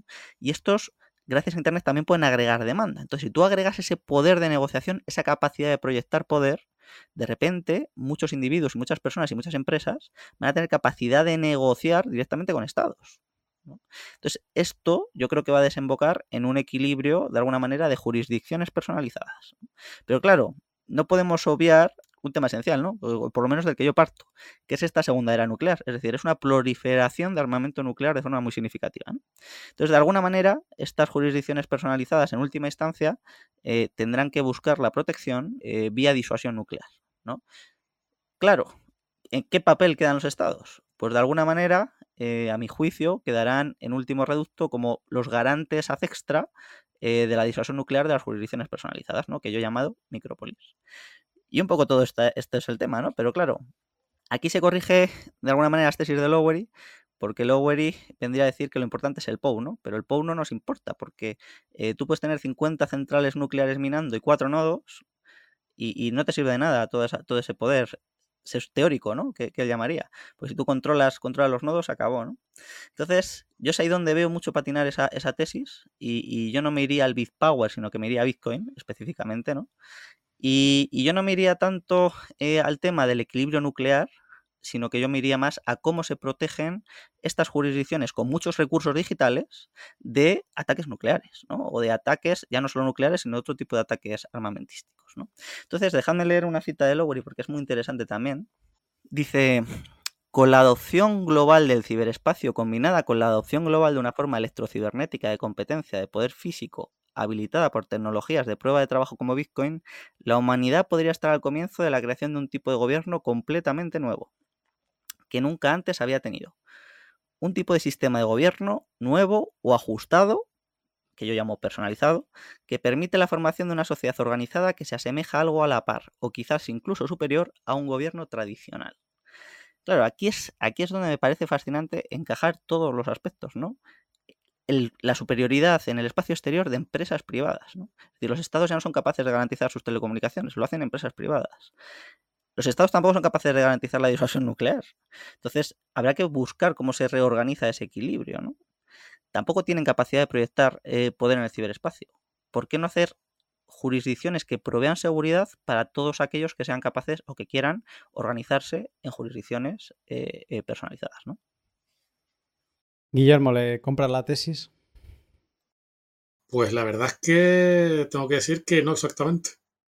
Y estos, gracias a Internet, también pueden agregar demanda. Entonces, si tú agregas ese poder de negociación, esa capacidad de proyectar poder, de repente muchos individuos y muchas personas y muchas empresas van a tener capacidad de negociar directamente con estados, ¿no? Entonces, esto yo creo que va a desembocar en un equilibrio, de alguna manera, de jurisdicciones personalizadas. Pero claro, no podemos obviar un tema esencial, ¿no? O por lo menos del que yo parto, que es esta segunda era nuclear. Es decir, es una proliferación de armamento nuclear de forma muy significativa, ¿no? Entonces, de alguna manera, estas jurisdicciones personalizadas, en última instancia, eh, tendrán que buscar la protección eh, vía disuasión nuclear, ¿no? Claro, ¿en qué papel quedan los estados? Pues de alguna manera, eh, a mi juicio, quedarán en último reducto como los garantes ad extra eh, de la disuasión nuclear de las jurisdicciones personalizadas, ¿no? Que yo he llamado micrópolis. Y un poco todo esta, este es el tema, ¿no? Pero claro, aquí se corrige de alguna manera las tesis de Lowery, porque Lowery vendría a decir que lo importante es el P O W, ¿no? Pero el P O W no nos importa, porque eh, tú puedes tener cincuenta centrales nucleares minando y cuatro nodos, y, y no te sirve de nada todo, esa, todo ese poder teórico, ¿no? Que, que él llamaría. Pues si tú controlas, controlas los nodos, acabó, ¿no? Entonces, yo es ahí donde veo mucho patinar esa, esa tesis, y, y yo no me iría al Bitpower, sino que me iría a Bitcoin específicamente, ¿no? Y, y yo no me iría tanto eh, al tema del equilibrio nuclear, sino que yo me iría más a cómo se protegen estas jurisdicciones con muchos recursos digitales de ataques nucleares, ¿no? O de ataques ya no solo nucleares, sino otro tipo de ataques armamentísticos, ¿no? Entonces, dejadme leer una cita de Lowery porque es muy interesante también. Dice: con la adopción global del ciberespacio combinada con la adopción global de una forma electrocibernética de competencia de poder físico habilitada por tecnologías de prueba de trabajo como Bitcoin, la humanidad podría estar al comienzo de la creación de un tipo de gobierno completamente nuevo, que nunca antes había tenido. Un tipo de sistema de gobierno nuevo o ajustado, que yo llamo personalizado, que permite la formación de una sociedad organizada que se asemeja algo a la par, o quizás incluso superior a un gobierno tradicional. Claro, aquí es, aquí es donde me parece fascinante encajar todos los aspectos, ¿no? El, la superioridad en el espacio exterior de empresas privadas, ¿no? Es decir, los estados ya no son capaces de garantizar sus telecomunicaciones, lo hacen empresas privadas. Los estados tampoco son capaces de garantizar la disuasión nuclear. Entonces, habrá que buscar cómo se reorganiza ese equilibrio, ¿no? Tampoco tienen capacidad de proyectar eh, poder en el ciberespacio. ¿Por qué no hacer jurisdicciones que provean seguridad para todos aquellos que sean capaces o que quieran organizarse en jurisdicciones eh, eh, personalizadas, ¿no? Guillermo, ¿le compras la tesis? Pues la verdad es que tengo que decir que no exactamente.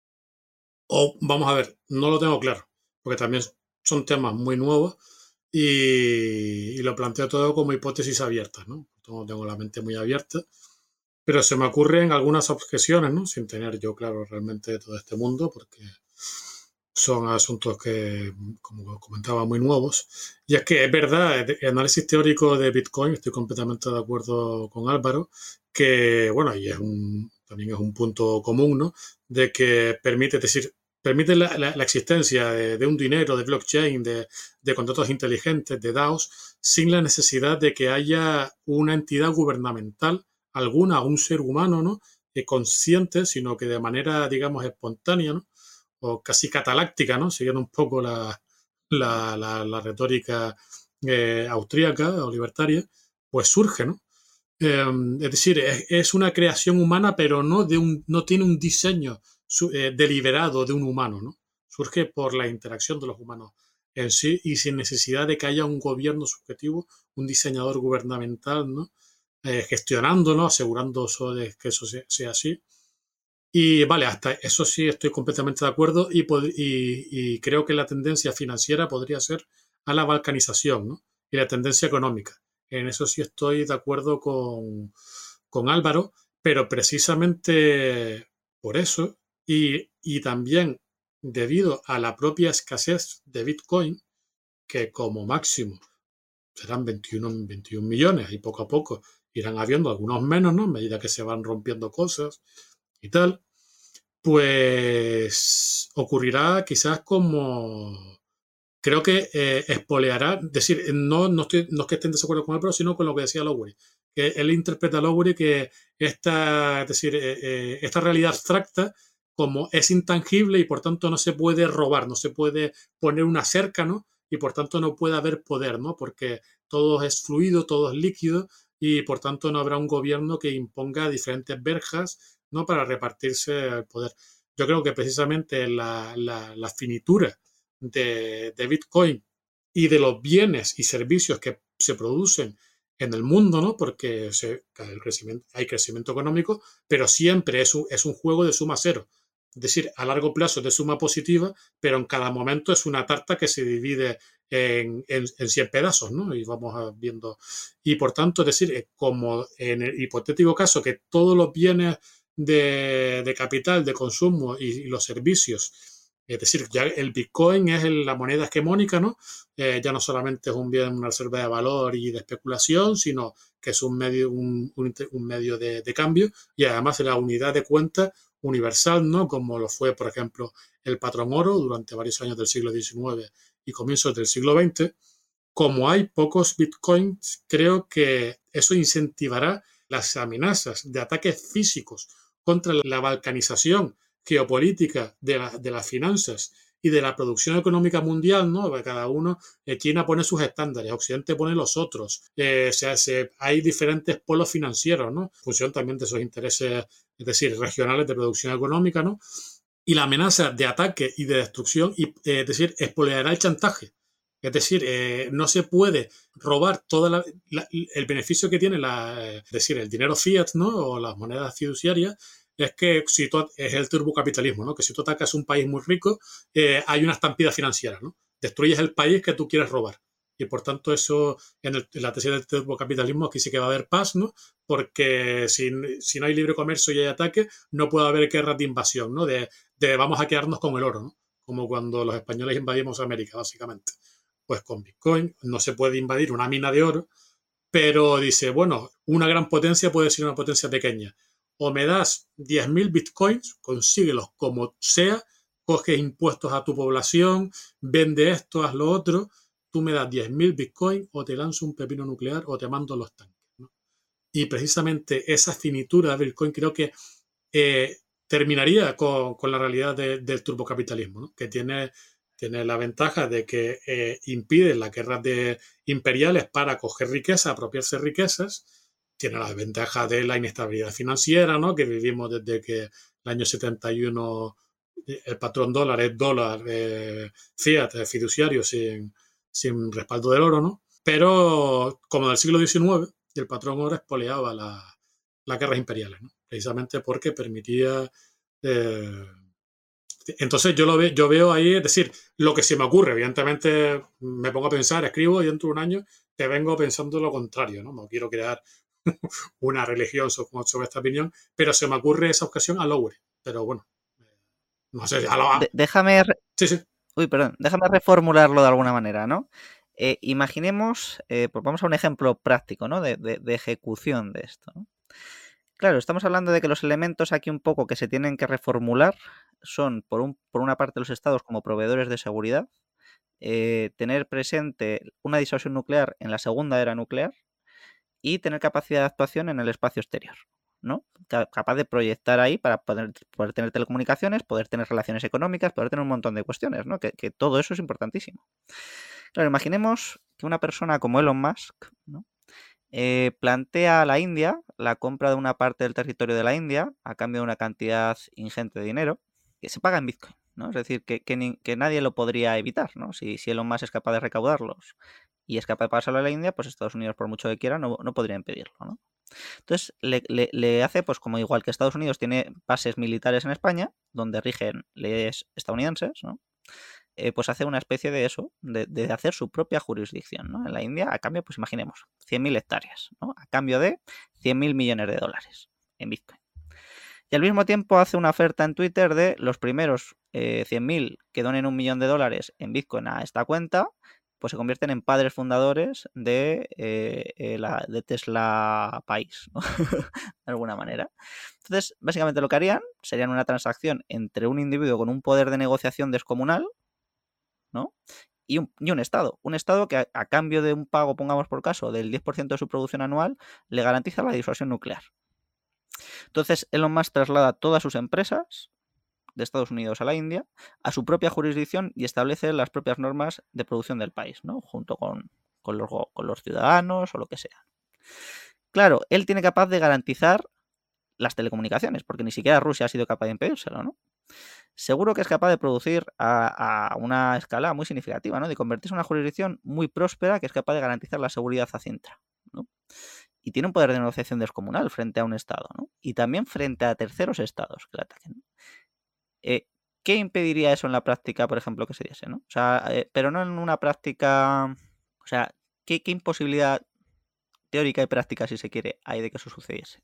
O vamos a ver, no lo tengo claro, porque también son temas muy nuevos y, y lo planteo todo como hipótesis abiertas, ¿no? No tengo la mente muy abierta, pero se me ocurren algunas objeciones, ¿no? Sin tener yo claro realmente todo este mundo, porque son asuntos que, como comentaba, muy nuevos. Y es que es verdad, el análisis teórico de Bitcoin, estoy completamente de acuerdo con Álvaro, que, bueno, y es un, también es un punto común, ¿no? De que permite, es decir, permite la, la, la existencia de, de un dinero, de blockchain, de, de contratos inteligentes, de DAOs, sin la necesidad de que haya una entidad gubernamental, alguna, un ser humano, ¿no? Eh, consciente, sino que de manera, digamos, espontánea, ¿no? O casi cataláctica, ¿no? Siguiendo un poco la, la, la, la retórica eh, austríaca o libertaria, pues surge, ¿no? Eh, es decir, es, es, una creación humana, pero no, de un, no tiene un diseño su, eh, deliberado de un humano, ¿no? Surge por la interacción de los humanos en sí y sin necesidad de que haya un gobierno subjetivo, un diseñador gubernamental, ¿no? Eh, gestionándolo, asegurando eso de que eso sea, sea así. Y vale, hasta eso sí estoy completamente de acuerdo y, y, y creo que la tendencia financiera podría ser a la balcanización, ¿no? Y la tendencia económica. En eso sí estoy de acuerdo con, con Álvaro, pero precisamente por eso y, y también debido a la propia escasez de Bitcoin, que como máximo serán veintiuno, veintiún millones y poco a poco irán habiendo algunos menos, ¿no? A medida que se van rompiendo cosas y tal, pues ocurrirá quizás como creo que eh, espoleará, es decir, no, no, estoy, no es que estén en desacuerdo con él, pero sino con lo que decía Lowery, que él interpreta a Lowery que esta, es decir, eh, eh, esta realidad abstracta como es intangible y por tanto no se puede robar, no se puede poner una cerca, ¿no? Y por tanto no puede haber poder, ¿no? Porque todo es fluido, todo es líquido y por tanto no habrá un gobierno que imponga diferentes verjas, ¿no? Para repartirse el poder. Yo creo que precisamente la, la, la finitura de, de Bitcoin y de los bienes y servicios que se producen en el mundo, ¿no? Porque se, el crecimiento, hay crecimiento económico, pero siempre es un, es un juego de suma cero, Es decir, a largo plazo es de suma positiva, pero en cada momento es una tarta que se divide en, en, en cien pedazos, ¿no? Y vamos viendo. Y por tanto, es decir, como en el hipotético caso que todos los bienes de, de capital, de consumo y, y los servicios, es decir, ya el Bitcoin es la moneda hegemónica, ¿no? Eh, ya no solamente es un bien, una reserva de valor y de especulación, sino que es un medio, un, un, un medio de, de cambio y además es la unidad de cuenta universal, ¿no? Como lo fue, por ejemplo, el patrón oro durante varios años del siglo diecinueve y comienzos del siglo veinte. Como hay pocos bitcoins, creo que eso incentivará las amenazas de ataques físicos contra la balcanización geopolítica de, la, de las finanzas y de la producción económica mundial, ¿no? Cada uno, eh, China pone sus estándares, Occidente pone los otros. Eh, o sea, se, hay diferentes polos financieros, ¿no? En función también de sus intereses, es decir, regionales de producción económica, ¿no? Y la amenaza de ataque y de destrucción, y, eh, es decir, expoliará el chantaje. Es decir, eh, no se puede robar todo el beneficio que tiene la, es decir, el dinero fiat, ¿no? O las monedas fiduciarias. Es que si tú, es el turbocapitalismo, ¿no? Que si tú atacas un país muy rico, eh, hay una estampida financiera, ¿no? Destruyes el país que tú quieres robar. Y por tanto, eso, en, el, en la tesis del turbocapitalismo, aquí sí que va a haber paz, ¿no? Porque si, si no hay libre comercio y hay ataque, no puede haber guerras de invasión, ¿no? De, de vamos a quedarnos con el oro, ¿no? Como cuando los españoles invadimos América, básicamente. Pues con Bitcoin no se puede invadir una mina de oro, pero dice, bueno, una gran potencia puede ser una potencia pequeña. O me das diez mil bitcoins, consíguelos como sea, coges impuestos a tu población, vende esto, haz lo otro, tú me das diez mil bitcoins o te lanzo un pepino nuclear o te mando los tanques, ¿no? Y precisamente esa finitura de Bitcoin creo que eh, terminaría con, con la realidad de, del turbocapitalismo, ¿no? Que tiene, tiene la ventaja de que eh, impide las guerras de imperiales para coger riqueza, apropiarse riquezas. Tiene la ventaja de la inestabilidad financiera, ¿no? Que vivimos desde que el año setenta y uno el patrón dólar es dólar eh, fiat, eh, fiduciario, sin, sin respaldo del oro, ¿no? Pero como en el siglo diecinueve, el patrón oro expoliaba la, las guerras imperiales, ¿no? Precisamente porque permitía... Eh, entonces yo lo ve, yo veo ahí, es decir, lo que se me ocurre, evidentemente me pongo a pensar, escribo y dentro de un año te vengo pensando lo contrario, ¿no? No quiero crear una religión sobre, sobre esta opinión, pero se me ocurre esa ocasión a Lowry. Pero bueno, no sé, a lo... De- déjame... Re... Sí, sí. Uy, perdón, déjame reformularlo de alguna manera, ¿no? Eh, imaginemos, eh, pues vamos a un ejemplo práctico, ¿no? De, de, de ejecución de esto, ¿no? Claro, estamos hablando de que los elementos aquí un poco que se tienen que reformular son, por, un, por una parte, los estados como proveedores de seguridad, eh, tener presente una disuasión nuclear en la segunda era nuclear y tener capacidad de actuación en el espacio exterior, ¿no? Capaz de proyectar ahí para poder, poder tener telecomunicaciones, poder tener relaciones económicas, poder tener un montón de cuestiones, ¿no? Que, que todo eso es importantísimo. Claro, imaginemos que una persona como Elon Musk, ¿no? Eh, plantea a la India la compra de una parte del territorio de la India a cambio de una cantidad ingente de dinero que se paga en Bitcoin, ¿no? Es decir, que, que, ni, que nadie lo podría evitar, ¿no? Si, si Elon Musk es capaz de recaudarlos y es capaz de pasárselo a la India, pues Estados Unidos, por mucho que quiera, no, no podría impedirlo, ¿no? Entonces, le, le, le hace, pues como igual que Estados Unidos tiene bases militares en España, donde rigen leyes estadounidenses, ¿no? Eh, pues hace una especie de eso, de, de hacer su propia jurisdicción, ¿no? En la India, a cambio, pues imaginemos, cien mil hectáreas, ¿no? A cambio de cien mil millones de dólares en Bitcoin. Y al mismo tiempo hace una oferta en Twitter de los primeros eh, cien mil que donen un millón de dólares en Bitcoin a esta cuenta, pues se convierten en padres fundadores de, eh, la, de Tesla País, ¿no? De alguna manera. Entonces, básicamente lo que harían serían una transacción entre un individuo con un poder de negociación descomunal, ¿no? Y un, y un Estado. Un Estado que a, a cambio de un pago, pongamos por caso, del diez por ciento de su producción anual, le garantiza la disuasión nuclear. Entonces, Elon Musk traslada todas sus empresas de Estados Unidos a la India a su propia jurisdicción y establece las propias normas de producción del país, ¿no? Junto con, con, los, con los ciudadanos o lo que sea. Claro, él tiene capaz de garantizar las telecomunicaciones, porque ni siquiera Rusia ha sido capaz de impedírselo, ¿no? Seguro que es capaz de producir a, a una escala muy significativa, ¿no? De convertirse en una jurisdicción muy próspera que es capaz de garantizar la seguridad a Cintra, ¿no? Y tiene un poder de negociación descomunal frente a un Estado, ¿no? Y también frente a terceros estados que le ataquen. eh, ¿qué impediría eso en la práctica, por ejemplo, que se diese, ¿no? O sea, eh, pero no en una práctica, o sea, ¿qué, qué imposibilidad teórica y práctica, si se quiere, hay de que eso sucediese?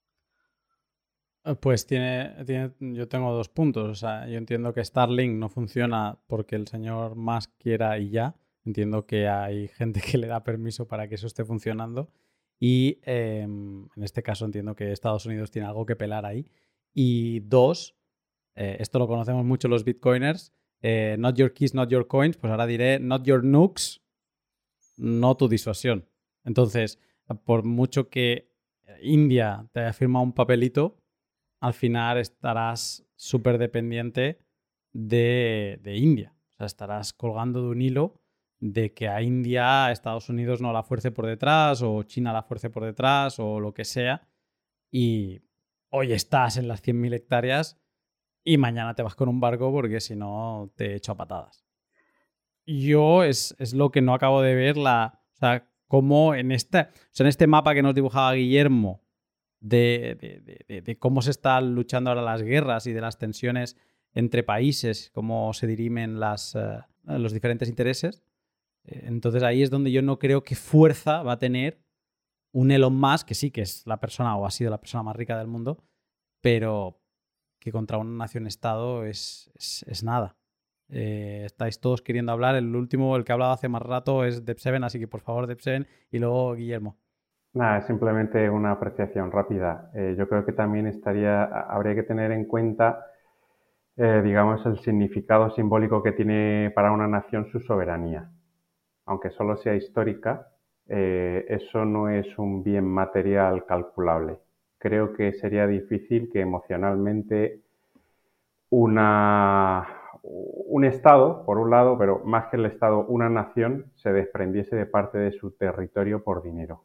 Pues tiene, tiene, yo tengo dos puntos. O sea, yo entiendo que Starlink no funciona porque el señor Musk quiera y ya. Entiendo que hay gente que le da permiso para que eso esté funcionando. Y eh, en este caso entiendo que Estados Unidos tiene algo que pelar ahí. Y dos, eh, esto lo conocemos mucho los bitcoiners, eh, not your keys, not your coins, pues ahora diré not your nukes, no tu disuasión. Entonces, por mucho que India te haya firmado un papelito, al final estarás súper dependiente de, de India. O sea, estarás colgando de un hilo de que a India, Estados Unidos no la fuerce por detrás, o China la fuerce por detrás, o lo que sea. Y hoy estás en las cien mil hectáreas y mañana te vas con un barco porque si no te echo a patadas. Yo es, es lo que no acabo de ver, la, o sea, cómo en, esta, o sea, en este mapa que nos dibujaba Guillermo de, de, de, de cómo se están luchando ahora las guerras y de las tensiones entre países, cómo se dirimen las, uh, los diferentes intereses. Entonces ahí es donde yo no creo que fuerza va a tener un Elon Musk, que sí que es la persona o ha sido la persona más rica del mundo, pero que contra una nación-estado es, es, es nada. Eh, estáis todos queriendo hablar. El último, el que ha hablado hace más rato, es Deb Seven, así que por favor, Deb Seven, y luego Guillermo. Nada, es simplemente una apreciación rápida. Eh, yo creo que también estaría, habría que tener en cuenta, eh, digamos, el significado simbólico que tiene para una nación su soberanía. Aunque solo sea histórica, eh, eso no es un bien material calculable. Creo que sería difícil que emocionalmente una, un Estado, por un lado, pero más que el Estado, una nación se desprendiese de parte de su territorio por dinero.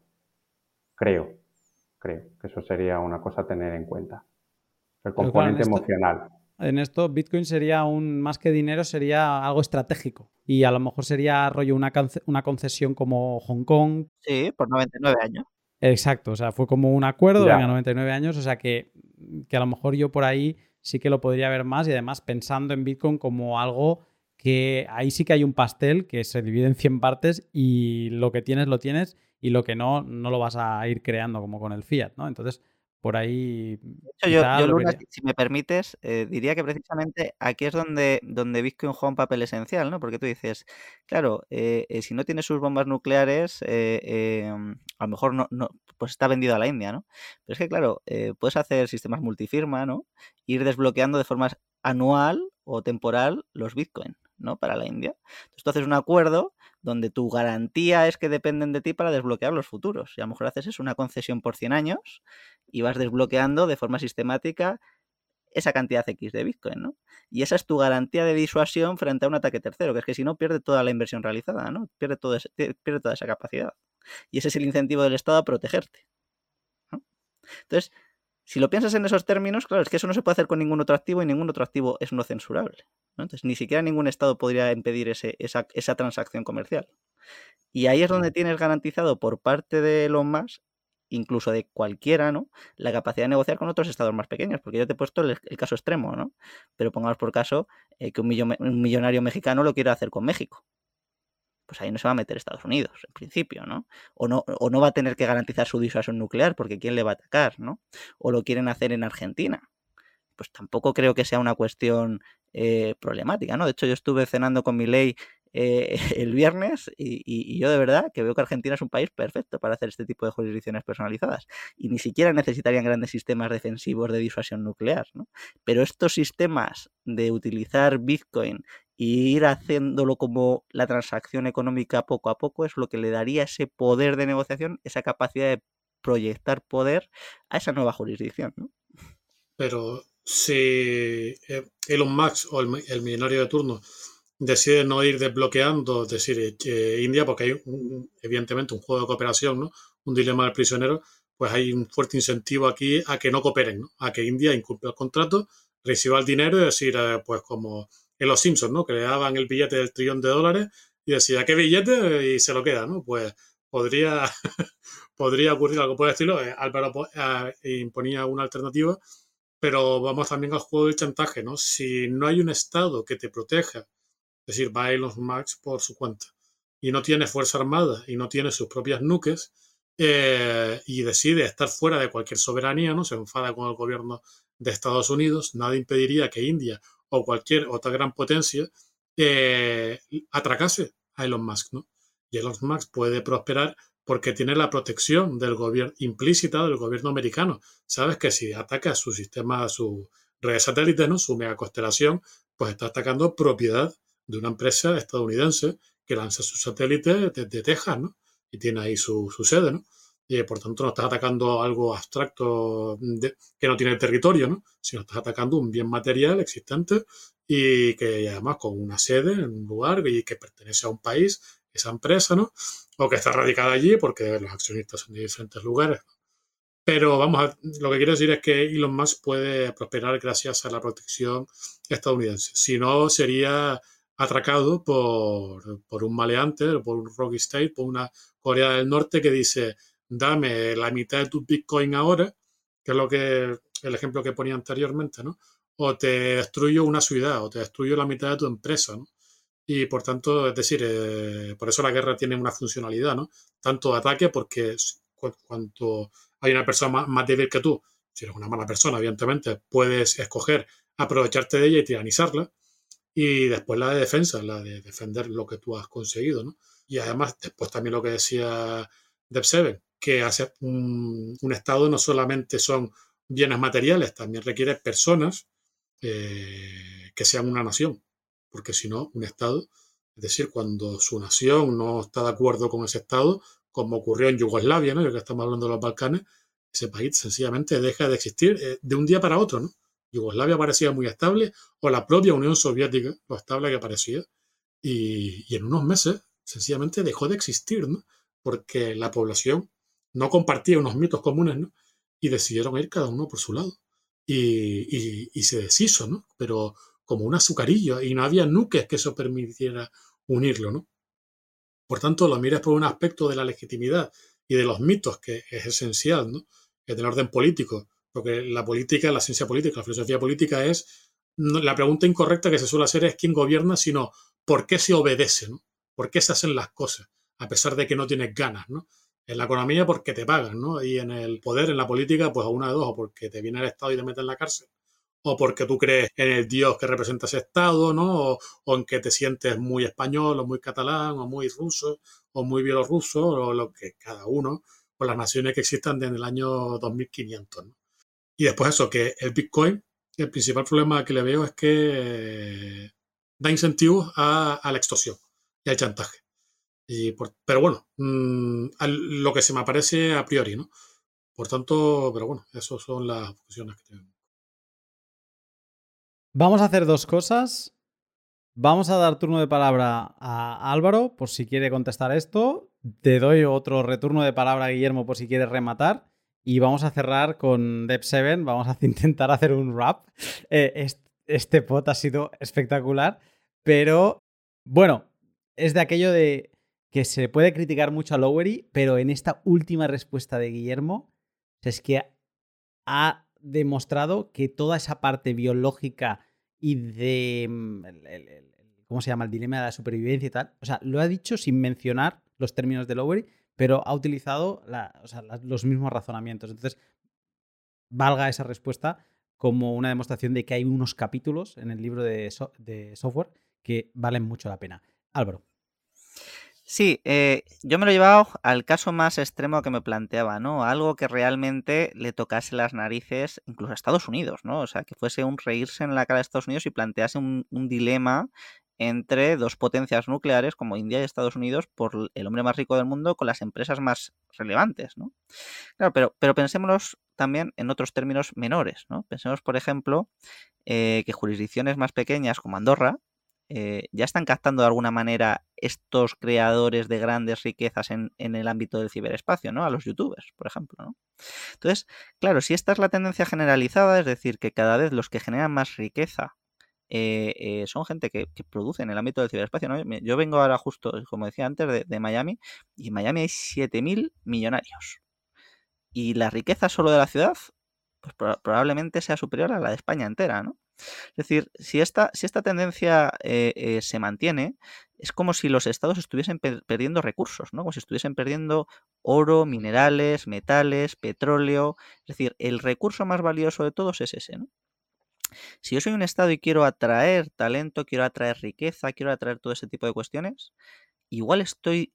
Creo, creo que eso sería una cosa a tener en cuenta. El componente Pero claro, en esto, emocional. En esto, Bitcoin sería un, más que dinero, sería algo estratégico. Y a lo mejor sería rollo una, una concesión como Hong Kong. Sí, por noventa y nueve años. Exacto, o sea, fue como un acuerdo, Ya. venga, noventa y nueve años, o sea que, que a lo mejor yo por ahí sí que lo podría ver más y además pensando en Bitcoin como algo que ahí sí que hay un pastel que se divide en cien partes y lo que tienes lo tienes y lo que no, no lo vas a ir creando como con el fiat, ¿no? Entonces, por ahí... De hecho, yo, yo Luna, si me permites, eh, diría que precisamente aquí es donde, donde Bitcoin juega un papel esencial, ¿no? Porque tú dices, claro, eh, eh, si no tiene sus bombas nucleares, eh, eh, a lo mejor no, no, pues está vendido a la India, ¿no? Pero es que, claro, eh, puedes hacer sistemas multifirma, ¿no? Ir desbloqueando de forma anual o temporal los Bitcoin, ¿no? Para la India. Entonces tú haces un acuerdo donde tu garantía es que dependen de ti para desbloquear los futuros. Y a lo mejor haces eso, una concesión por cien años y vas desbloqueando de forma sistemática esa cantidad X de Bitcoin, ¿no? Y esa es tu garantía de disuasión frente a un ataque tercero, que es que si no pierde toda la inversión realizada, ¿no? Pierde, todo ese, pierde toda esa capacidad. Y ese es el incentivo del Estado a protegerte, ¿no? Entonces, si lo piensas en esos términos, claro, es que eso no se puede hacer con ningún otro activo y ningún otro activo es no censurable, ¿no? Entonces, ni siquiera ningún Estado podría impedir ese, esa, esa transacción comercial. Y ahí es donde tienes garantizado por parte de Elon Musk, incluso de cualquiera, ¿no? La capacidad de negociar con otros estados más pequeños, porque yo te he puesto el, el caso extremo, ¿no? Pero pongamos por caso eh, que un, millon, un millonario mexicano lo quiera hacer con México. Pues ahí no se va a meter Estados Unidos, en principio, ¿no? O no, o no va a tener que garantizar su disuasión nuclear, porque ¿quién le va a atacar, ¿no? O lo quieren hacer en Argentina. Pues tampoco creo que sea una cuestión eh, problemática, ¿no? De hecho, yo estuve cenando con Milei eh, el viernes y, y, y yo de verdad que veo que Argentina es un país perfecto para hacer este tipo de jurisdicciones personalizadas y ni siquiera necesitarían grandes sistemas defensivos de disuasión nuclear, ¿no? Pero estos sistemas de utilizar Bitcoin y ir haciéndolo como la transacción económica poco a poco es lo que le daría ese poder de negociación, esa capacidad de proyectar poder a esa nueva jurisdicción, ¿no? Pero si Elon Musk o el, el millonario de turno decide no ir desbloqueando, es decir, eh, India, porque hay un, evidentemente un juego de cooperación, ¿no? Un dilema del prisionero, pues hay un fuerte incentivo aquí a que no cooperen, ¿no? A que India incumpla el contrato, reciba el dinero y decir, eh, pues como en Los Simpsons, ¿no? Que le daban el billete del trillón de dólares y decía, ¿qué billete? Y se lo queda, ¿no? Pues podría, podría ocurrir algo por el estilo. Eh, Álvaro eh, imponía una alternativa Pero vamos también al juego del chantaje, ¿no? Si no hay un Estado que te proteja, es decir, va Elon Musk por su cuenta y no tiene fuerza armada y no tiene sus propias nuques, eh, y decide estar fuera de cualquier soberanía, ¿no? Se enfada con el gobierno de Estados Unidos, nada impediría que India o cualquier otra gran potencia eh, atracase a Elon Musk, ¿no? Y Elon Musk puede prosperar porque tiene la protección del gobierno implícita del gobierno americano. Sabes que si ataca su sistema, su red satélite, ¿no? Su megaconstelación, pues está atacando propiedad de una empresa estadounidense que lanza su satélite desde Texas, ¿no? Y tiene ahí su, su sede, ¿no? Y por tanto no estás atacando algo abstracto de, que no tiene territorio, ¿no? Sino estás atacando un bien material existente y que además con una sede en un lugar y que pertenece a un país, esa empresa, ¿no? O que está radicada allí porque los accionistas son de diferentes lugares. Pero vamos, a, lo que quiero decir es que Elon Musk puede prosperar gracias a la protección estadounidense. Si no, sería atracado por, por un maleante, por un rogue state, por una Corea del Norte que dice, dame la mitad de tu Bitcoin ahora, que es lo que el ejemplo que ponía anteriormente, ¿no? O te destruyo una ciudad, o te destruyo la mitad de tu empresa, ¿no? Y por tanto, es decir, eh, por eso la guerra tiene una funcionalidad, ¿no? Tanto ataque porque cu cuanto hay una persona más, más débil que tú, si eres una mala persona, evidentemente, puedes escoger aprovecharte de ella y tiranizarla. Y después la de defensa, la de defender lo que tú has conseguido, ¿no? Y además, después también lo que decía Deb Seven, que hacer un, un Estado no solamente son bienes materiales, también requiere personas eh, que sean una nación. Porque si no, un Estado, es decir, cuando su nación no está de acuerdo con ese Estado, como ocurrió en Yugoslavia, ¿no? Ya que estamos hablando de los Balcanes, ese país sencillamente deja de existir eh, de un día para otro, ¿no? Yugoslavia parecía muy estable, o la propia Unión Soviética, lo estable que parecía, y, y en unos meses sencillamente dejó de existir, ¿no? Porque la población no compartía unos mitos comunes, ¿no? Y decidieron ir cada uno por su lado. Y, y, y se deshizo, ¿no? Pero como un azucarillo, y no había nuques que eso permitiera unirlo, ¿no? Por tanto, lo miras por un aspecto de la legitimidad y de los mitos, que es esencial, ¿no? Que del orden político, porque la política, la ciencia política, la filosofía política es, la pregunta incorrecta que se suele hacer es quién gobierna, sino por qué se obedece, ¿no? ¿Por qué se hacen las cosas? A pesar de que no tienes ganas, ¿no? En la economía porque te pagan, ¿no? Y en el poder, en la política, pues a una de dos, o porque te viene el Estado y te mete en la cárcel, o porque tú crees en el Dios que representa ese Estado, ¿no? O, o en que te sientes muy español, o muy catalán, o muy ruso, o muy bielorruso, o lo que cada uno, o las naciones que existan desde el año dos mil quinientos, ¿no? Y después eso, que el Bitcoin, el principal problema que le veo es que da incentivos a, a la extorsión y al chantaje. Y por, pero bueno, mmm, lo que se me aparece a priori, ¿no? Por tanto, pero bueno, esas son las opciones que tengo. Vamos a hacer dos cosas. Vamos a dar turno de palabra a Álvaro por si quiere contestar esto. Te doy otro returno de palabra a Guillermo por si quiere rematar. Y vamos a cerrar con Deb Seven. Vamos a intentar hacer un rap. Eh, este, este pod ha sido espectacular. Pero bueno, es de aquello de que se puede criticar mucho a Lowery, pero en esta última respuesta de Guillermo es que ha demostrado que toda esa parte biológica y de el, el, ¿cómo se llama? El dilema de la supervivencia y tal. O sea, lo ha dicho sin mencionar los términos de Lowery, pero ha utilizado la, o sea, la, los mismos razonamientos. Entonces, valga esa respuesta como una demostración de que hay unos capítulos en el libro de, so, de software que valen mucho la pena. Álvaro. Sí, eh, yo me lo he llevado al caso más extremo que me planteaba, ¿no? Algo que realmente le tocase las narices incluso a Estados Unidos, ¿no? O sea, que fuese un reírse en la cara de Estados Unidos y plantease un, un dilema entre dos potencias nucleares como India y Estados Unidos por el hombre más rico del mundo con las empresas más relevantes, ¿no? Claro, pero, pero pensémonos también en otros términos menores, ¿no? Pensemos, por ejemplo, eh, que jurisdicciones más pequeñas como Andorra Eh, ya están captando de alguna manera estos creadores de grandes riquezas en, en el ámbito del ciberespacio, ¿no? A los youtubers, por ejemplo, ¿no? Entonces, claro, si esta es la tendencia generalizada, es decir, que cada vez los que generan más riqueza eh, eh, son gente que, que produce en el ámbito del ciberespacio, ¿no? Yo vengo ahora justo, como decía antes, de, de Miami, y en Miami hay siete mil millonarios. Y la riqueza solo de la ciudad pues pro- probablemente sea superior a la de España entera, ¿no? Es decir, si esta, si esta tendencia eh, eh, se mantiene, es como si los estados estuviesen per- perdiendo recursos, ¿no? Como si estuviesen perdiendo oro, minerales, metales, petróleo. Es decir, el recurso más valioso de todos es ese, ¿no? Si yo soy un estado y quiero atraer talento, quiero atraer riqueza, quiero atraer todo ese tipo de cuestiones, igual estoy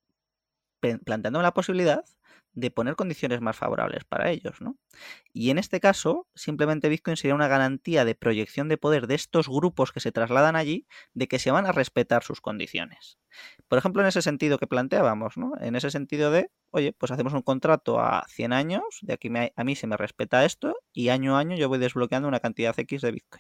pe- planteándome la posibilidad de poner condiciones más favorables para ellos, ¿no? Y en este caso, simplemente Bitcoin sería una garantía de proyección de poder de estos grupos que se trasladan allí, de que se van a respetar sus condiciones. Por ejemplo, en ese sentido que planteábamos, ¿no? En ese sentido de, oye, pues hacemos un contrato a cien años, de aquí me- a mí se me respeta esto, y año a año yo voy desbloqueando una cantidad X de Bitcoin.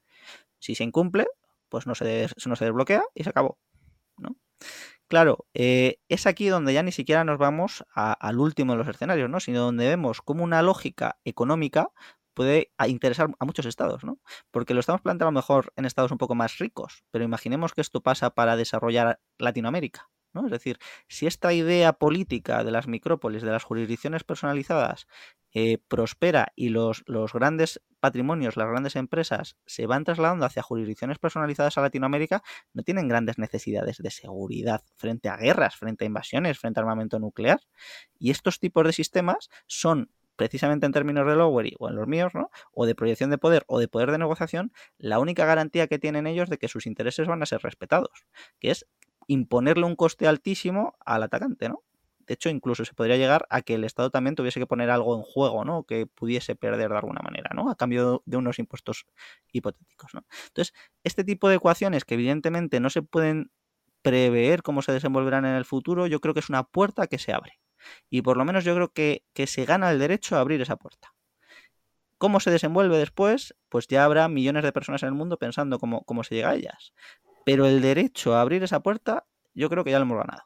Si se incumple, pues no se, des- no se desbloquea y se acabó, ¿no? Claro, eh, es aquí donde ya ni siquiera nos vamos a- al último de los escenarios, ¿no? Sino donde vemos cómo una lógica económica puede a- interesar a muchos estados, ¿no? Porque lo estamos planteando a lo mejor en estados un poco más ricos, pero imaginemos que esto pasa para desarrollar Latinoamérica, ¿no? Es decir, si esta idea política de las micrópolis, de las jurisdicciones personalizadas, eh, prospera y los, los grandes patrimonios, las grandes empresas se van trasladando hacia jurisdicciones personalizadas a Latinoamérica, no tienen grandes necesidades de seguridad frente a guerras, frente a invasiones, frente a armamento nuclear. Y estos tipos de sistemas son, precisamente en términos de Lowery o en los míos, ¿no? O de proyección de poder o de poder de negociación, la única garantía que tienen ellos de que sus intereses van a ser respetados, que es imponerle un coste altísimo al atacante, ¿no? De hecho, incluso se podría llegar a que el Estado también tuviese que poner algo en juego, ¿no? Que pudiese perder de alguna manera, ¿no? A cambio de unos impuestos hipotéticos, ¿no? Entonces, este tipo de ecuaciones que evidentemente no se pueden prever cómo se desenvolverán en el futuro, yo creo que es una puerta que se abre. Y por lo menos yo creo que, que se gana el derecho a abrir esa puerta. ¿Cómo se desenvuelve después? Pues ya habrá millones de personas en el mundo pensando cómo, cómo se llega a ellas. Pero el derecho a abrir esa puerta, yo creo que ya lo hemos ganado.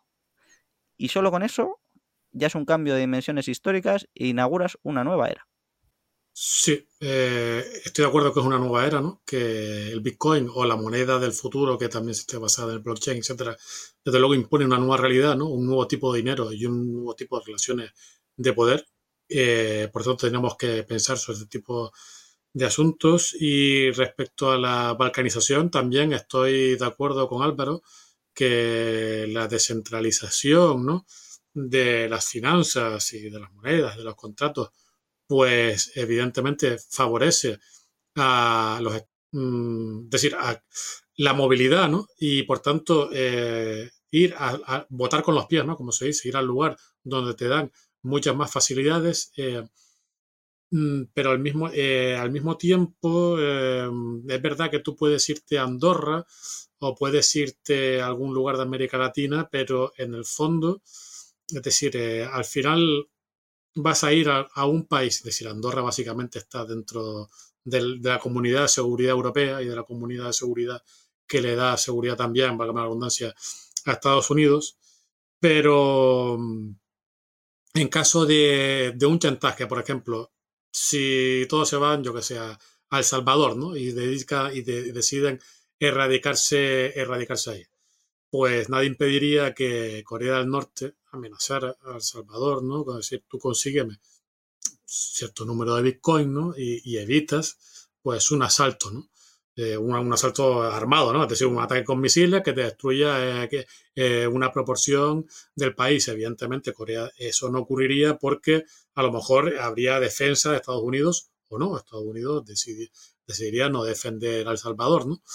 Y solo con eso ya es un cambio de dimensiones históricas e inauguras una nueva era. Sí, eh, estoy de acuerdo que es una nueva era, ¿no? Que el Bitcoin o la moneda del futuro, que también esté basada en el blockchain, etcétera, desde luego impone una nueva realidad, ¿no? Un nuevo tipo de dinero y un nuevo tipo de relaciones de poder. Eh, por tanto, tenemos que pensar sobre este tipo de asuntos. Y respecto a la balcanización, también estoy de acuerdo con Álvaro que la descentralización, ¿no? De las finanzas y de las monedas, de los contratos, pues evidentemente favorece a los, mm, es decir, a la movilidad, ¿no? Y por tanto, eh, ir a, a, votar con los pies, ¿no? Como se dice, ir al lugar donde te dan muchas más facilidades, eh, mm, pero al mismo, eh, al mismo tiempo, eh, es verdad que tú puedes irte a Andorra o puedes irte a algún lugar de América Latina, pero en el fondo, es decir, eh, al final vas a ir a, a, un país, es decir, Andorra básicamente está dentro del, de la Comunidad de Seguridad Europea y de la Comunidad de Seguridad que le da seguridad también, valga la redundancia, a Estados Unidos, pero en caso de, de un chantaje, por ejemplo, si todos se van, yo que sé, a, a El Salvador, ¿no? Y, dedica, y, de, y deciden erradicarse, erradicarse ahí, pues nada impediría que Corea del Norte amenazara a El Salvador, ¿no? Con decir, tú consígueme cierto número de Bitcoin, ¿no? Y, y evitas, pues, un asalto, ¿no? Eh, un, un, asalto armado, ¿no? Es decir, un ataque con misiles que te destruya eh, que, eh, una proporción del país. Evidentemente, Corea, eso no ocurriría porque a lo mejor habría defensa de Estados Unidos o no. Estados Unidos decidi, decidiría no defender a El Salvador, ¿no?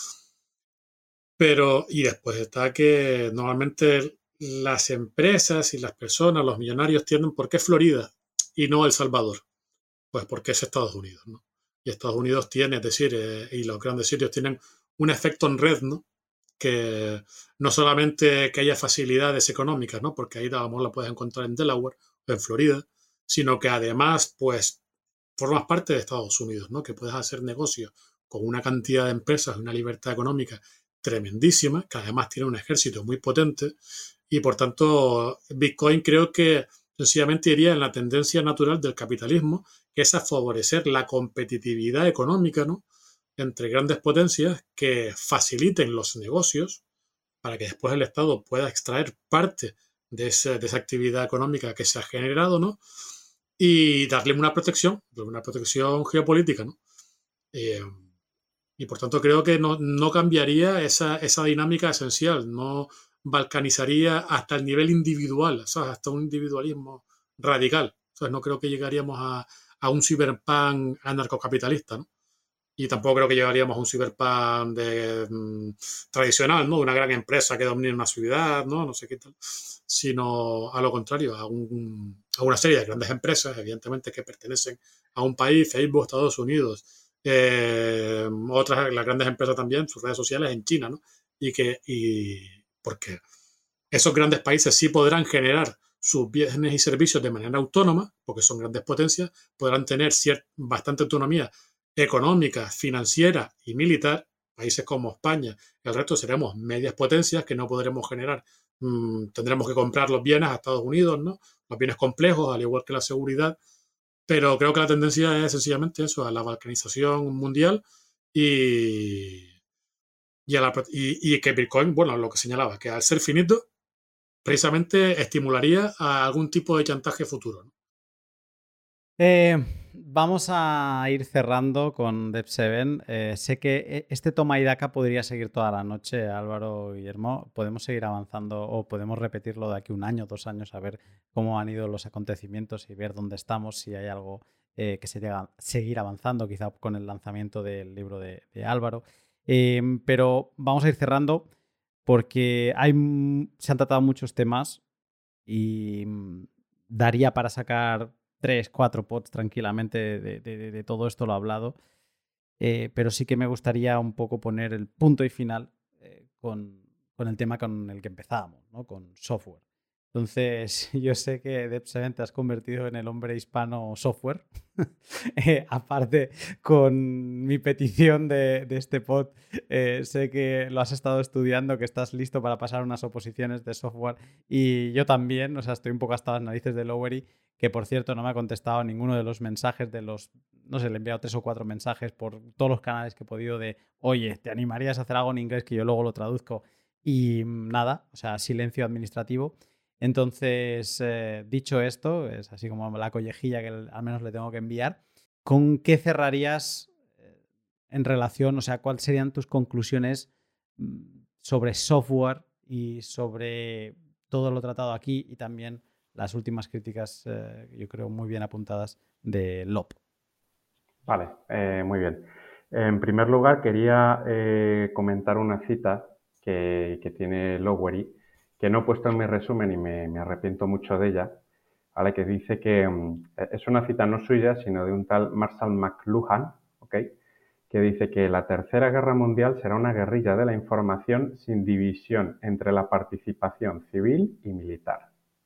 Pero, y después está que normalmente las empresas y las personas, los millonarios tienden, ¿por qué Florida y no El Salvador? Pues porque es Estados Unidos, ¿no? Y Estados Unidos tiene, es decir, eh, y los grandes sitios tienen un efecto en red, ¿no? Que no solamente que haya facilidades económicas, ¿no? Porque ahí a lo mejor la puedes encontrar en Delaware o en Florida, sino que además, pues, formas parte de Estados Unidos, ¿no? Que puedes hacer negocios con una cantidad de empresas, una libertad económica tremendísima, que además tiene un ejército muy potente, y por tanto, Bitcoin creo que sencillamente iría en la tendencia natural del capitalismo, que es a favorecer la competitividad económica, ¿no? Entre grandes potencias que faciliten los negocios para que después el Estado pueda extraer parte de, ese, de esa actividad económica que se ha generado, ¿no? y darle una protección, una protección geopolítica, ¿no? Eh, y por tanto creo que no, no cambiaría esa, esa dinámica esencial, no balcanizaría hasta el nivel individual, ¿sabes? Hasta un individualismo radical. ¿Sabes? No creo que llegaríamos a, a un cyberpunk anarcocapitalista, ¿no? Y tampoco creo que llegaríamos a un cyberpunk de, mm, tradicional, ¿no? Una gran empresa que domine una ciudad, ¿no? No sé qué tal. Sino a lo contrario, a, un, a una serie de grandes empresas, evidentemente, que pertenecen a un país, Facebook, Estados Unidos, eh, otras, las grandes empresas también, sus redes sociales en China, ¿no? Y que, y porque esos grandes países sí podrán generar sus bienes y servicios de manera autónoma, porque son grandes potencias, podrán tener cierta, bastante autonomía económica, financiera y militar. Países como España, el resto seremos medias potencias que no podremos generar, mmm, tendremos que comprar los bienes a Estados Unidos, ¿no? Los bienes complejos, al igual que la seguridad, pero creo que la tendencia es sencillamente eso, a la balcanización mundial y, y, a la, y, y que Bitcoin, bueno, lo que señalaba, que al ser finito, precisamente estimularía a algún tipo de chantaje futuro, ¿no? Eh, vamos a ir cerrando con Dev siete. Eh, sé que este toma y daca podría seguir toda la noche, Álvaro, Guillermo. Podemos seguir avanzando o podemos repetirlo de aquí un año, dos años, a ver cómo han ido los acontecimientos y ver dónde estamos, si hay algo eh, que se llega a seguir avanzando, quizá con el lanzamiento del libro de, de Álvaro. Eh, pero vamos a ir cerrando porque hay, se han tratado muchos temas y daría para sacar tres, cuatro pods tranquilamente de, de, de, de todo esto lo hablado, eh, pero sí que me gustaría un poco poner el punto y final eh, con, con el tema con el que empezábamos, ¿no? Con software. Entonces, yo sé que Dev siete te has convertido en el hombre hispano software. eh, aparte, con mi petición de, de este pod, eh, sé que lo has estado estudiando, que estás listo para pasar unas oposiciones de software y yo también, o sea, estoy un poco hasta las narices de Lowery, que por cierto no me ha contestado ninguno de los mensajes de los, no sé, le he enviado tres o cuatro mensajes por todos los canales que he podido de, oye, ¿te animarías a hacer algo en inglés que yo luego lo traduzco? Y nada, o sea, silencio administrativo. Entonces, eh, dicho esto, es así como la collejilla que al menos le tengo que enviar. ¿Con qué cerrarías eh, en relación, o sea, cuáles serían tus conclusiones sobre software y sobre todo lo tratado aquí y también las últimas críticas, eh, yo creo, muy bien apuntadas de L O P? Vale, eh, muy bien. En primer lugar, quería eh, comentar una cita que, que tiene Lowery, que no he puesto en mi resumen y me, me arrepiento mucho de ella, ¿vale? Que dice que um, es una cita no suya, sino de un tal Marshall McLuhan, ¿ok? Que dice que la Tercera Guerra Mundial será una guerrilla de la información sin división entre la participación civil y militar,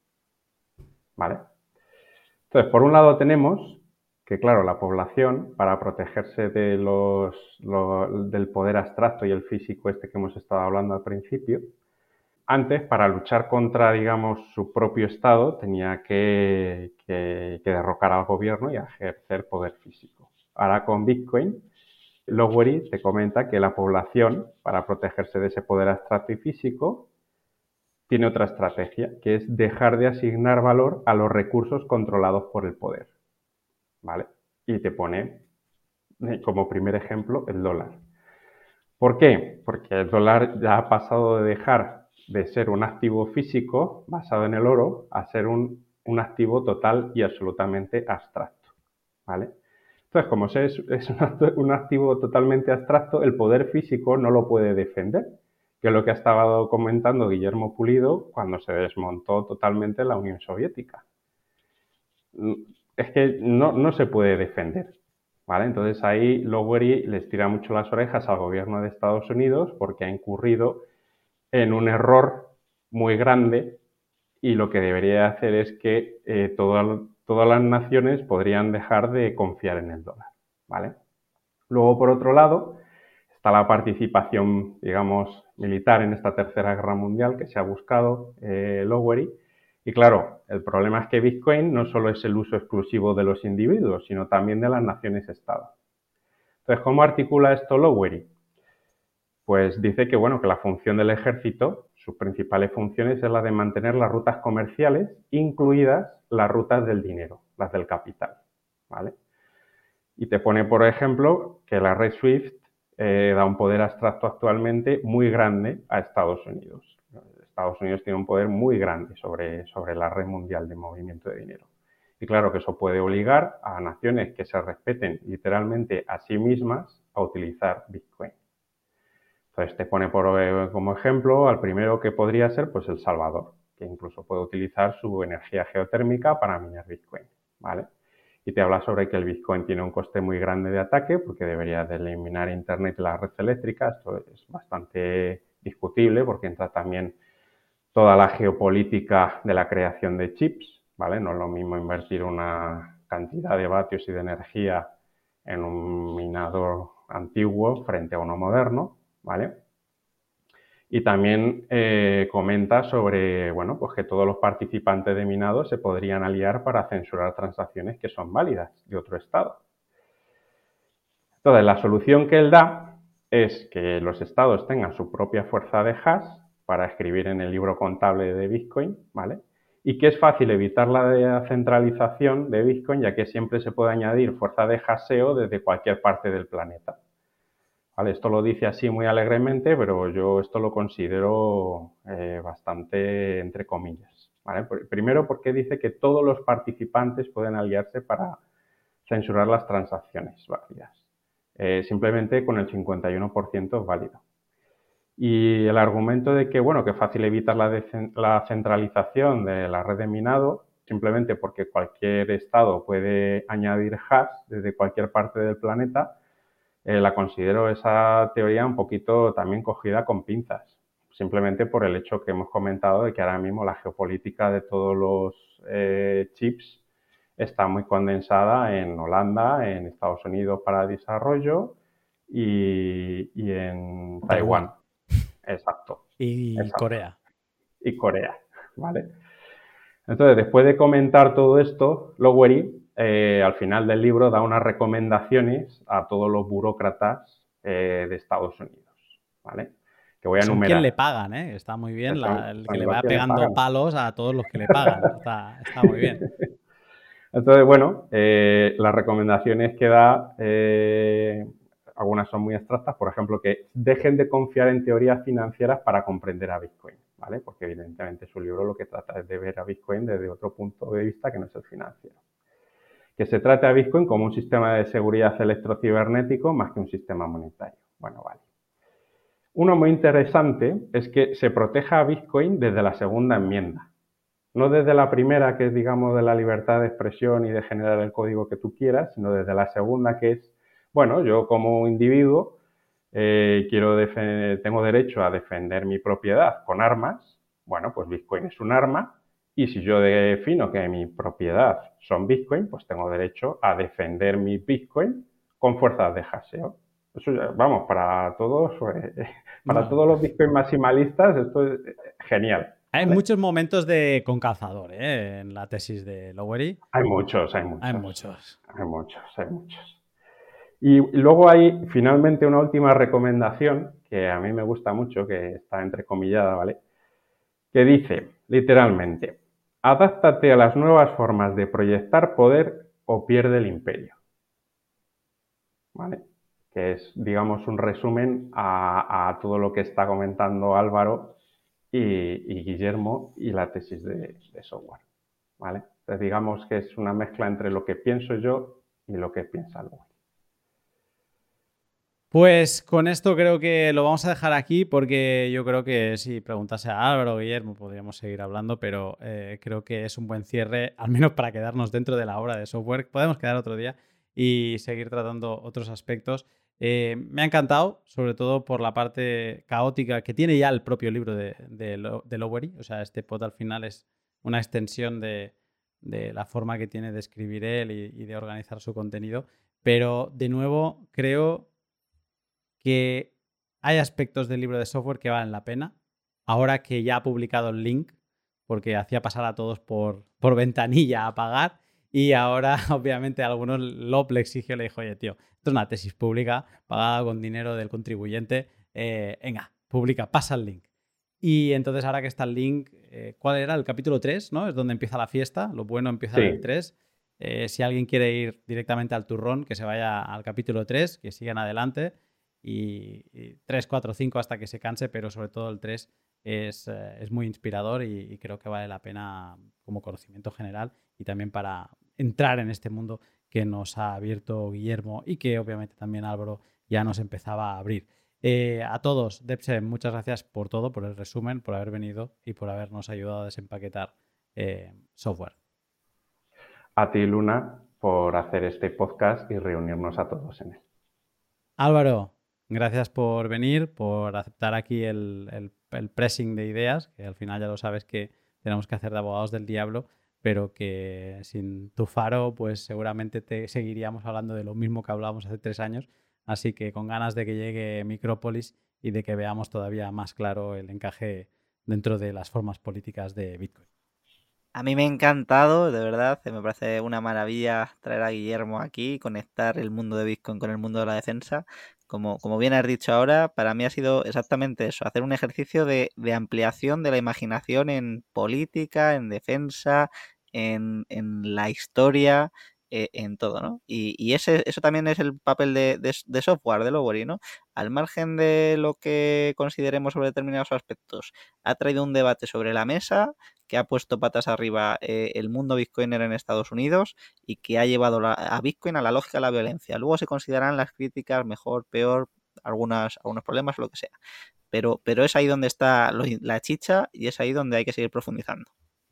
¿vale? Entonces, por un lado tenemos que, claro, la población, para protegerse de los, los, del poder abstracto y el físico este que hemos estado hablando al principio, antes, para luchar contra, digamos, su propio Estado, tenía que, que, que derrocar al gobierno y ejercer poder físico. Ahora con Bitcoin, Lowery te comenta que la población, para protegerse de ese poder abstracto y físico, tiene otra estrategia, que es dejar de asignar valor a los recursos controlados por el poder, ¿vale? Y te pone como primer ejemplo el dólar. ¿Por qué? Porque el dólar ya ha pasado de dejar de ser un activo físico basado en el oro a ser un, un activo total y absolutamente abstracto, ¿vale? Entonces, como es, es un activo totalmente abstracto, el poder físico no lo puede defender, que es lo que ha estado comentando Guillermo Pulido cuando se desmontó totalmente la Unión Soviética. Es que no, no se puede defender, ¿vale? Entonces ahí Lowery les tira mucho las orejas al gobierno de Estados Unidos porque ha incurrido en un error muy grande y lo que debería hacer es que eh, toda, todas las naciones podrían dejar de confiar en el dólar, ¿vale? Luego, por otro lado, está la participación, digamos, militar en esta Tercera Guerra Mundial que se ha buscado eh, Lowery. Y claro, el problema es que Bitcoin no solo es el uso exclusivo de los individuos, sino también de las naciones-estado. Entonces, ¿cómo articula esto Lowery? Pues dice que, bueno, que la función del ejército, sus principales funciones es la de mantener las rutas comerciales, incluidas las rutas del dinero, las del capital, ¿vale? Y te pone, por ejemplo, que la red SWIFT eh, da un poder abstracto actualmente muy grande a Estados Unidos. Estados Unidos tiene un poder muy grande sobre, sobre la red mundial de movimiento de dinero. Y claro que eso puede obligar a naciones que se respeten literalmente a sí mismas a utilizar Bitcoin. Entonces te pone por, eh, como ejemplo al primero que podría ser pues El Salvador, que incluso puede utilizar su energía geotérmica para minar Bitcoin, ¿vale? Y te habla sobre que el Bitcoin tiene un coste muy grande de ataque porque debería de eliminar Internet y la red eléctrica. Esto es bastante discutible porque entra también toda la geopolítica de la creación de chips, ¿vale? No es lo mismo invertir una cantidad de vatios y de energía en un minador antiguo frente a uno moderno, ¿vale? Y también eh, comenta sobre, bueno, pues que todos los participantes de minado se podrían aliar para censurar transacciones que son válidas de otro estado. Entonces, la solución que él da es que los estados tengan su propia fuerza de hash para escribir en el libro contable de Bitcoin, ¿vale? Y que es fácil evitar la centralización de Bitcoin, ya que siempre se puede añadir fuerza de hasheo desde cualquier parte del planeta. ¿Vale? Esto lo dice así muy alegremente, pero yo esto lo considero eh, bastante entre comillas, ¿vale? Primero porque dice que todos los participantes pueden aliarse para censurar las transacciones válidas. Eh, simplemente con el cincuenta y uno por ciento es válido. Y el argumento de que, bueno, que es fácil evitar la, la centralización de la red de minado, simplemente porque cualquier estado puede añadir hash desde cualquier parte del planeta, eh, la considero esa teoría un poquito también cogida con pinzas. Simplemente por el hecho que hemos comentado de que ahora mismo la geopolítica de todos los eh, chips está muy condensada en Holanda, en Estados Unidos para el desarrollo y, y en Taiwán. Exacto. Y Exacto. Corea. Y Corea, ¿vale? Entonces, después de comentar todo esto, Lowery, eh, al final del libro, da unas recomendaciones a todos los burócratas eh, de Estados Unidos, ¿vale? Que voy a Son enumerar. quien le pagan, ¿eh? Está muy bien, Son, la, el son que le vaya que pegando le palos a todos los que le pagan. Está, está muy bien. Entonces, bueno, eh, las recomendaciones que da, eh, algunas son muy abstractas, por ejemplo, que dejen de confiar en teorías financieras para comprender a Bitcoin, ¿vale? Porque evidentemente su libro lo que trata es de ver a Bitcoin desde otro punto de vista que no es el financiero. Que se trate a Bitcoin como un sistema de seguridad electrocibernético más que un sistema monetario. Bueno, vale. Uno muy interesante es que se proteja a Bitcoin desde la segunda enmienda. No desde la primera, que es, digamos, de la libertad de expresión y de generar el código que tú quieras, sino desde la segunda, que es, bueno, yo como individuo eh, quiero tengo derecho a defender mi propiedad con armas. Bueno, pues Bitcoin es un arma y si yo defino que mi propiedad son Bitcoin, pues tengo derecho a defender mi Bitcoin con fuerzas de hasheo. Eso, vamos, para todos, eh, para No. todos los Bitcoin maximalistas, esto es genial. Hay ¿vale? muchos momentos de con calzador, ¿eh? En la tesis de Lowery. Hay muchos, hay muchos. Hay muchos. Hay muchos, hay muchos. Y luego hay finalmente una última recomendación que a mí me gusta mucho, que está entrecomillada, ¿vale? Que dice, literalmente, adáptate a las nuevas formas de proyectar poder o pierde el imperio. ¿Vale? Que es, digamos, un resumen a, a todo lo que está comentando Álvaro y, y Guillermo y la tesis de, de software. ¿Vale? Entonces, digamos que es una mezcla entre lo que pienso yo y lo que piensa Lowery. Pues con esto creo que lo vamos a dejar aquí porque yo creo que si preguntase a Álvaro o Guillermo podríamos seguir hablando, pero eh, creo que es un buen cierre, al menos para quedarnos dentro de la obra de software. Podemos quedar otro día y seguir tratando otros aspectos. Eh, me ha encantado, sobre todo por la parte caótica que tiene ya el propio libro de, de, de Lowery. O sea, este pod al final es una extensión de, de la forma que tiene de escribir él y, y de organizar su contenido. Pero, de nuevo, creo que hay aspectos del libro de software que valen la pena. Ahora que ya ha publicado el link, porque hacía pasar a todos por, por ventanilla a pagar, y ahora, obviamente, a algunos Lob le exigió, le dijo, oye, tío, esto es una tesis pública, pagada con dinero del contribuyente, eh, venga, publica, pasa el link. Y entonces, ahora que está el link, eh, ¿cuál era? El capítulo tres, ¿no? Es donde empieza la fiesta, lo bueno empieza Sí. en el tres. Eh, si alguien quiere ir directamente al turrón, que se vaya al capítulo tres, que sigan adelante. Y, y tres, cuatro, cinco hasta que se canse, pero sobre todo el tres es, eh, es muy inspirador y, y creo que vale la pena como conocimiento general y también para entrar en este mundo que nos ha abierto Guillermo y que obviamente también Álvaro ya nos empezaba a abrir. Eh, a todos, Debseven, muchas gracias por todo, por el resumen, por haber venido y por habernos ayudado a desempaquetar eh, software. A ti, Luna, por hacer este podcast y reunirnos a todos en él. Álvaro, gracias por venir, por aceptar aquí el, el, el pressing de ideas, que al final ya lo sabes que tenemos que hacer de abogados del diablo, pero que sin tu faro pues seguramente te seguiríamos hablando de lo mismo que hablábamos hace tres años, así que con ganas de que llegue Micrópolis y de que veamos todavía más claro el encaje dentro de las formas políticas de Bitcoin. A mí me ha encantado, de verdad, me parece una maravilla traer a Guillermo aquí y conectar el mundo de Bitcoin con el mundo de la defensa. Como, como bien has dicho ahora, para mí ha sido exactamente eso, hacer un ejercicio de, de ampliación de la imaginación en política, en defensa, en, en la historia, eh, en todo, ¿no? Y, y ese, eso también es el papel de, de, de software, de Lowery, ¿no? Al margen de lo que consideremos sobre determinados aspectos, ha traído un debate sobre la mesa que ha puesto patas arriba eh, el mundo bitcoiner en Estados Unidos y que ha llevado la, a Bitcoin a la lógica de la violencia. Luego se considerarán las críticas mejor, peor, algunas, algunos problemas, lo que sea. Pero, pero es ahí donde está lo, la chicha y es ahí donde hay que seguir profundizando.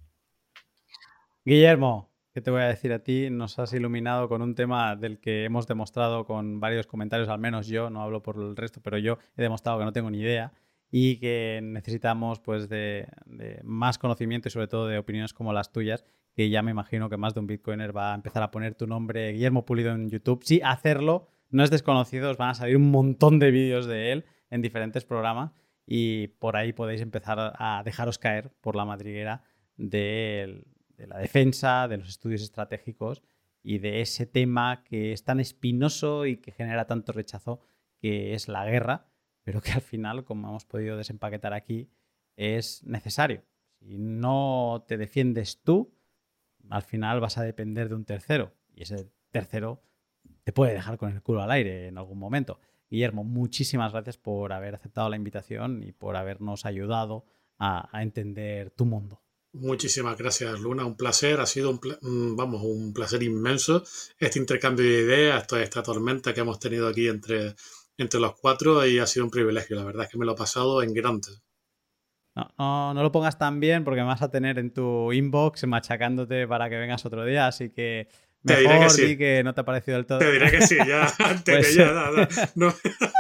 Guillermo, ¿qué te voy a decir a ti? Nos has iluminado con un tema del que hemos demostrado con varios comentarios, al menos yo, no hablo por el resto, pero yo he demostrado que no tengo ni idea y que necesitamos pues de, de más conocimiento y sobre todo de opiniones como las tuyas, que ya me imagino que más de un bitcoiner va a empezar a poner tu nombre Guillermo Pulido en YouTube. Sí, hacerlo, no es desconocido, os van a salir un montón de vídeos de él en diferentes programas y por ahí podéis empezar a dejaros caer por la madriguera del... de la defensa, de los estudios estratégicos y de ese tema que es tan espinoso y que genera tanto rechazo, que es la guerra, pero que al final, como hemos podido desempaquetar aquí, es necesario. Si no te defiendes tú, al final vas a depender de un tercero y ese tercero te puede dejar con el culo al aire en algún momento. Guillermo, muchísimas gracias por haber aceptado la invitación y por habernos ayudado a, a entender tu mundo. Muchísimas gracias, Luna. Un placer. Ha sido un, pla vamos, un placer inmenso este intercambio de ideas, toda esta tormenta que hemos tenido aquí entre, entre los cuatro y ha sido un privilegio. La verdad es que me lo he pasado en grande. No, no, no lo pongas tan bien porque me vas a tener en tu inbox machacándote para que vengas otro día, así que mejor te diré que sí. Di que no te ha parecido del todo. Te diré que sí, ya antes pues... de ya. Da, da, no.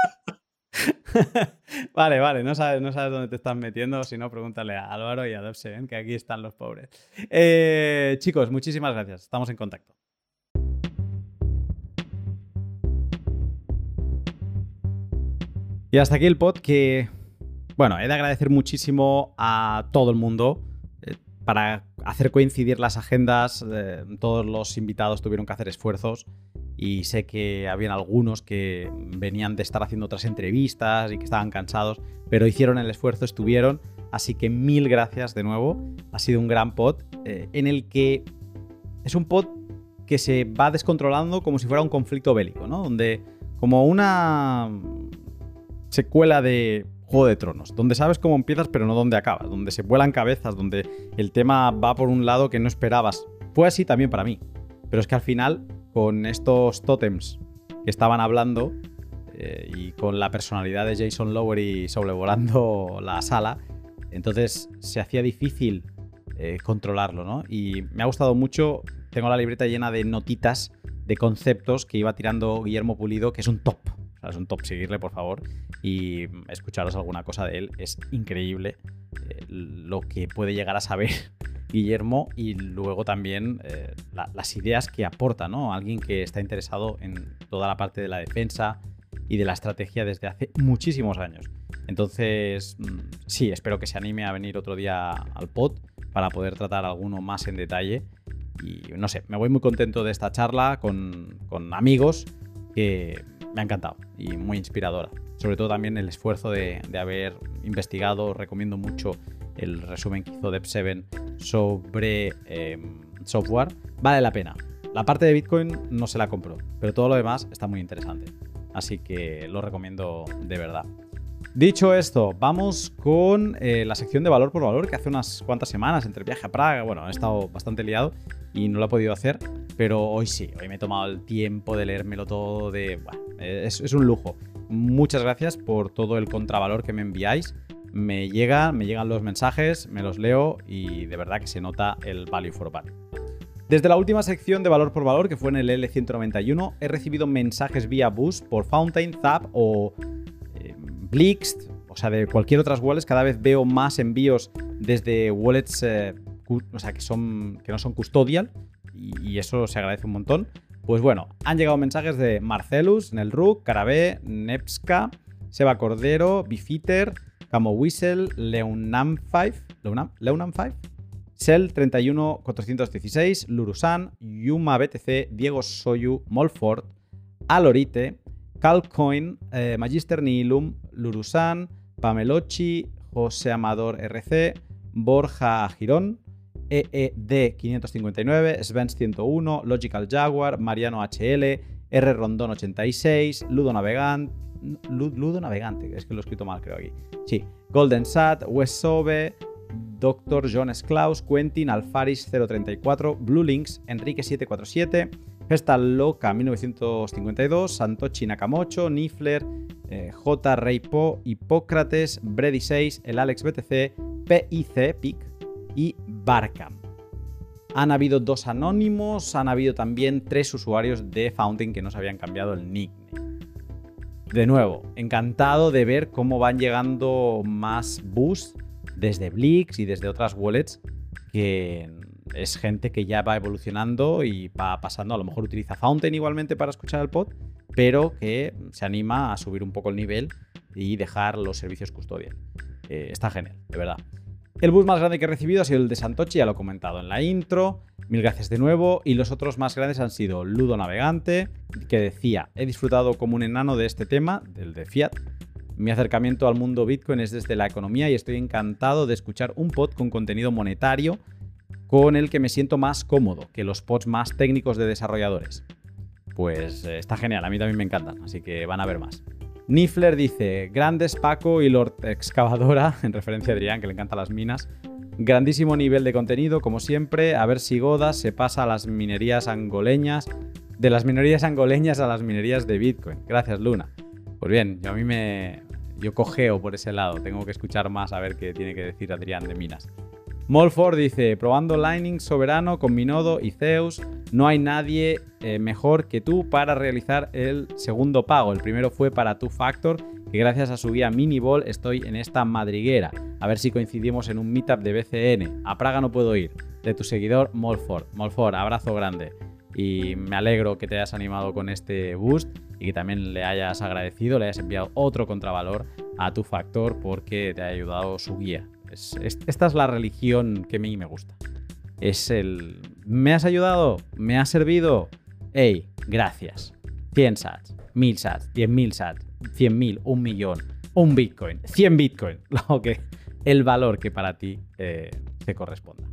Vale, vale, no sabes, no sabes dónde te estás metiendo, si no, pregúntale a Álvaro y a Debseven, que aquí están los pobres. Eh, chicos, muchísimas gracias, estamos en contacto. Y hasta aquí el pod que, bueno, he de agradecer muchísimo a todo el mundo eh, para hacer coincidir las agendas. Eh, todos los invitados tuvieron que hacer esfuerzos. Y sé que habían algunos que venían de estar haciendo otras entrevistas y que estaban cansados, pero hicieron el esfuerzo, estuvieron. Así que mil gracias de nuevo. Ha sido un gran pod eh, en el que es un pod que se va descontrolando como si fuera un conflicto bélico, ¿no? Donde como una secuela de Juego de Tronos, donde sabes cómo empiezas pero no dónde acabas, donde se vuelan cabezas, donde el tema va por un lado que no esperabas. Fue así también para mí, pero es que al final, con estos tótems que estaban hablando eh, y con la personalidad de Jason Lowery sobrevolando la sala, entonces se hacía difícil eh, controlarlo, ¿no? Y me ha gustado mucho, tengo la libreta llena de notitas, de conceptos que iba tirando Guillermo Pulido, que es un top. O sea, es un top, seguirle, por favor, y escucharos alguna cosa de él. Es increíble eh, lo que puede llegar a saber Guillermo y luego también eh, la, las ideas que aporta, ¿no? Alguien que está interesado en toda la parte de la defensa y de la estrategia desde hace muchísimos años. Entonces, sí, espero que se anime a venir otro día al pod para poder tratar alguno más en detalle. Y no sé, me voy muy contento de esta charla con, con amigos que me ha encantado y muy inspiradora. Sobre todo también el esfuerzo de, de haber investigado. Recomiendo mucho el resumen que hizo Debseven sobre eh, software. Vale la pena. La parte de Bitcoin no se la compró, pero todo lo demás está muy interesante. Así que lo recomiendo de verdad. Dicho esto, vamos con eh, la sección de valor por valor, que hace unas cuantas semanas entre viaje a Praga, bueno, he estado bastante liado y no lo he podido hacer, pero hoy sí, hoy me he tomado el tiempo de leérmelo todo, de, bueno, es, es un lujo. Muchas gracias por todo el contravalor que me enviáis. Me llega, me llegan los mensajes, me los leo y de verdad que se nota el value for value. Desde la última sección de valor por valor, que fue en el L ciento noventa y uno, he recibido mensajes vía Boost por Fountain, Zap o eh, Blixt, o sea, de cualquier otras wallets. Cada vez veo más envíos desde wallets eh, o sea, que, son, que no son custodial y, y eso se agradece un montón. Pues bueno, han llegado mensajes de Marcelus, Nelruk, Carabé, Nepska, Seba Cordero, Bifiter, Camo Whistle, Leunam cinco, Leunam, Leunam cinco, Cell treinta y uno cuatrocientos dieciséis, Lurusan, Yuma B T C, Diego Soyu, Molford, Alorite, Calcoin, eh, Magister Nihilum, Lurusan, Pamelochi, José Amador R C, Borja Girón, E E D quinientos cincuenta y nueve, Svens ciento uno, Logical Jaguar, Mariano H L, R Rondón ochenta y seis, Ludo Navegante, Ludo Navegante, es que lo he escrito mal creo aquí. Sí, Golden Sat, Wessobe, Doctor Jones Klaus, Quentin, Alfaris cero treinta y cuatro, Blue Links, Enrique setecientos cuarenta y siete, Gesta Loca mil novecientos cincuenta y dos, Santochi Nakamocho, Nifler, eh, J. Reipo, Hipócrates, Brady seis, el Alex B T C, P I C, P I C y Barcam. Han habido dos anónimos, han habido también tres usuarios de Fountain que no se habían cambiado el nickname. De nuevo, encantado de ver cómo van llegando más boosts desde Blix y desde otras wallets, que es gente que ya va evolucionando y va pasando, a lo mejor utiliza Fountain igualmente para escuchar el pod, pero que se anima a subir un poco el nivel y dejar los servicios custodial. Eh, está genial, de verdad. El boost más grande que he recibido ha sido el de Santochi, ya lo he comentado en la intro. Mil gracias de nuevo. Y los otros más grandes han sido Ludo Navegante, que decía: he disfrutado como un enano de este tema, del de Fiat. Mi acercamiento al mundo Bitcoin es desde la economía y estoy encantado de escuchar un pod con contenido monetario con el que me siento más cómodo que los pods más técnicos de desarrolladores. Pues eh, está genial, a mí también me encantan, así que van a ver más. Nifler dice: grandes Paco y Lord Excavadora, en referencia a Adrián, que le encantan las minas. Grandísimo nivel de contenido, como siempre. A ver si Godas se pasa a las minerías angoleñas, de las minerías angoleñas a las minerías de Bitcoin. Gracias, Luna. Pues bien, yo a mí me... yo cojeo por ese lado. Tengo que escuchar más a ver qué tiene que decir Adrián de minas. Molford dice: probando Lightning Soberano con mi nodo y Zeus. No hay nadie eh, mejor que tú para realizar el segundo pago. El primero fue para Two Factor, que gracias a su guía Miniball estoy en esta madriguera. A ver si coincidimos en un meetup de B C N. A Praga no puedo ir. De tu seguidor Molford. Molford, abrazo grande. Y me alegro que te hayas animado con este boost y que también le hayas agradecido, le hayas enviado otro contravalor a Two Factor porque te ha ayudado su guía. Es, es, esta es la religión que a mí me gusta. Es el... ¿me has ayudado? ¿Me has servido? ¡Ey! Gracias. cien sats, mil sats, diez mil sats, cien mil, un millón, un Bitcoin, cien Bitcoin. Lo que, el valor que para ti eh, te corresponda.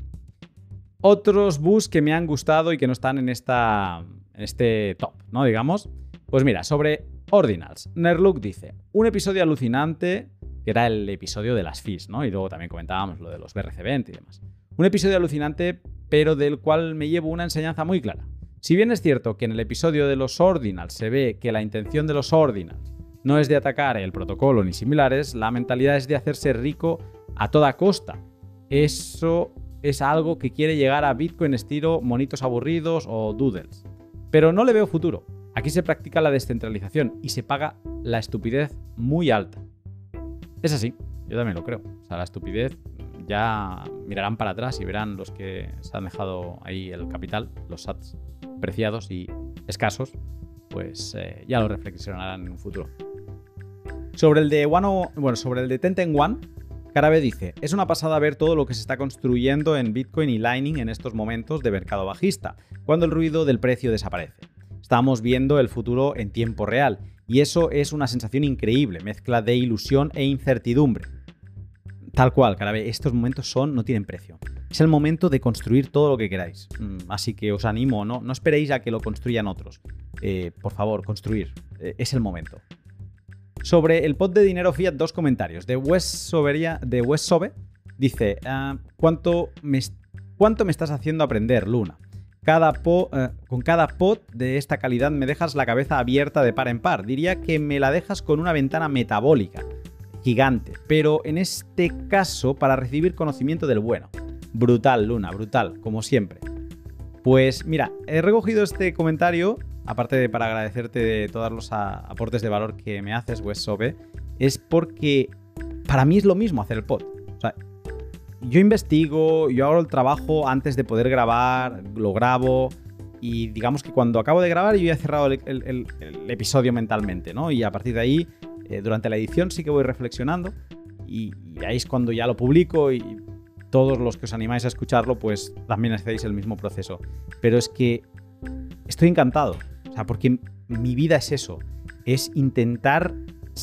Otros boosts que me han gustado y que no están en, esta, en este top, ¿no? Digamos. Pues mira, sobre Ordinals. Nerluk dice: un episodio alucinante, que era el episodio de las fees, ¿no? Y luego también comentábamos lo de los B R C veinte y demás. Un episodio alucinante, pero del cual me llevo una enseñanza muy clara. Si bien es cierto que en el episodio de los Ordinals se ve que la intención de los Ordinals no es de atacar el protocolo ni similares, la mentalidad es de hacerse rico a toda costa. Eso es algo que quiere llegar a Bitcoin estilo monitos aburridos o doodles. Pero no le veo futuro. Aquí se practica la descentralización y se paga la estupidez muy alta. Es así, yo también lo creo. O sea, la estupidez ya mirarán para atrás y verán los que se han dejado ahí el capital, los sats preciados y escasos, pues eh, ya lo reflexionarán en un futuro. Sobre el de One, bueno, sobre el de Tenten One, Carabe dice: es una pasada ver todo lo que se está construyendo en Bitcoin y Lightning en estos momentos de mercado bajista, cuando el ruido del precio desaparece. Estamos viendo el futuro en tiempo real y eso es una sensación increíble, mezcla de ilusión e incertidumbre. tal cual, Carabé, estos momentos son, no tienen precio. Es el momento de construir todo lo que queráis. Así que os animo, no, no esperéis a que lo construyan otros. Eh, por favor, construir. Eh, es el momento. Sobre el pot de dinero fiat, dos comentarios. De West Soberia, de West Sobe, dice, uh, ¿cuánto, me, ¿cuánto me estás haciendo aprender, Luna? Cada po, uh, con cada pot de esta calidad me dejas la cabeza abierta de par en par. Diría que me la dejas con una ventana metabólica gigante, pero en este caso para recibir conocimiento del bueno. Brutal, Luna, brutal, como siempre. Pues mira, he recogido este comentario, aparte de para agradecerte de todos los a, aportes de valor que me haces, West Sobe, es porque para mí es lo mismo hacer el pod. O sea, yo investigo, yo hago el trabajo antes de poder grabar, lo grabo y digamos que cuando acabo de grabar yo ya he cerrado el, el, el, el episodio mentalmente, ¿no? Y a partir de ahí, eh, durante la edición sí que voy reflexionando y, y ahí es cuando ya lo publico y todos los que os animáis a escucharlo pues también hacéis el mismo proceso. Pero es que estoy encantado, o sea, porque mi vida es eso, es intentar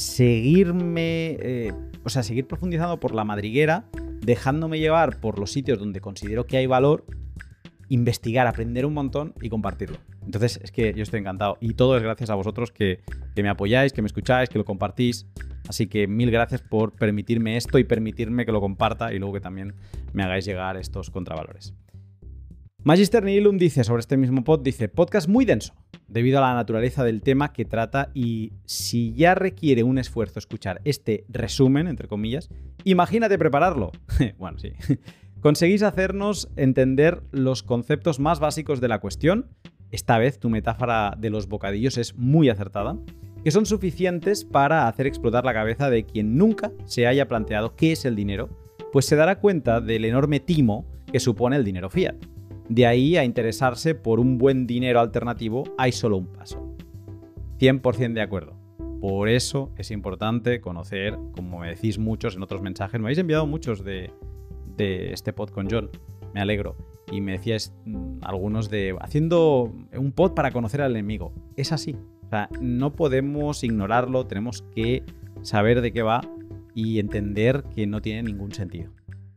seguirme, eh, o sea, seguir profundizando por la madriguera, dejándome llevar por los sitios donde considero que hay valor, investigar, aprender un montón y compartirlo. Entonces es que yo estoy encantado y todo es gracias a vosotros que, que me apoyáis, que me escucháis, que lo compartís. Así que mil gracias por permitirme esto y permitirme que lo comparta y luego que también me hagáis llegar estos contravalores. Magister Nihilum dice sobre este mismo pod, dice, podcast muy denso debido a la naturaleza del tema que trata y si ya requiere un esfuerzo escuchar este resumen, entre comillas, imagínate prepararlo. Bueno, sí. Conseguís hacernos entender los conceptos más básicos de la cuestión. Esta vez tu metáfora de los bocadillos es muy acertada, que son suficientes para hacer explotar la cabeza de quien nunca se haya planteado qué es el dinero, pues se dará cuenta del enorme timo que supone el dinero fiat. De ahí a interesarse por un buen dinero alternativo hay solo un paso. cien por ciento de acuerdo. Por eso es importante conocer, como me decís muchos en otros mensajes, me habéis enviado muchos de, de este pod con John, me alegro. Y me decíais mmm, algunos de haciendo un pod para conocer al enemigo. Es así. O sea, no podemos ignorarlo, tenemos que saber de qué va y entender que no tiene ningún sentido.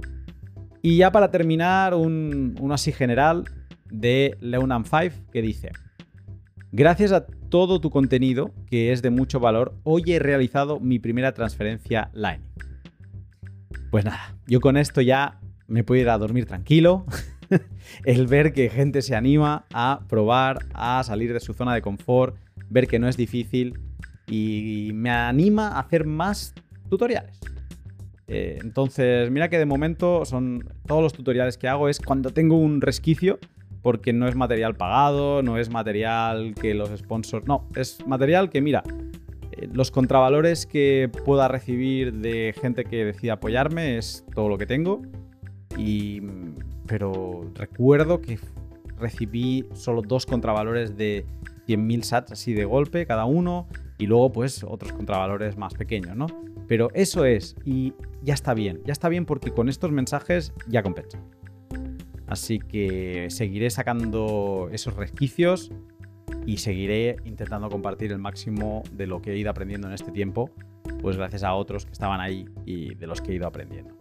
Y ya para terminar, un, un así general de Leonan cinco que dice: gracias a todo tu contenido, que es de mucho valor, hoy he realizado mi primera transferencia Lightning. Pues nada, yo con esto ya me puedo ir a dormir tranquilo. El ver que gente se anima a probar, a salir de su zona de confort, ver que no es difícil y me anima a hacer más tutoriales. Eh, entonces, mira que de momento son todos los tutoriales que hago es cuando tengo un resquicio, porque no es material pagado, no es material que los sponsors... No, es material que, mira, eh, los contravalores que pueda recibir de gente que decida apoyarme es todo lo que tengo. Y, pero recuerdo que recibí solo dos contravalores de cien mil sats así de golpe cada uno y luego pues otros contravalores más pequeños, ¿no? Pero eso es, y ya está bien, ya está bien porque con estos mensajes ya compensa. Así que seguiré sacando esos resquicios y seguiré intentando compartir el máximo de lo que he ido aprendiendo en este tiempo, pues gracias a otros que estaban ahí y de los que he ido aprendiendo.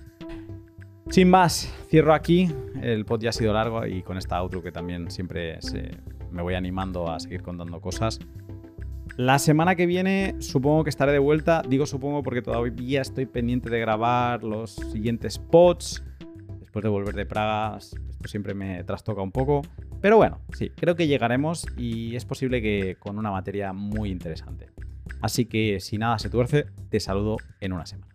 Sin más, cierro aquí. El pod ya ha sido largo y con esta outro que también siempre se, me voy animando a seguir contando cosas. La semana que viene supongo que estaré de vuelta. Digo supongo porque todavía estoy pendiente de grabar los siguientes pods. Después de volver de Praga, esto siempre me trastoca un poco. Pero bueno, sí, creo que llegaremos y es posible que con una materia muy interesante. Así que si nada se tuerce, te saludo en una semana.